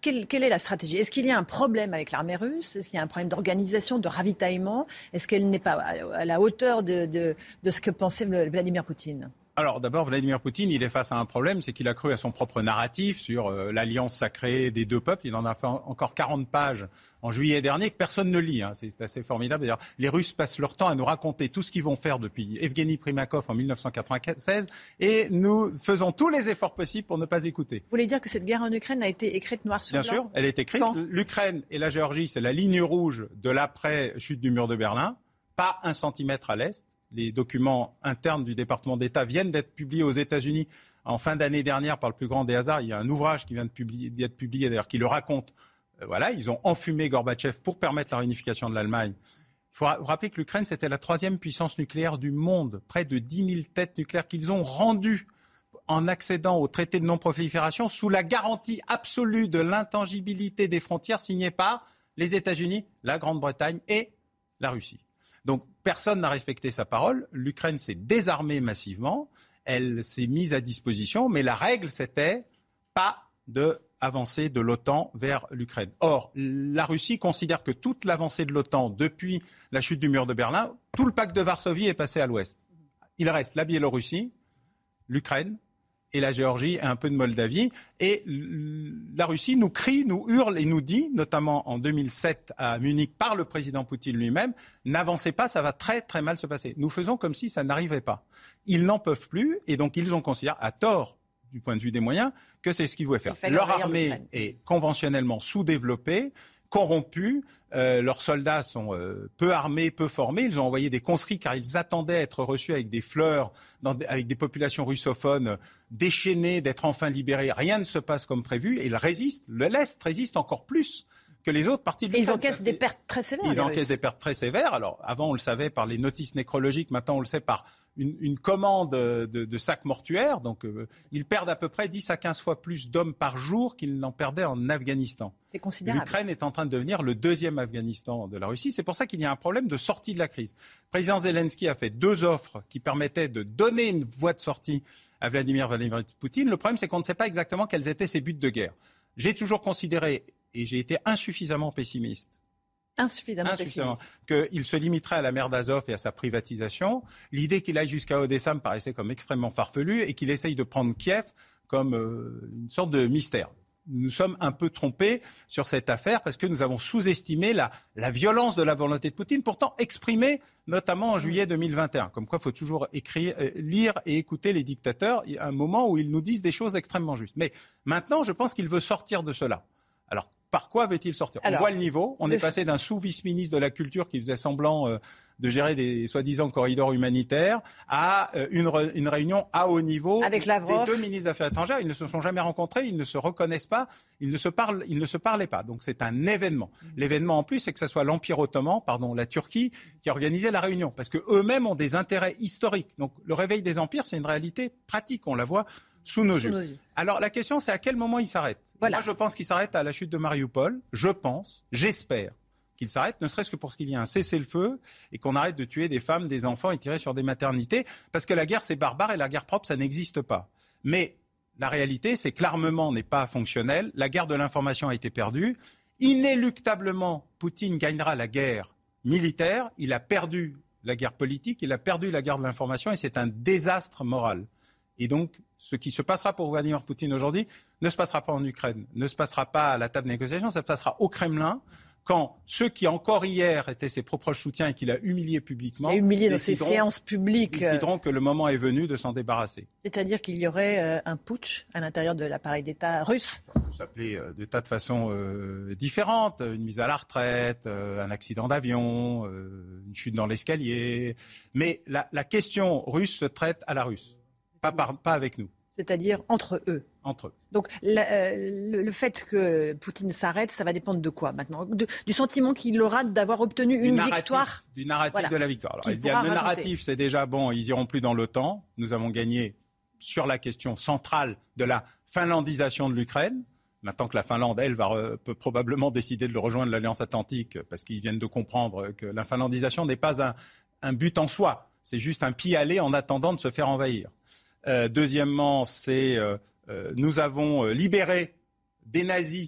quelle, quelle est la stratégie ? Est-ce qu'il y a un problème avec l'armée russe ? Est-ce qu'il y a un problème d'organisation, de ravitaillement ? Est-ce qu'elle n'est pas à la hauteur de, de, de ce que pensait Vladimir Poutine ? Alors d'abord, Vladimir Poutine, il est face à un problème, c'est qu'il a cru à son propre narratif sur euh, l'alliance sacrée des deux peuples. Il en a fait encore quarante pages en juillet dernier que personne ne lit. Hein. C'est assez formidable. D'ailleurs, les Russes passent leur temps à nous raconter tout ce qu'ils vont faire depuis Evgeny Primakov en dix-neuf cent quatre-vingt-seize et nous faisons tous les efforts possibles pour ne pas écouter. Vous voulez dire que cette guerre en Ukraine a été écrite noir sur blanc ? Bien sûr, elle est écrite. Quand ? L'Ukraine et la Géorgie, c'est la ligne rouge de l'après-chute du mur de Berlin. Pas un centimètre à l'est. Les documents internes du département d'État viennent d'être publiés aux États-Unis en fin d'année dernière par le plus grand des hasards. Il y a un ouvrage qui vient de publier, d'être publié d'ailleurs qui le raconte. Euh, voilà, ils ont enfumé Gorbatchev pour permettre la réunification de l'Allemagne. Il faut vous rappeler que l'Ukraine, c'était la troisième puissance nucléaire du monde. Près de dix mille têtes nucléaires qu'ils ont rendues en accédant au traité de non-prolifération sous la garantie absolue de l'intangibilité des frontières signées par les États-Unis, la Grande-Bretagne et la Russie. Donc, personne n'a respecté sa parole. L'Ukraine s'est désarmée massivement. Elle s'est mise à disposition. Mais la règle, c'était pas d'avancée de l'OTAN vers l'Ukraine. Or, la Russie considère que toute l'avancée de l'OTAN depuis la chute du mur de Berlin, tout le pacte de Varsovie est passé à l'ouest. Il reste la Biélorussie, l'Ukraine et la Géorgie et un peu de Moldavie. Et la Russie nous crie, nous hurle et nous dit, notamment en deux mille sept à Munich par le président Poutine lui-même, n'avancez pas, ça va très très mal se passer. Nous faisons comme si ça n'arrivait pas. Ils n'en peuvent plus et donc ils ont considéré, à tort du point de vue des moyens, que c'est ce qu'ils voulaient faire. Leur armée est conventionnellement sous-développée, corrompus, euh, leurs soldats sont euh, peu armés, peu formés. Ils ont envoyé des conscrits car ils attendaient à être reçus avec des fleurs, dans des, avec des populations russophones euh, déchaînées, d'être enfin libérés. Rien ne se passe comme prévu et ils résistent. Le l'Est résiste encore plus que les autres parties de l'Ukraine. Et ils encaissent des pertes très sévères. Ils encaissent des pertes très sévères. Alors avant, on le savait par les notices nécrologiques. Maintenant, on le sait par une, une commande de, de sacs mortuaires. Donc, euh, ils perdent à peu près dix à quinze fois plus d'hommes par jour qu'ils n'en perdaient en Afghanistan. C'est considérable. L'Ukraine est en train de devenir le deuxième Afghanistan de la Russie. C'est pour ça qu'il y a un problème de sortie de la crise. Le président Zelensky a fait deux offres qui permettaient de donner une voie de sortie à Vladimir Vladimir Poutine. Le problème, c'est qu'on ne sait pas exactement quels étaient ses buts de guerre. J'ai toujours considéré, et j'ai été insuffisamment pessimiste, Insuffisamment, Insuffisamment. pessimiste. Qu'il se limiterait à la mer d'Azov et à sa privatisation. L'idée qu'il aille jusqu'à Odessa me paraissait comme extrêmement farfelue et qu'il essaye de prendre Kiev comme euh, une sorte de mystère. Nous sommes un peu trompés sur cette affaire parce que nous avons sous-estimé la, la violence de la volonté de Poutine, pourtant exprimée notamment en juillet deux mille vingt et un. Comme quoi, il faut toujours écrire, euh, lire et écouter les dictateurs. Il y a un moment où ils nous disent des choses extrêmement justes. Mais maintenant, je pense qu'il veut sortir de cela. Alors, par quoi veut-il sortir ? Alors, on voit le niveau. On est passé d'un sous-vice-ministre de la Culture qui faisait semblant euh, de gérer des soi-disant corridors humanitaires à euh, une, re- une réunion à haut niveau avec Lavrov. Des deux ministres des Affaires étrangères. Ils ne se sont jamais rencontrés, ils ne se reconnaissent pas, ils ne se parlent, ils ne se parlaient pas. Donc c'est un événement. L'événement en plus, c'est que ce soit l'Empire ottoman, pardon, la Turquie, qui organisait la réunion, parce que eux-mêmes ont des intérêts historiques. Donc le réveil des empires, c'est une réalité pratique. On la voit sous nos, sous yeux. nos yeux. Alors la question, c'est à quel moment il s'arrête ? Voilà. Moi, je pense qu'il s'arrête à la chute de Mariupol. Je pense, j'espère qu'il s'arrête, ne serait-ce que pour qu'il y ait un cessez-le-feu et qu'on arrête de tuer des femmes, des enfants et tirer sur des maternités. Parce que la guerre, c'est barbare et la guerre propre, ça n'existe pas. Mais la réalité, c'est que l'armement n'est pas fonctionnel. La guerre de l'information a été perdue. Inéluctablement, Poutine gagnera la guerre militaire. Il a perdu la guerre politique, il a perdu la guerre de l'information et c'est un désastre moral. Et donc, ce qui se passera pour Vladimir Poutine aujourd'hui ne se passera pas en Ukraine, ne se passera pas à la table de négociation, ça se passera au Kremlin, quand ceux qui encore hier étaient ses propres soutiens et qu'il a humiliés publiquement, il a humilié dans ses séances publiques, décideront que le moment est venu de s'en débarrasser. C'est-à-dire qu'il y aurait euh, un putsch à l'intérieur de l'appareil d'État russe. Ça peut s'appeler euh, de tas de façons euh, différentes, une mise à la retraite, euh, un accident d'avion, euh, une chute dans l'escalier. Mais la, la question russe se traite à la russe. Pas, par, pas avec nous. C'est-à-dire entre eux. Entre eux. Donc la, euh, le, le fait que Poutine s'arrête, ça va dépendre de quoi maintenant ? de, Du sentiment qu'il aura d'avoir obtenu du une narratif, victoire. Du narratif voilà. de la victoire. Alors, il y a le narratif, c'est déjà bon, ils iront plus dans l'OTAN. Nous avons gagné sur la question centrale de la finlandisation de l'Ukraine. Maintenant que la Finlande, elle, va re, peut probablement décider de le rejoindre l'Alliance Atlantique parce qu'ils viennent de comprendre que la finlandisation n'est pas un, un but en soi. C'est juste un pis-aller en attendant de se faire envahir. Euh, deuxièmement, c'est euh, euh, nous avons libéré des nazis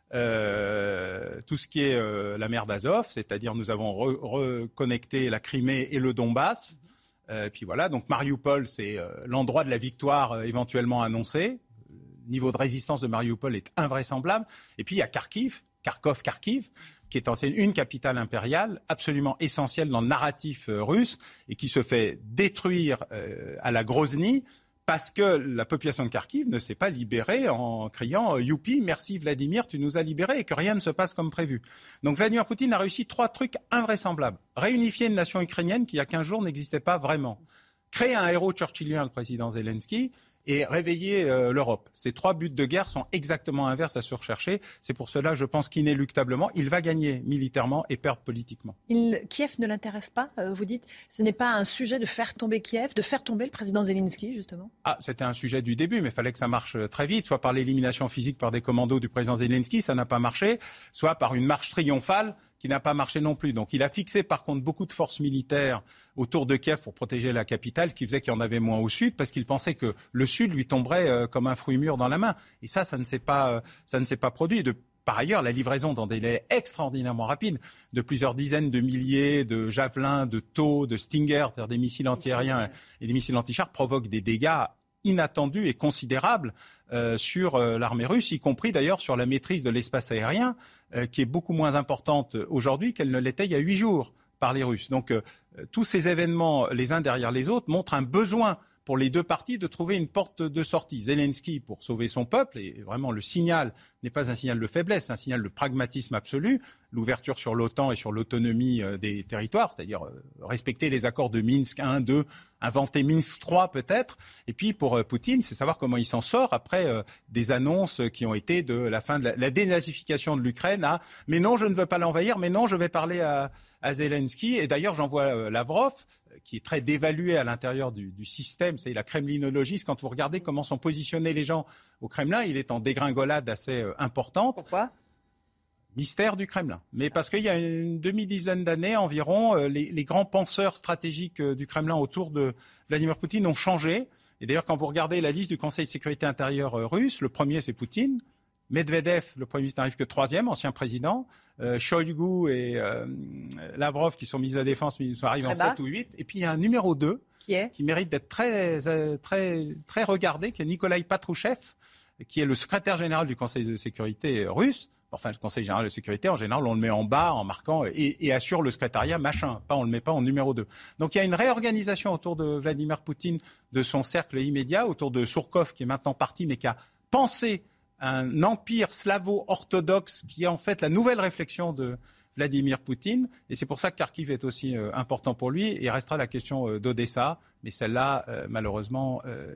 euh, tout ce qui est euh, la mer d'Azov, c'est-à-dire nous avons re- reconnecté la Crimée et le Donbass. Euh, puis voilà, donc Mariupol, c'est euh, l'endroit de la victoire euh, éventuellement annoncé. Le niveau de résistance de Mariupol est invraisemblable. Et puis il y a Kharkiv, Kharkov, Kharkiv, qui est ancienne une capitale impériale, absolument essentielle dans le narratif euh, russe, et qui se fait détruire euh, à la Grozny, parce que la population de Kharkiv ne s'est pas libérée en criant « Youpi, merci Vladimir, tu nous as libérés » et que rien ne se passe comme prévu. Donc Vladimir Poutine a réussi trois trucs invraisemblables. Réunifier une nation ukrainienne qui, il y a quinze jours, n'existait pas vraiment. Créer un héros churchillien, le président Zelensky, et réveiller euh, l'Europe. Ces trois buts de guerre sont exactement inverses à se rechercher. C'est pour cela, je pense qu'inéluctablement, il va gagner militairement et perdre politiquement. Il, Kiev ne l'intéresse pas, euh, vous dites? Ce n'est pas un sujet de faire tomber Kiev, de faire tomber le président Zelensky, justement? Ah, c'était un sujet du début, mais il fallait que ça marche très vite, soit par l'élimination physique par des commandos du président Zelensky, ça n'a pas marché, soit par une marche triomphale qui n'a pas marché non plus. Donc il a fixé par contre beaucoup de forces militaires autour de Kiev pour protéger la capitale, ce qui faisait qu'il y en avait moins au sud, parce qu'il pensait que le sud lui tomberait euh, comme un fruit mûr dans la main. Et ça, ça ne s'est pas, euh, ça ne s'est pas produit. De, par ailleurs, la livraison dans des délais extraordinairement rapides de plusieurs dizaines de milliers de javelins, de taux, de Stinger, c'est-à-dire des missiles antiaériens et des missiles antichars, provoque des dégâts inattendus et considérables euh, sur euh, l'armée russe, y compris d'ailleurs sur la maîtrise de l'espace aérien, euh, qui est beaucoup moins importante aujourd'hui qu'elle ne l'était il y a huit jours par les Russes. Donc euh, tous ces événements, les uns derrière les autres, montrent un besoin pour les deux parties de trouver une porte de sortie. Zelensky pour sauver son peuple, et vraiment le signal n'est pas un signal de faiblesse, c'est un signal de pragmatisme absolu, l'ouverture sur l'OTAN et sur l'autonomie euh, des territoires, c'est-à-dire euh, respecter les accords de Minsk un, deux, inventer Minsk trois peut-être. Et puis pour euh, Poutine, c'est savoir comment il s'en sort après euh, des annonces qui ont été de la fin de la, la dénazification de l'Ukraine à « mais non, je ne veux pas l'envahir, mais non, je vais parler à, à Zelensky ». Et d'ailleurs, j'en vois euh, Lavrov, qui est très dévalué à l'intérieur du, du système, c'est la kremlinologie. Quand vous regardez comment sont positionnés les gens au Kremlin, il est en dégringolade assez euh, importante. Pourquoi ? Mystère du Kremlin. Mais parce qu'il y a une demi-dizaine d'années environ, euh, les, les grands penseurs stratégiques euh, du Kremlin autour de Vladimir Poutine ont changé. Et d'ailleurs, quand vous regardez la liste du Conseil de sécurité intérieure euh, russe, le premier c'est Poutine. Medvedev, le Premier ministre, n'arrive que troisième, ancien président. Euh, Shoigu et euh, Lavrov, qui sont mis à défense, mais ils arrivent en sept ou huit. Et puis il y a un numéro deux qui, est qui mérite d'être très, très, très regardé, qui est Nikolai Patrushev, qui est le secrétaire général du Conseil de sécurité russe. Enfin, le Conseil général de sécurité, en général, on le met en bas en marquant et, et assure le secrétariat machin. Pas, on le met pas en numéro deux. Donc il y a une réorganisation autour de Vladimir Poutine, de son cercle immédiat, autour de Surkov, qui est maintenant parti, mais qui a pensé un empire slavo-orthodoxe qui est en fait la nouvelle réflexion de Vladimir Poutine. Et c'est pour ça que Kharkiv est aussi euh, important pour lui. Et il restera la question euh, d'Odessa. Mais celle-là, euh, malheureusement, euh,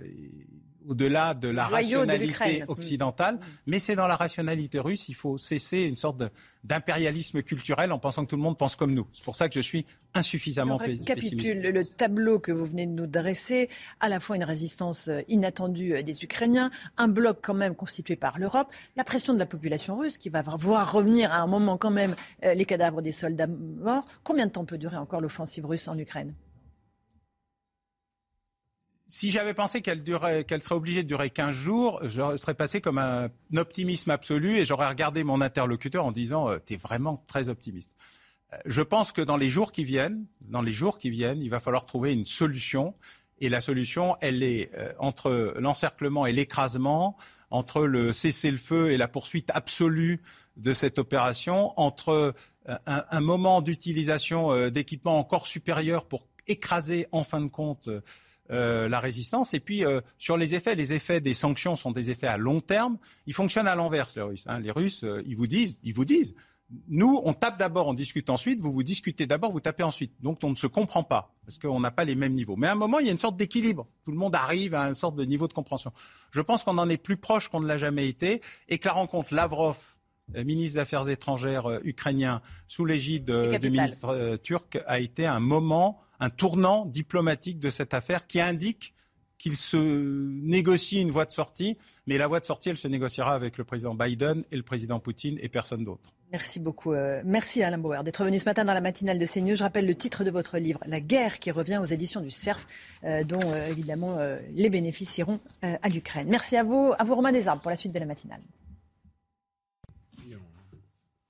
au-delà de la rationalité de occidentale, mmh. mais c'est dans la rationalité russe. Il faut cesser une sorte de, d'impérialisme culturel en pensant que tout le monde pense comme nous. C'est pour ça que je suis insuffisamment je pessimiste. Récapitule le tableau que vous venez de nous dresser, à la fois une résistance inattendue des Ukrainiens, un bloc quand même constitué par l'Europe, la pression de la population russe qui va voir revenir à un moment quand même les cadavres des soldats morts. Combien de temps peut durer encore l'offensive russe en Ukraine ? Si j'avais pensé qu'elle, durait, qu'elle serait obligée de durer quinze jours, je serais passé comme un optimisme absolu et j'aurais regardé mon interlocuteur en disant euh, « t'es vraiment très optimiste ». Je pense que dans les jours qui viennent, dans les jours qui viennent, il va falloir trouver une solution. Et la solution, elle est euh, entre l'encerclement et l'écrasement, entre le cessez-le-feu et la poursuite absolue de cette opération, entre euh, un, un moment d'utilisation euh, d'équipements encore supérieurs pour écraser en fin de compte euh, Euh, la résistance. Et puis, euh, sur les effets, les effets des sanctions sont des effets à long terme. Ils fonctionnent à l'inverse, les Russes. Hein. Les Russes, euh, ils vous disent, ils vous disent, nous, on tape d'abord, on discute ensuite, vous vous discutez d'abord, vous tapez ensuite. Donc, on ne se comprend pas, parce qu'on n'a pas les mêmes niveaux. Mais à un moment, il y a une sorte d'équilibre. Tout le monde arrive à une sorte de niveau de compréhension. Je pense qu'on en est plus proche qu'on ne l'a jamais été, et que la rencontre Lavrov, ministre des Affaires étrangères euh, ukrainien, sous l'égide euh, du ministre euh, turc, a été un moment, un tournant diplomatique de cette affaire qui indique qu'il se négocie une voie de sortie, mais la voie de sortie, elle se négociera avec le président Biden et le président Poutine et personne d'autre. Merci beaucoup. Euh, merci Alain Bauer d'être venu ce matin dans la matinale de CNews. Je rappelle le titre de votre livre, La guerre qui revient aux éditions du Cerf, euh, dont euh, évidemment euh, les bénéfices iront euh, à l'Ukraine. Merci à vous, à vous Romain Desarbes pour la suite de la matinale.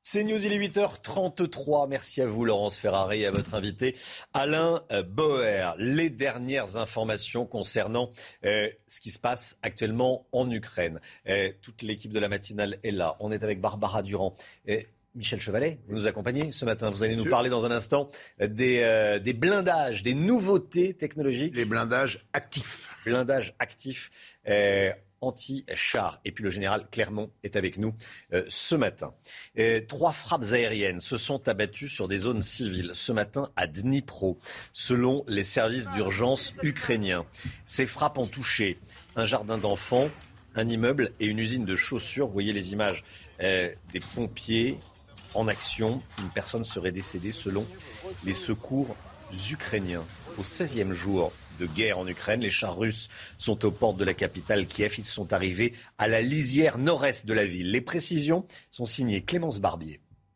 C'est News, il est huit heures trente-trois. Merci à vous, Laurence Ferrari, et à votre invité, Alain Boer. Les dernières informations concernant euh, ce qui se passe actuellement en Ukraine. Euh, toute l'équipe de la matinale est là. On est avec Barbara Durand. Euh, Michel Chevalet, vous nous accompagnez ce matin. Vous allez nous parler dans un instant des, euh, des blindages, des nouveautés technologiques. Les blindages actifs. Blindages actifs. Euh, anti-char. Et puis le général Clermont est avec nous euh, ce matin. Euh, trois frappes aériennes se sont abattues sur des zones civiles ce matin à Dnipro, selon les services d'urgence ukrainiens. Ces frappes ont touché un jardin d'enfants, un immeuble et une usine de chaussures. Vous voyez les images euh, des pompiers en action. Une personne serait décédée selon les secours ukrainiens. Au seizième jour de guerre en Ukraine, les chars russes sont aux portes de la capitale Kiev. Ils sont arrivés à la lisière nord-est de la ville. Les précisions sont signées Clémence Barbier.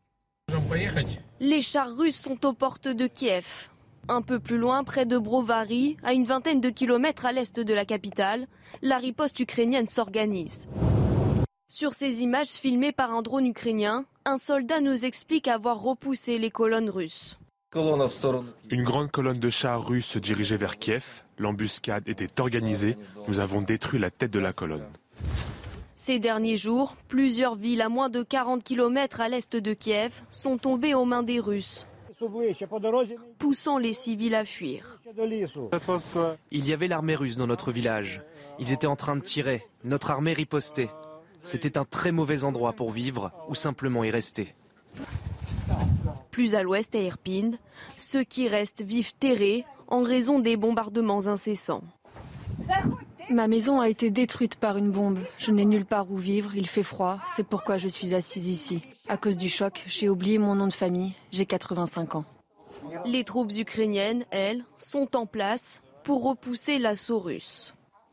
Les chars russes sont aux portes de Kiev. Un peu plus loin, près de Brovary, à une vingtaine de kilomètres à l'est de la capitale, la riposte ukrainienne s'organise. Sur ces images filmées par un drone ukrainien, un soldat nous explique avoir repoussé les colonnes russes. Une grande colonne de chars russes se dirigeait vers Kiev. L'embuscade était organisée. Nous avons détruit la tête de la colonne. Ces derniers jours, plusieurs villes à moins de quarante kilomètres à l'est de Kiev sont tombées aux mains des Russes, poussant les civils à fuir. Il y avait l'armée russe dans notre village. Ils étaient en train de tirer. Notre armée ripostait. C'était un très mauvais endroit pour vivre ou simplement y rester. Plus à l'ouest, à Irpin, ceux qui restent vivent terrés en raison des bombardements incessants. Ma maison a été détruite par une bombe. Je n'ai nulle part où vivre, il fait froid, c'est pourquoi je suis assise ici. À cause du choc, j'ai oublié mon nom de famille, j'ai quatre-vingt-cinq ans. Les troupes ukrainiennes, elles, sont en place pour repousser l'assaut russe.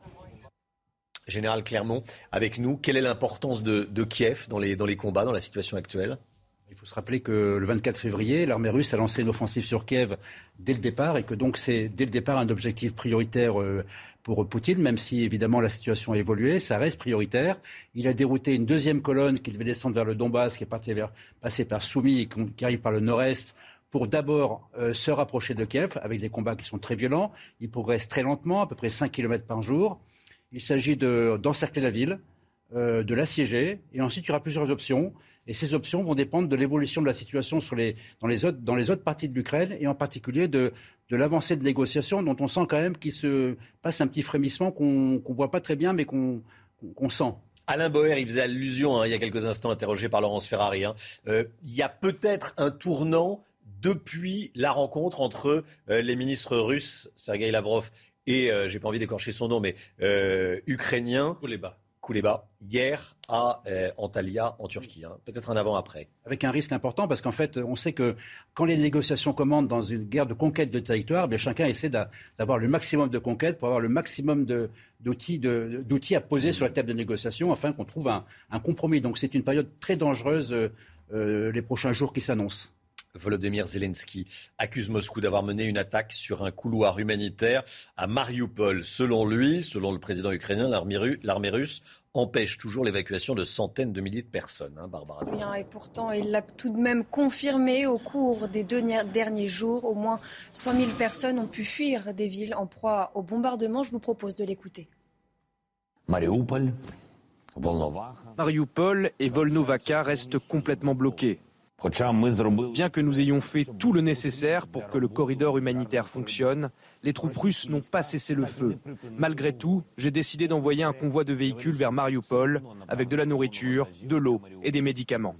Général Clermont, avec nous, quelle est l'importance de, de Kiev dans les, dans les combats, dans la situation actuelle ? Il faut se rappeler que le vingt-quatre février, l'armée russe a lancé une offensive sur Kiev dès le départ et que donc c'est dès le départ un objectif prioritaire pour Poutine, même si évidemment la situation a évolué, ça reste prioritaire. Il a dérouté une deuxième colonne qui devait descendre vers le Donbass, qui est partie vers, passée par Soumy et qui arrive par le nord-est pour d'abord euh, se rapprocher de Kiev avec des combats qui sont très violents. Il progresse très lentement, à peu près cinq kilomètres par jour. Il s'agit de, d'encercler la ville, euh, de l'assiéger et ensuite il y aura plusieurs options. Et ces options vont dépendre de l'évolution de la situation sur les, dans, les autres, dans les autres parties de l'Ukraine et en particulier de, de l'avancée de négociations dont on sent quand même qu'il se passe un petit frémissement qu'on ne voit pas très bien mais qu'on, qu'on sent. Alain Boer, il faisait allusion hein, il y a quelques instants, interrogé par Laurence Ferrari. Hein. Euh, il y a peut-être un tournant depuis la rencontre entre euh, les ministres russes, Sergueï Lavrov et, euh, j'ai pas envie d'écorcher son nom, mais euh, ukrainien. Kouleba. Kouleba, hier à euh, Antalya, en Turquie. Hein. Peut-être un avant-après. Avec un risque important, parce qu'en fait, on sait que quand les négociations commandent dans une guerre de conquête de territoire, bien, chacun essaie d'avoir le maximum de conquêtes pour avoir le maximum de, d'outils, de, d'outils à poser sur la table de négociation afin qu'on trouve un, un compromis. Donc c'est une période très dangereuse euh, les prochains jours qui s'annoncent. Volodymyr Zelensky accuse Moscou d'avoir mené une attaque sur un couloir humanitaire à Marioupol. Selon lui, selon le président ukrainien, l'armée russe empêche toujours l'évacuation de centaines de milliers de personnes. Hein, Barbara. Oui, et pourtant, il l'a tout de même confirmé au cours des deux derniers jours. Au moins cent mille personnes ont pu fuir des villes en proie au bombardement. Je vous propose de l'écouter. Marioupol, Mariupol et Volnovakha restent complètement bloqués. Bien que nous ayons fait tout le nécessaire pour que le corridor humanitaire fonctionne, les troupes russes n'ont pas cessé le feu. Malgré tout, j'ai décidé d'envoyer un convoi de véhicules vers Mariupol avec de la nourriture, de l'eau et des médicaments.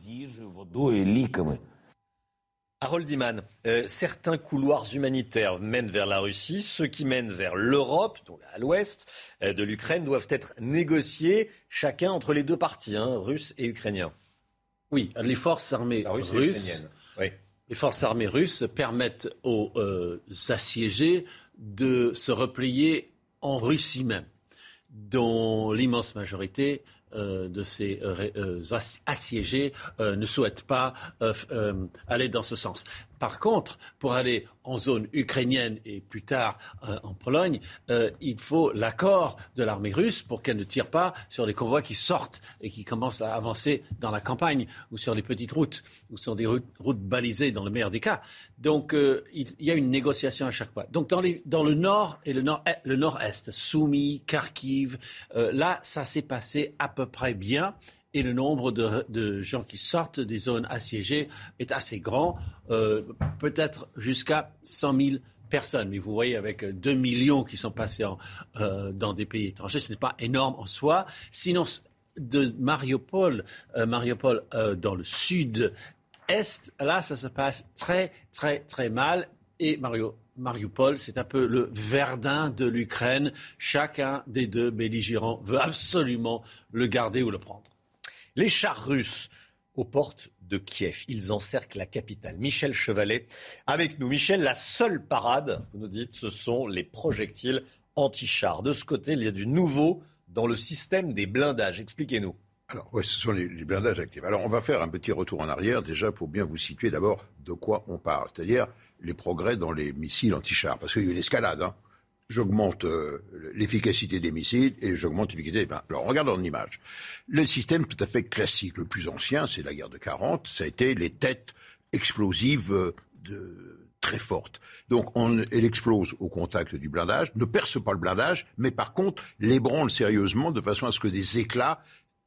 Harold Iman, euh, certains couloirs humanitaires mènent vers la Russie, ceux qui mènent vers l'Europe, donc à l'ouest euh, de l'Ukraine, doivent être négociés chacun entre les deux parties, hein, russes et ukrainiens. Oui, les forces armées russes, oui. les forces armées russes permettent aux euh, assiégés de se replier en Russie même, dont l'immense majorité euh, de ces euh, assiégés euh, ne souhaitent pas euh, euh, aller dans ce sens. Par contre, pour aller en zone ukrainienne et plus tard euh, en Pologne, euh, il faut l'accord de l'armée russe pour qu'elle ne tire pas sur les convois qui sortent et qui commencent à avancer dans la campagne ou sur les petites routes ou sur des routes, routes balisées dans le meilleur des cas. Donc euh, il, il y a une négociation à chaque fois. Donc dans, les, dans le nord et le, nord, le nord-est, Soumy, Kharkiv, euh, là ça s'est passé à peu près bien. Et le nombre de, de gens qui sortent des zones assiégées est assez grand, euh, peut-être jusqu'à cent mille personnes. Mais vous voyez, avec deux millions qui sont passés en, euh, dans des pays étrangers, ce n'est pas énorme en soi. Sinon, de Mariupol, euh, Mariupol euh, dans le sud-est, là, ça se passe très, très, très mal. Et Mario, Mariupol, c'est un peu le Verdun de l'Ukraine. Chacun des deux belligérants veut absolument le garder ou le prendre. Les chars russes aux portes de Kiev, ils encerclent la capitale. Michel Chevalet avec nous. Michel, la seule parade, vous nous dites, ce sont les projectiles anti-chars. De ce côté, il y a du nouveau dans le système des blindages. Expliquez-nous. Alors, oui, ce sont les, les blindages actifs. Alors, on va faire un petit retour en arrière, déjà, pour bien vous situer d'abord de quoi on parle. C'est-à-dire les progrès dans les missiles anti-chars. Parce qu'il y a eu une escalade, hein. J'augmente euh, l'efficacité des missiles et j'augmente l'efficacité des... Alors, regardons l'image. Le système tout à fait classique, le plus ancien, c'est la guerre de quarante, ça a été les têtes explosives euh, de... très fortes. Donc, on, elle explose au contact du blindage, ne perce pas le blindage, mais par contre, l'ébranle sérieusement de façon à ce que des éclats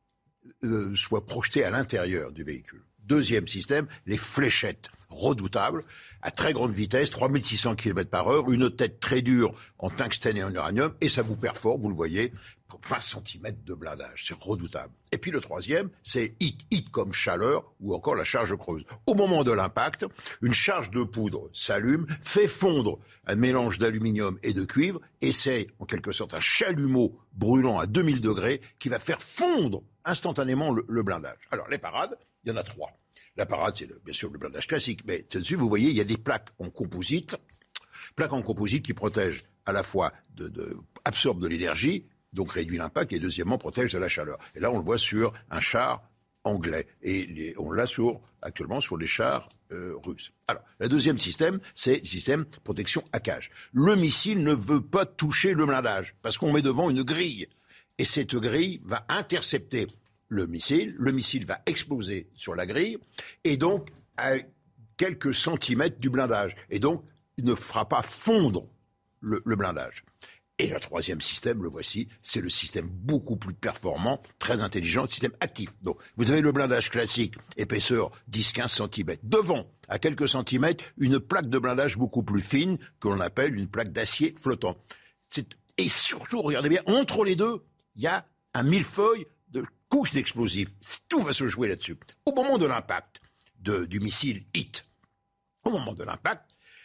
euh, soient projetés à l'intérieur du véhicule. Deuxième système, les fléchettes redoutables, à très grande vitesse, trois mille six cents kilomètres par heure, une tête très dure en tungstène et en uranium, et ça vous perfore, vous le voyez, pour vingt centimètres de blindage. C'est redoutable. Et puis le troisième, c'est hit, hit comme chaleur ou encore la charge creuse. Au moment de l'impact, une charge de poudre s'allume, fait fondre un mélange d'aluminium et de cuivre, et c'est en quelque sorte un chalumeau brûlant à deux mille degrés qui va faire fondre instantanément le, le blindage. Alors les parades, il y en a trois. La parade, c'est le, bien sûr le blindage classique, mais dessus, vous voyez, il y a des plaques en composite, plaques en composite qui protègent à la fois, de, de, absorbent de l'énergie, donc réduit l'impact, et deuxièmement protègent de la chaleur. Et là, on le voit sur un char anglais, et les, on l'a sur, actuellement sur les chars euh, russes. Alors, le deuxième système, c'est le système protection à cage. Le missile ne veut pas toucher le blindage, parce qu'on met devant une grille, et cette grille va intercepter le missile, le missile va exploser sur la grille, et donc à quelques centimètres du blindage. Et donc, il ne fera pas fondre le, le blindage. Et le troisième système, le voici, c'est le système beaucoup plus performant, très intelligent, le système actif. Donc, vous avez le blindage classique, épaisseur dix à quinze centimètres. Devant, à quelques centimètres, une plaque de blindage beaucoup plus fine, que l'on appelle une plaque d'acier flottant. C'est... Et surtout, regardez bien, entre les deux, il y a un millefeuille de couches d'explosifs. Tout va se jouer là-dessus. Au moment de l'impact de, du missile hit, au moment de l'impact,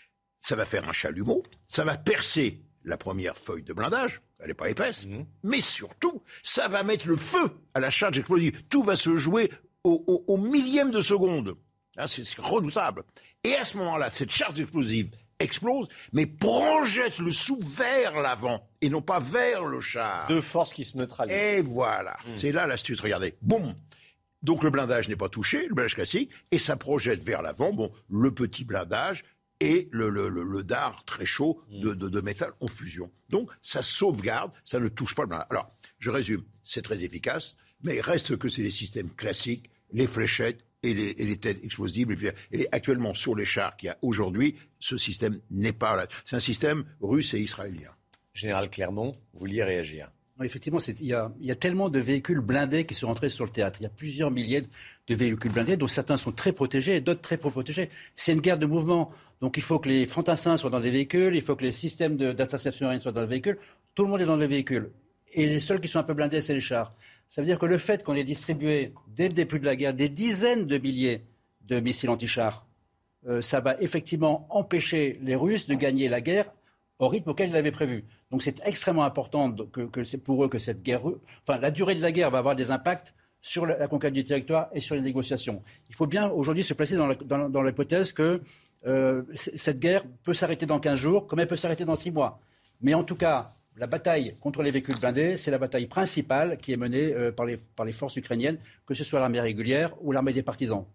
ça va faire un chalumeau, ça va percer la première feuille de blindage, elle n'est pas épaisse, mmh. mais surtout, ça va mettre le feu à la charge explosive. Tout va se jouer au, au, au millième de seconde. Hein, c'est, c'est redoutable. Et à ce moment-là, cette charge explosive explose, mais projette le sou vers l'avant, et non pas vers le char. Deux forces qui se neutralisent. Et voilà, mmh. c'est là l'astuce, regardez. Boum. Donc le blindage n'est pas touché, le blindage classique, et ça projette vers l'avant, bon, le petit blindage et le, le, le, le dard très chaud de, de, de métal en fusion. Donc ça sauvegarde, ça ne touche pas le blindage. Alors, je résume, c'est très efficace, mais il reste que c'est les systèmes classiques, les fléchettes, Et les, et les têtes explosibles. Et actuellement, sur les chars qu'il y a aujourd'hui, ce système n'est pas là. C'est un système russe et israélien. Général Clermont, vous vouliez réagir? Non, effectivement, c'est, il, y a, il y a tellement de véhicules blindés qui sont rentrés sur le théâtre. Il y a plusieurs milliers de véhicules blindés, dont certains sont très protégés et d'autres très peu protégés. C'est une guerre de mouvement. Donc il faut que les fantassins soient dans des véhicules, il faut que les systèmes de, d'interception aérienne soient dans des véhicules. Tout le monde est dans des véhicules. Et les seuls qui sont un peu blindés, c'est les chars. Ça veut dire que le fait qu'on ait distribué, dès le début de la guerre, des dizaines de milliers de missiles anti-chars, euh, ça va effectivement empêcher les Russes de gagner la guerre au rythme auquel ils l'avaient prévu. Donc c'est extrêmement important que, que c'est pour eux que cette guerre... Enfin, la durée de la guerre va avoir des impacts sur la, la conquête du territoire et sur les négociations. Il faut bien aujourd'hui se placer dans, la, dans, dans l'hypothèse que euh, c- cette guerre peut s'arrêter dans quinze jours, comme elle peut s'arrêter dans six mois. Mais en tout cas... La bataille contre les véhicules blindés, c'est la bataille principale qui est menée euh, par, les, par les forces ukrainiennes, que ce soit l'armée régulière ou l'armée des partisans.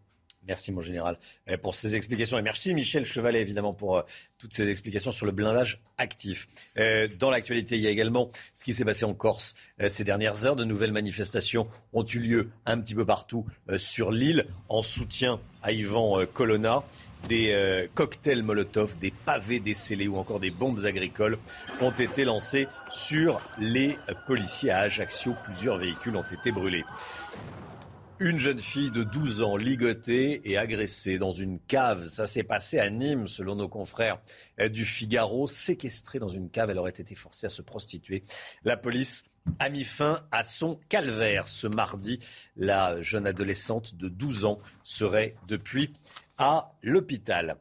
Merci mon général pour ces explications et merci Michel Chevalet évidemment pour euh, toutes ces explications sur le blindage actif. Euh, dans l'actualité, il y a également ce qui s'est passé en Corse euh, ces dernières heures. De nouvelles manifestations ont eu lieu un petit peu partout euh, sur l'île en soutien à Yvan euh, Colonna. Des euh, cocktails Molotov, des pavés décellés ou encore des bombes agricoles ont été lancés sur les euh, policiers à Ajaccio. Plusieurs véhicules ont été brûlés. Une jeune fille de douze ans ligotée et agressée dans une cave. Ça s'est passé à Nîmes, selon nos confrères du Figaro. Séquestrée dans une cave, elle aurait été forcée à se prostituer. La police a mis fin à son calvaire ce mardi. La jeune adolescente de douze ans serait depuis à l'hôpital.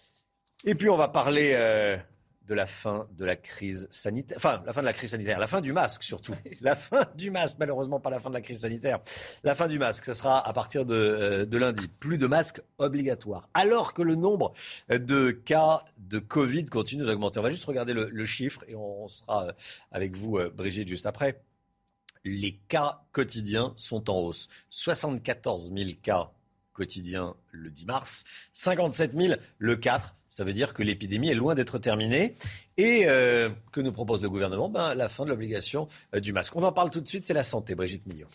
Et puis on va parler... Euh de la fin de la crise sanitaire, enfin la fin de la crise sanitaire, la fin du masque surtout, la fin du masque, malheureusement pas la fin de la crise sanitaire, la fin du masque, ça sera à partir de, euh, de lundi, plus de masques obligatoires, alors que le nombre de cas de Covid continue d'augmenter. On va juste regarder le, le chiffre et on, on sera avec vous Brigitte juste après. Les cas quotidiens sont en hausse, soixante-quatorze mille cas quotidiens le dix mars, cinquante-sept mille le quatre. Ça veut dire que l'épidémie est loin d'être terminée. Et euh, que nous propose le gouvernement ? Ben, la fin de l'obligation euh, du masque. On en parle tout de suite, c'est la santé. Brigitte Millot.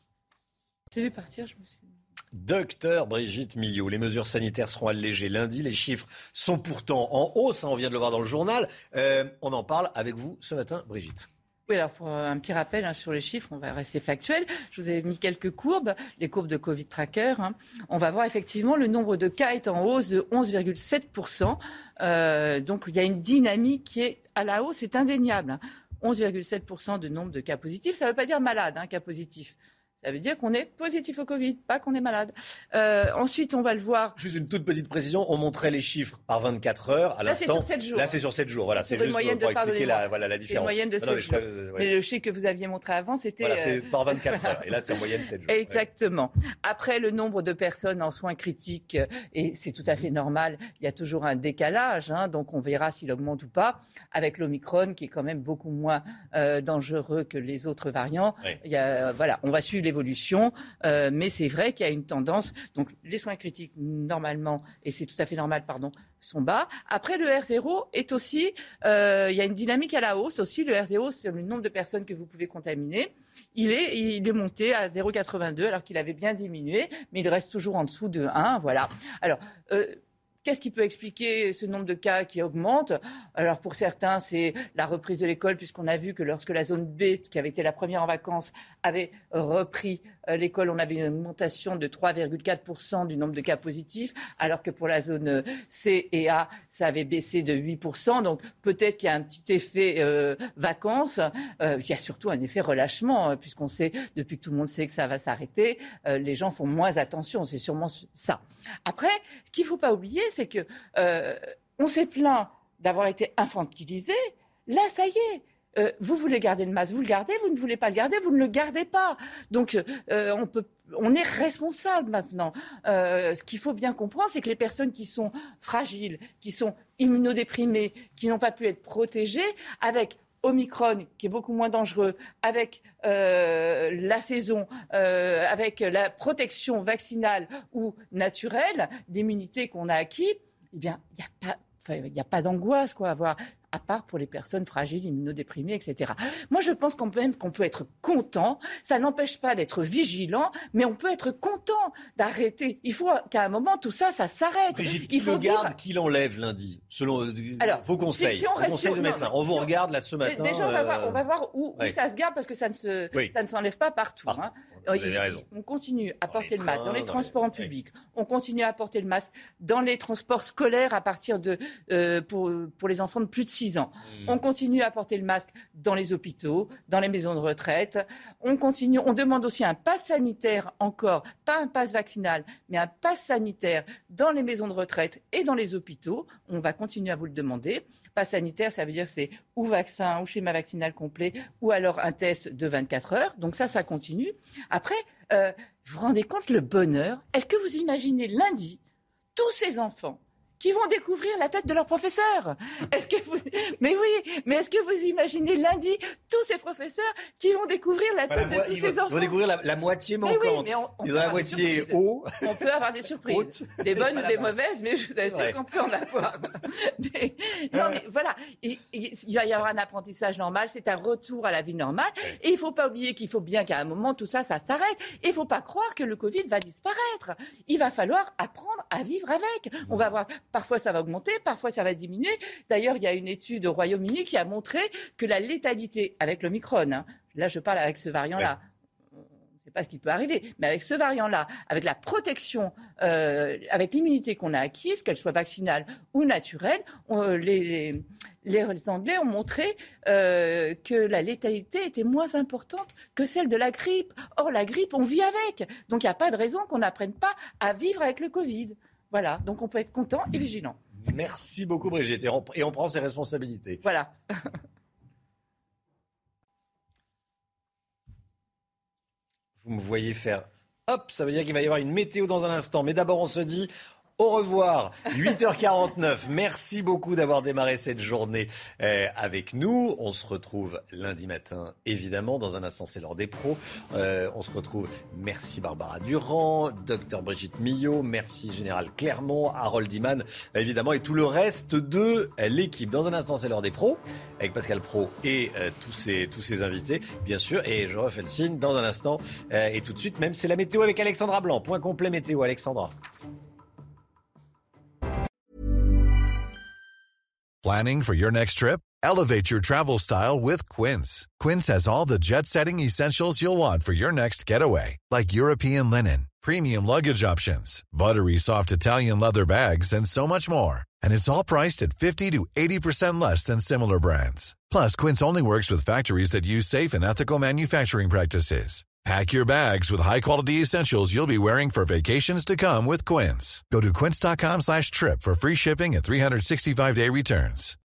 J'ai vu partir, je me suis... Docteur Brigitte Millot, les mesures sanitaires seront allégées lundi. Les chiffres sont pourtant en hausse, hein, on vient de le voir dans le journal. Euh, on en parle avec vous ce matin, Brigitte. Oui, alors pour un petit rappel hein, sur les chiffres, on va rester factuel. Je vous ai mis quelques courbes, les courbes de Covid Tracker. Hein. On va voir effectivement le nombre de cas est en hausse de onze virgule sept pour cent. Euh, donc il y a une dynamique qui est à la hausse, c'est indéniable. Hein. onze virgule sept pour cent de nombre de cas positifs, ça ne veut pas dire malade, hein, cas positif. Ça veut dire qu'on est positif au Covid, pas qu'on est malade. Euh, ensuite, on va le voir. Juste une toute petite précision, on montrait les chiffres par vingt-quatre heures. À Là, c'est sur sept jours. Là, c'est sur sept jours. Voilà, c'est, c'est juste moyenne pour, de, pour expliquer la, voilà, la différence. C'est une moyenne de sept jours. Mais, je, ouais. mais le chiffre que vous aviez montré avant, c'était... Voilà, c'est euh... par vingt-quatre heures. Et là, c'est en moyenne sept jours. Exactement. Ouais. Après, le nombre de personnes en soins critiques, et c'est tout à fait normal, il y a toujours un décalage. Hein, donc, on verra s'il augmente ou pas. Avec l'Omicron, qui est quand même beaucoup moins euh, dangereux que les autres variants. Ouais. Il y a, voilà, on va suivre l'évolution. Euh, mais c'est vrai qu'il y a une tendance. Donc, les soins critiques, normalement, et c'est tout à fait normal, pardon, sont bas. Après, le R zéro est aussi... Euh, il y a une dynamique à la hausse aussi. Le R zéro, c'est le nombre de personnes que vous pouvez contaminer. Il est, il est monté à zéro virgule quatre-vingt-deux, alors qu'il avait bien diminué, mais il reste toujours en dessous de un. Voilà. Alors... Euh, Qu'est-ce qui peut expliquer ce nombre de cas qui augmente ? Alors pour certains, c'est la reprise de l'école, puisqu'on a vu que lorsque la zone B, qui avait été la première en vacances, avait repris l'école, on avait une augmentation de trois virgule quatre pour cent du nombre de cas positifs, alors que pour la zone C et A, ça avait baissé de huit pour cent. Donc peut-être qu'il y a un petit effet euh, vacances. Euh, il y a surtout un effet relâchement, puisqu'on sait, depuis que tout le monde sait que ça va s'arrêter, euh, les gens font moins attention. C'est sûrement ça. Après, ce qu'il ne faut pas oublier, c'est que euh, on s'est plaint d'avoir été infantilisé. Là, ça y est. Euh, vous voulez garder le masque, vous le gardez. Vous ne voulez pas le garder, vous ne le gardez pas. Donc, euh, on peut, on est responsable maintenant. Euh, ce qu'il faut bien comprendre, c'est que les personnes qui sont fragiles, qui sont immunodéprimées, qui n'ont pas pu être protégées, avec Omicron, qui est beaucoup moins dangereux, avec euh, la saison, euh, avec la protection vaccinale ou naturelle, l'immunité qu'on a acquis, eh bien, il n'y a pas, enfin, il n'y a pas d'angoisse, quoi, à avoir, à part pour les personnes fragiles, immunodéprimées, et cetera. Moi, je pense qu'on peut même qu'on peut être content. Ça n'empêche pas d'être vigilant, mais on peut être content d'arrêter. Il faut qu'à un moment, tout ça, ça s'arrête. Brigitte, il qui faut le garde, vivre... qui l'enlève lundi, selon Alors, vos conseils, si, si on vos conseils sur... de médecin. Non, on vous si regarde là ce matin. Déjà, on va voir, euh... on va voir où, oui. où ça se garde, parce que ça ne, se, oui. ça ne s'enlève pas partout. partout. Hein. Vous avez raison. On continue à dans porter le masque trains, dans les dans transports les... en public. Oui. On continue à porter le masque dans les transports scolaires à partir de euh, pour, pour les enfants de plus de six ans. Mmh. On continue à porter le masque dans les hôpitaux, dans les maisons de retraite. On continue. On demande aussi un pass sanitaire encore, pas un pass vaccinal, mais un pass sanitaire dans les maisons de retraite et dans les hôpitaux. On va continuer à vous le demander. Pass sanitaire, ça veut dire que c'est ou vaccin, ou schéma vaccinal complet, ou alors un test de vingt-quatre heures. Donc ça, ça continue. Après, euh, vous vous rendez compte le bonheur ? Est-ce que vous imaginez lundi tous ces enfants qui vont découvrir la tête de leur professeur. Est-ce que vous... Mais oui, mais est-ce que vous imaginez lundi tous ces professeurs qui vont découvrir la tête enfin, la de tous ils ces vont, enfants? Ils vont découvrir la, la moitié manquante. Mais oui, mais on, on ils ont la moitié haut. On peut avoir des surprises, des bonnes ou des mauvaises, mais je vous assure qu'on peut en avoir. mais, non, mais voilà, il, il va y avoir un apprentissage normal, c'est un retour à la vie normale. Et il ne faut pas oublier qu'il faut bien qu'à un moment, tout ça, ça s'arrête. Et il ne faut pas croire que le Covid va disparaître. Il va falloir apprendre à vivre avec. On va voir, parfois ça va augmenter, parfois ça va diminuer. D'ailleurs, il y a une étude au Royaume-Uni qui a montré que la létalité avec l'Omicron, hein, là je parle avec ce variant-là, ouais. On ne sait pas ce qui peut arriver, mais avec ce variant-là, avec la protection, euh, avec l'immunité qu'on a acquise, qu'elle soit vaccinale ou naturelle, on, les, les, les Anglais ont montré euh, que la létalité était moins importante que celle de la grippe. Or, la grippe, on vit avec. Donc, il n'y a pas de raison qu'on n'apprenne pas à vivre avec le Covid. Voilà, donc on peut être content et vigilant. Merci beaucoup Brigitte, et on, et on prend ses responsabilités. Voilà. Vous me voyez faire hop, ça veut dire qu'il va y avoir une météo dans un instant. Mais d'abord on se dit au revoir, huit heures quarante-neuf. Merci beaucoup d'avoir démarré cette journée euh, avec nous. On se retrouve lundi matin, évidemment. Dans un instant, c'est l'heure des pros. Euh, on se retrouve. Merci Barbara Durand, docteur Brigitte Millot, merci Général Clermont, Harold Iman, évidemment, et tout le reste de l'équipe. Dans un instant, c'est l'heure des pros, avec Pascal Praud et euh, tous ses, tous ses invités, bien sûr. Et je refais le signe dans un instant. Euh, et tout de suite, même, c'est la météo avec Alexandra Blanc. Point complet météo, Alexandra. Planning for your next trip? Elevate your travel style with Quince. Quince has all the jet-setting essentials you'll want for your next getaway, like European linen, premium luggage options, buttery soft Italian leather bags, and so much more. And it's all priced at fifty to eighty percent less than similar brands. Plus, Quince only works with factories that use safe and ethical manufacturing practices. Pack your bags with high-quality essentials you'll be wearing for vacations to come with Quince. Go to quince.com slash trip for free shipping and three sixty-five day returns.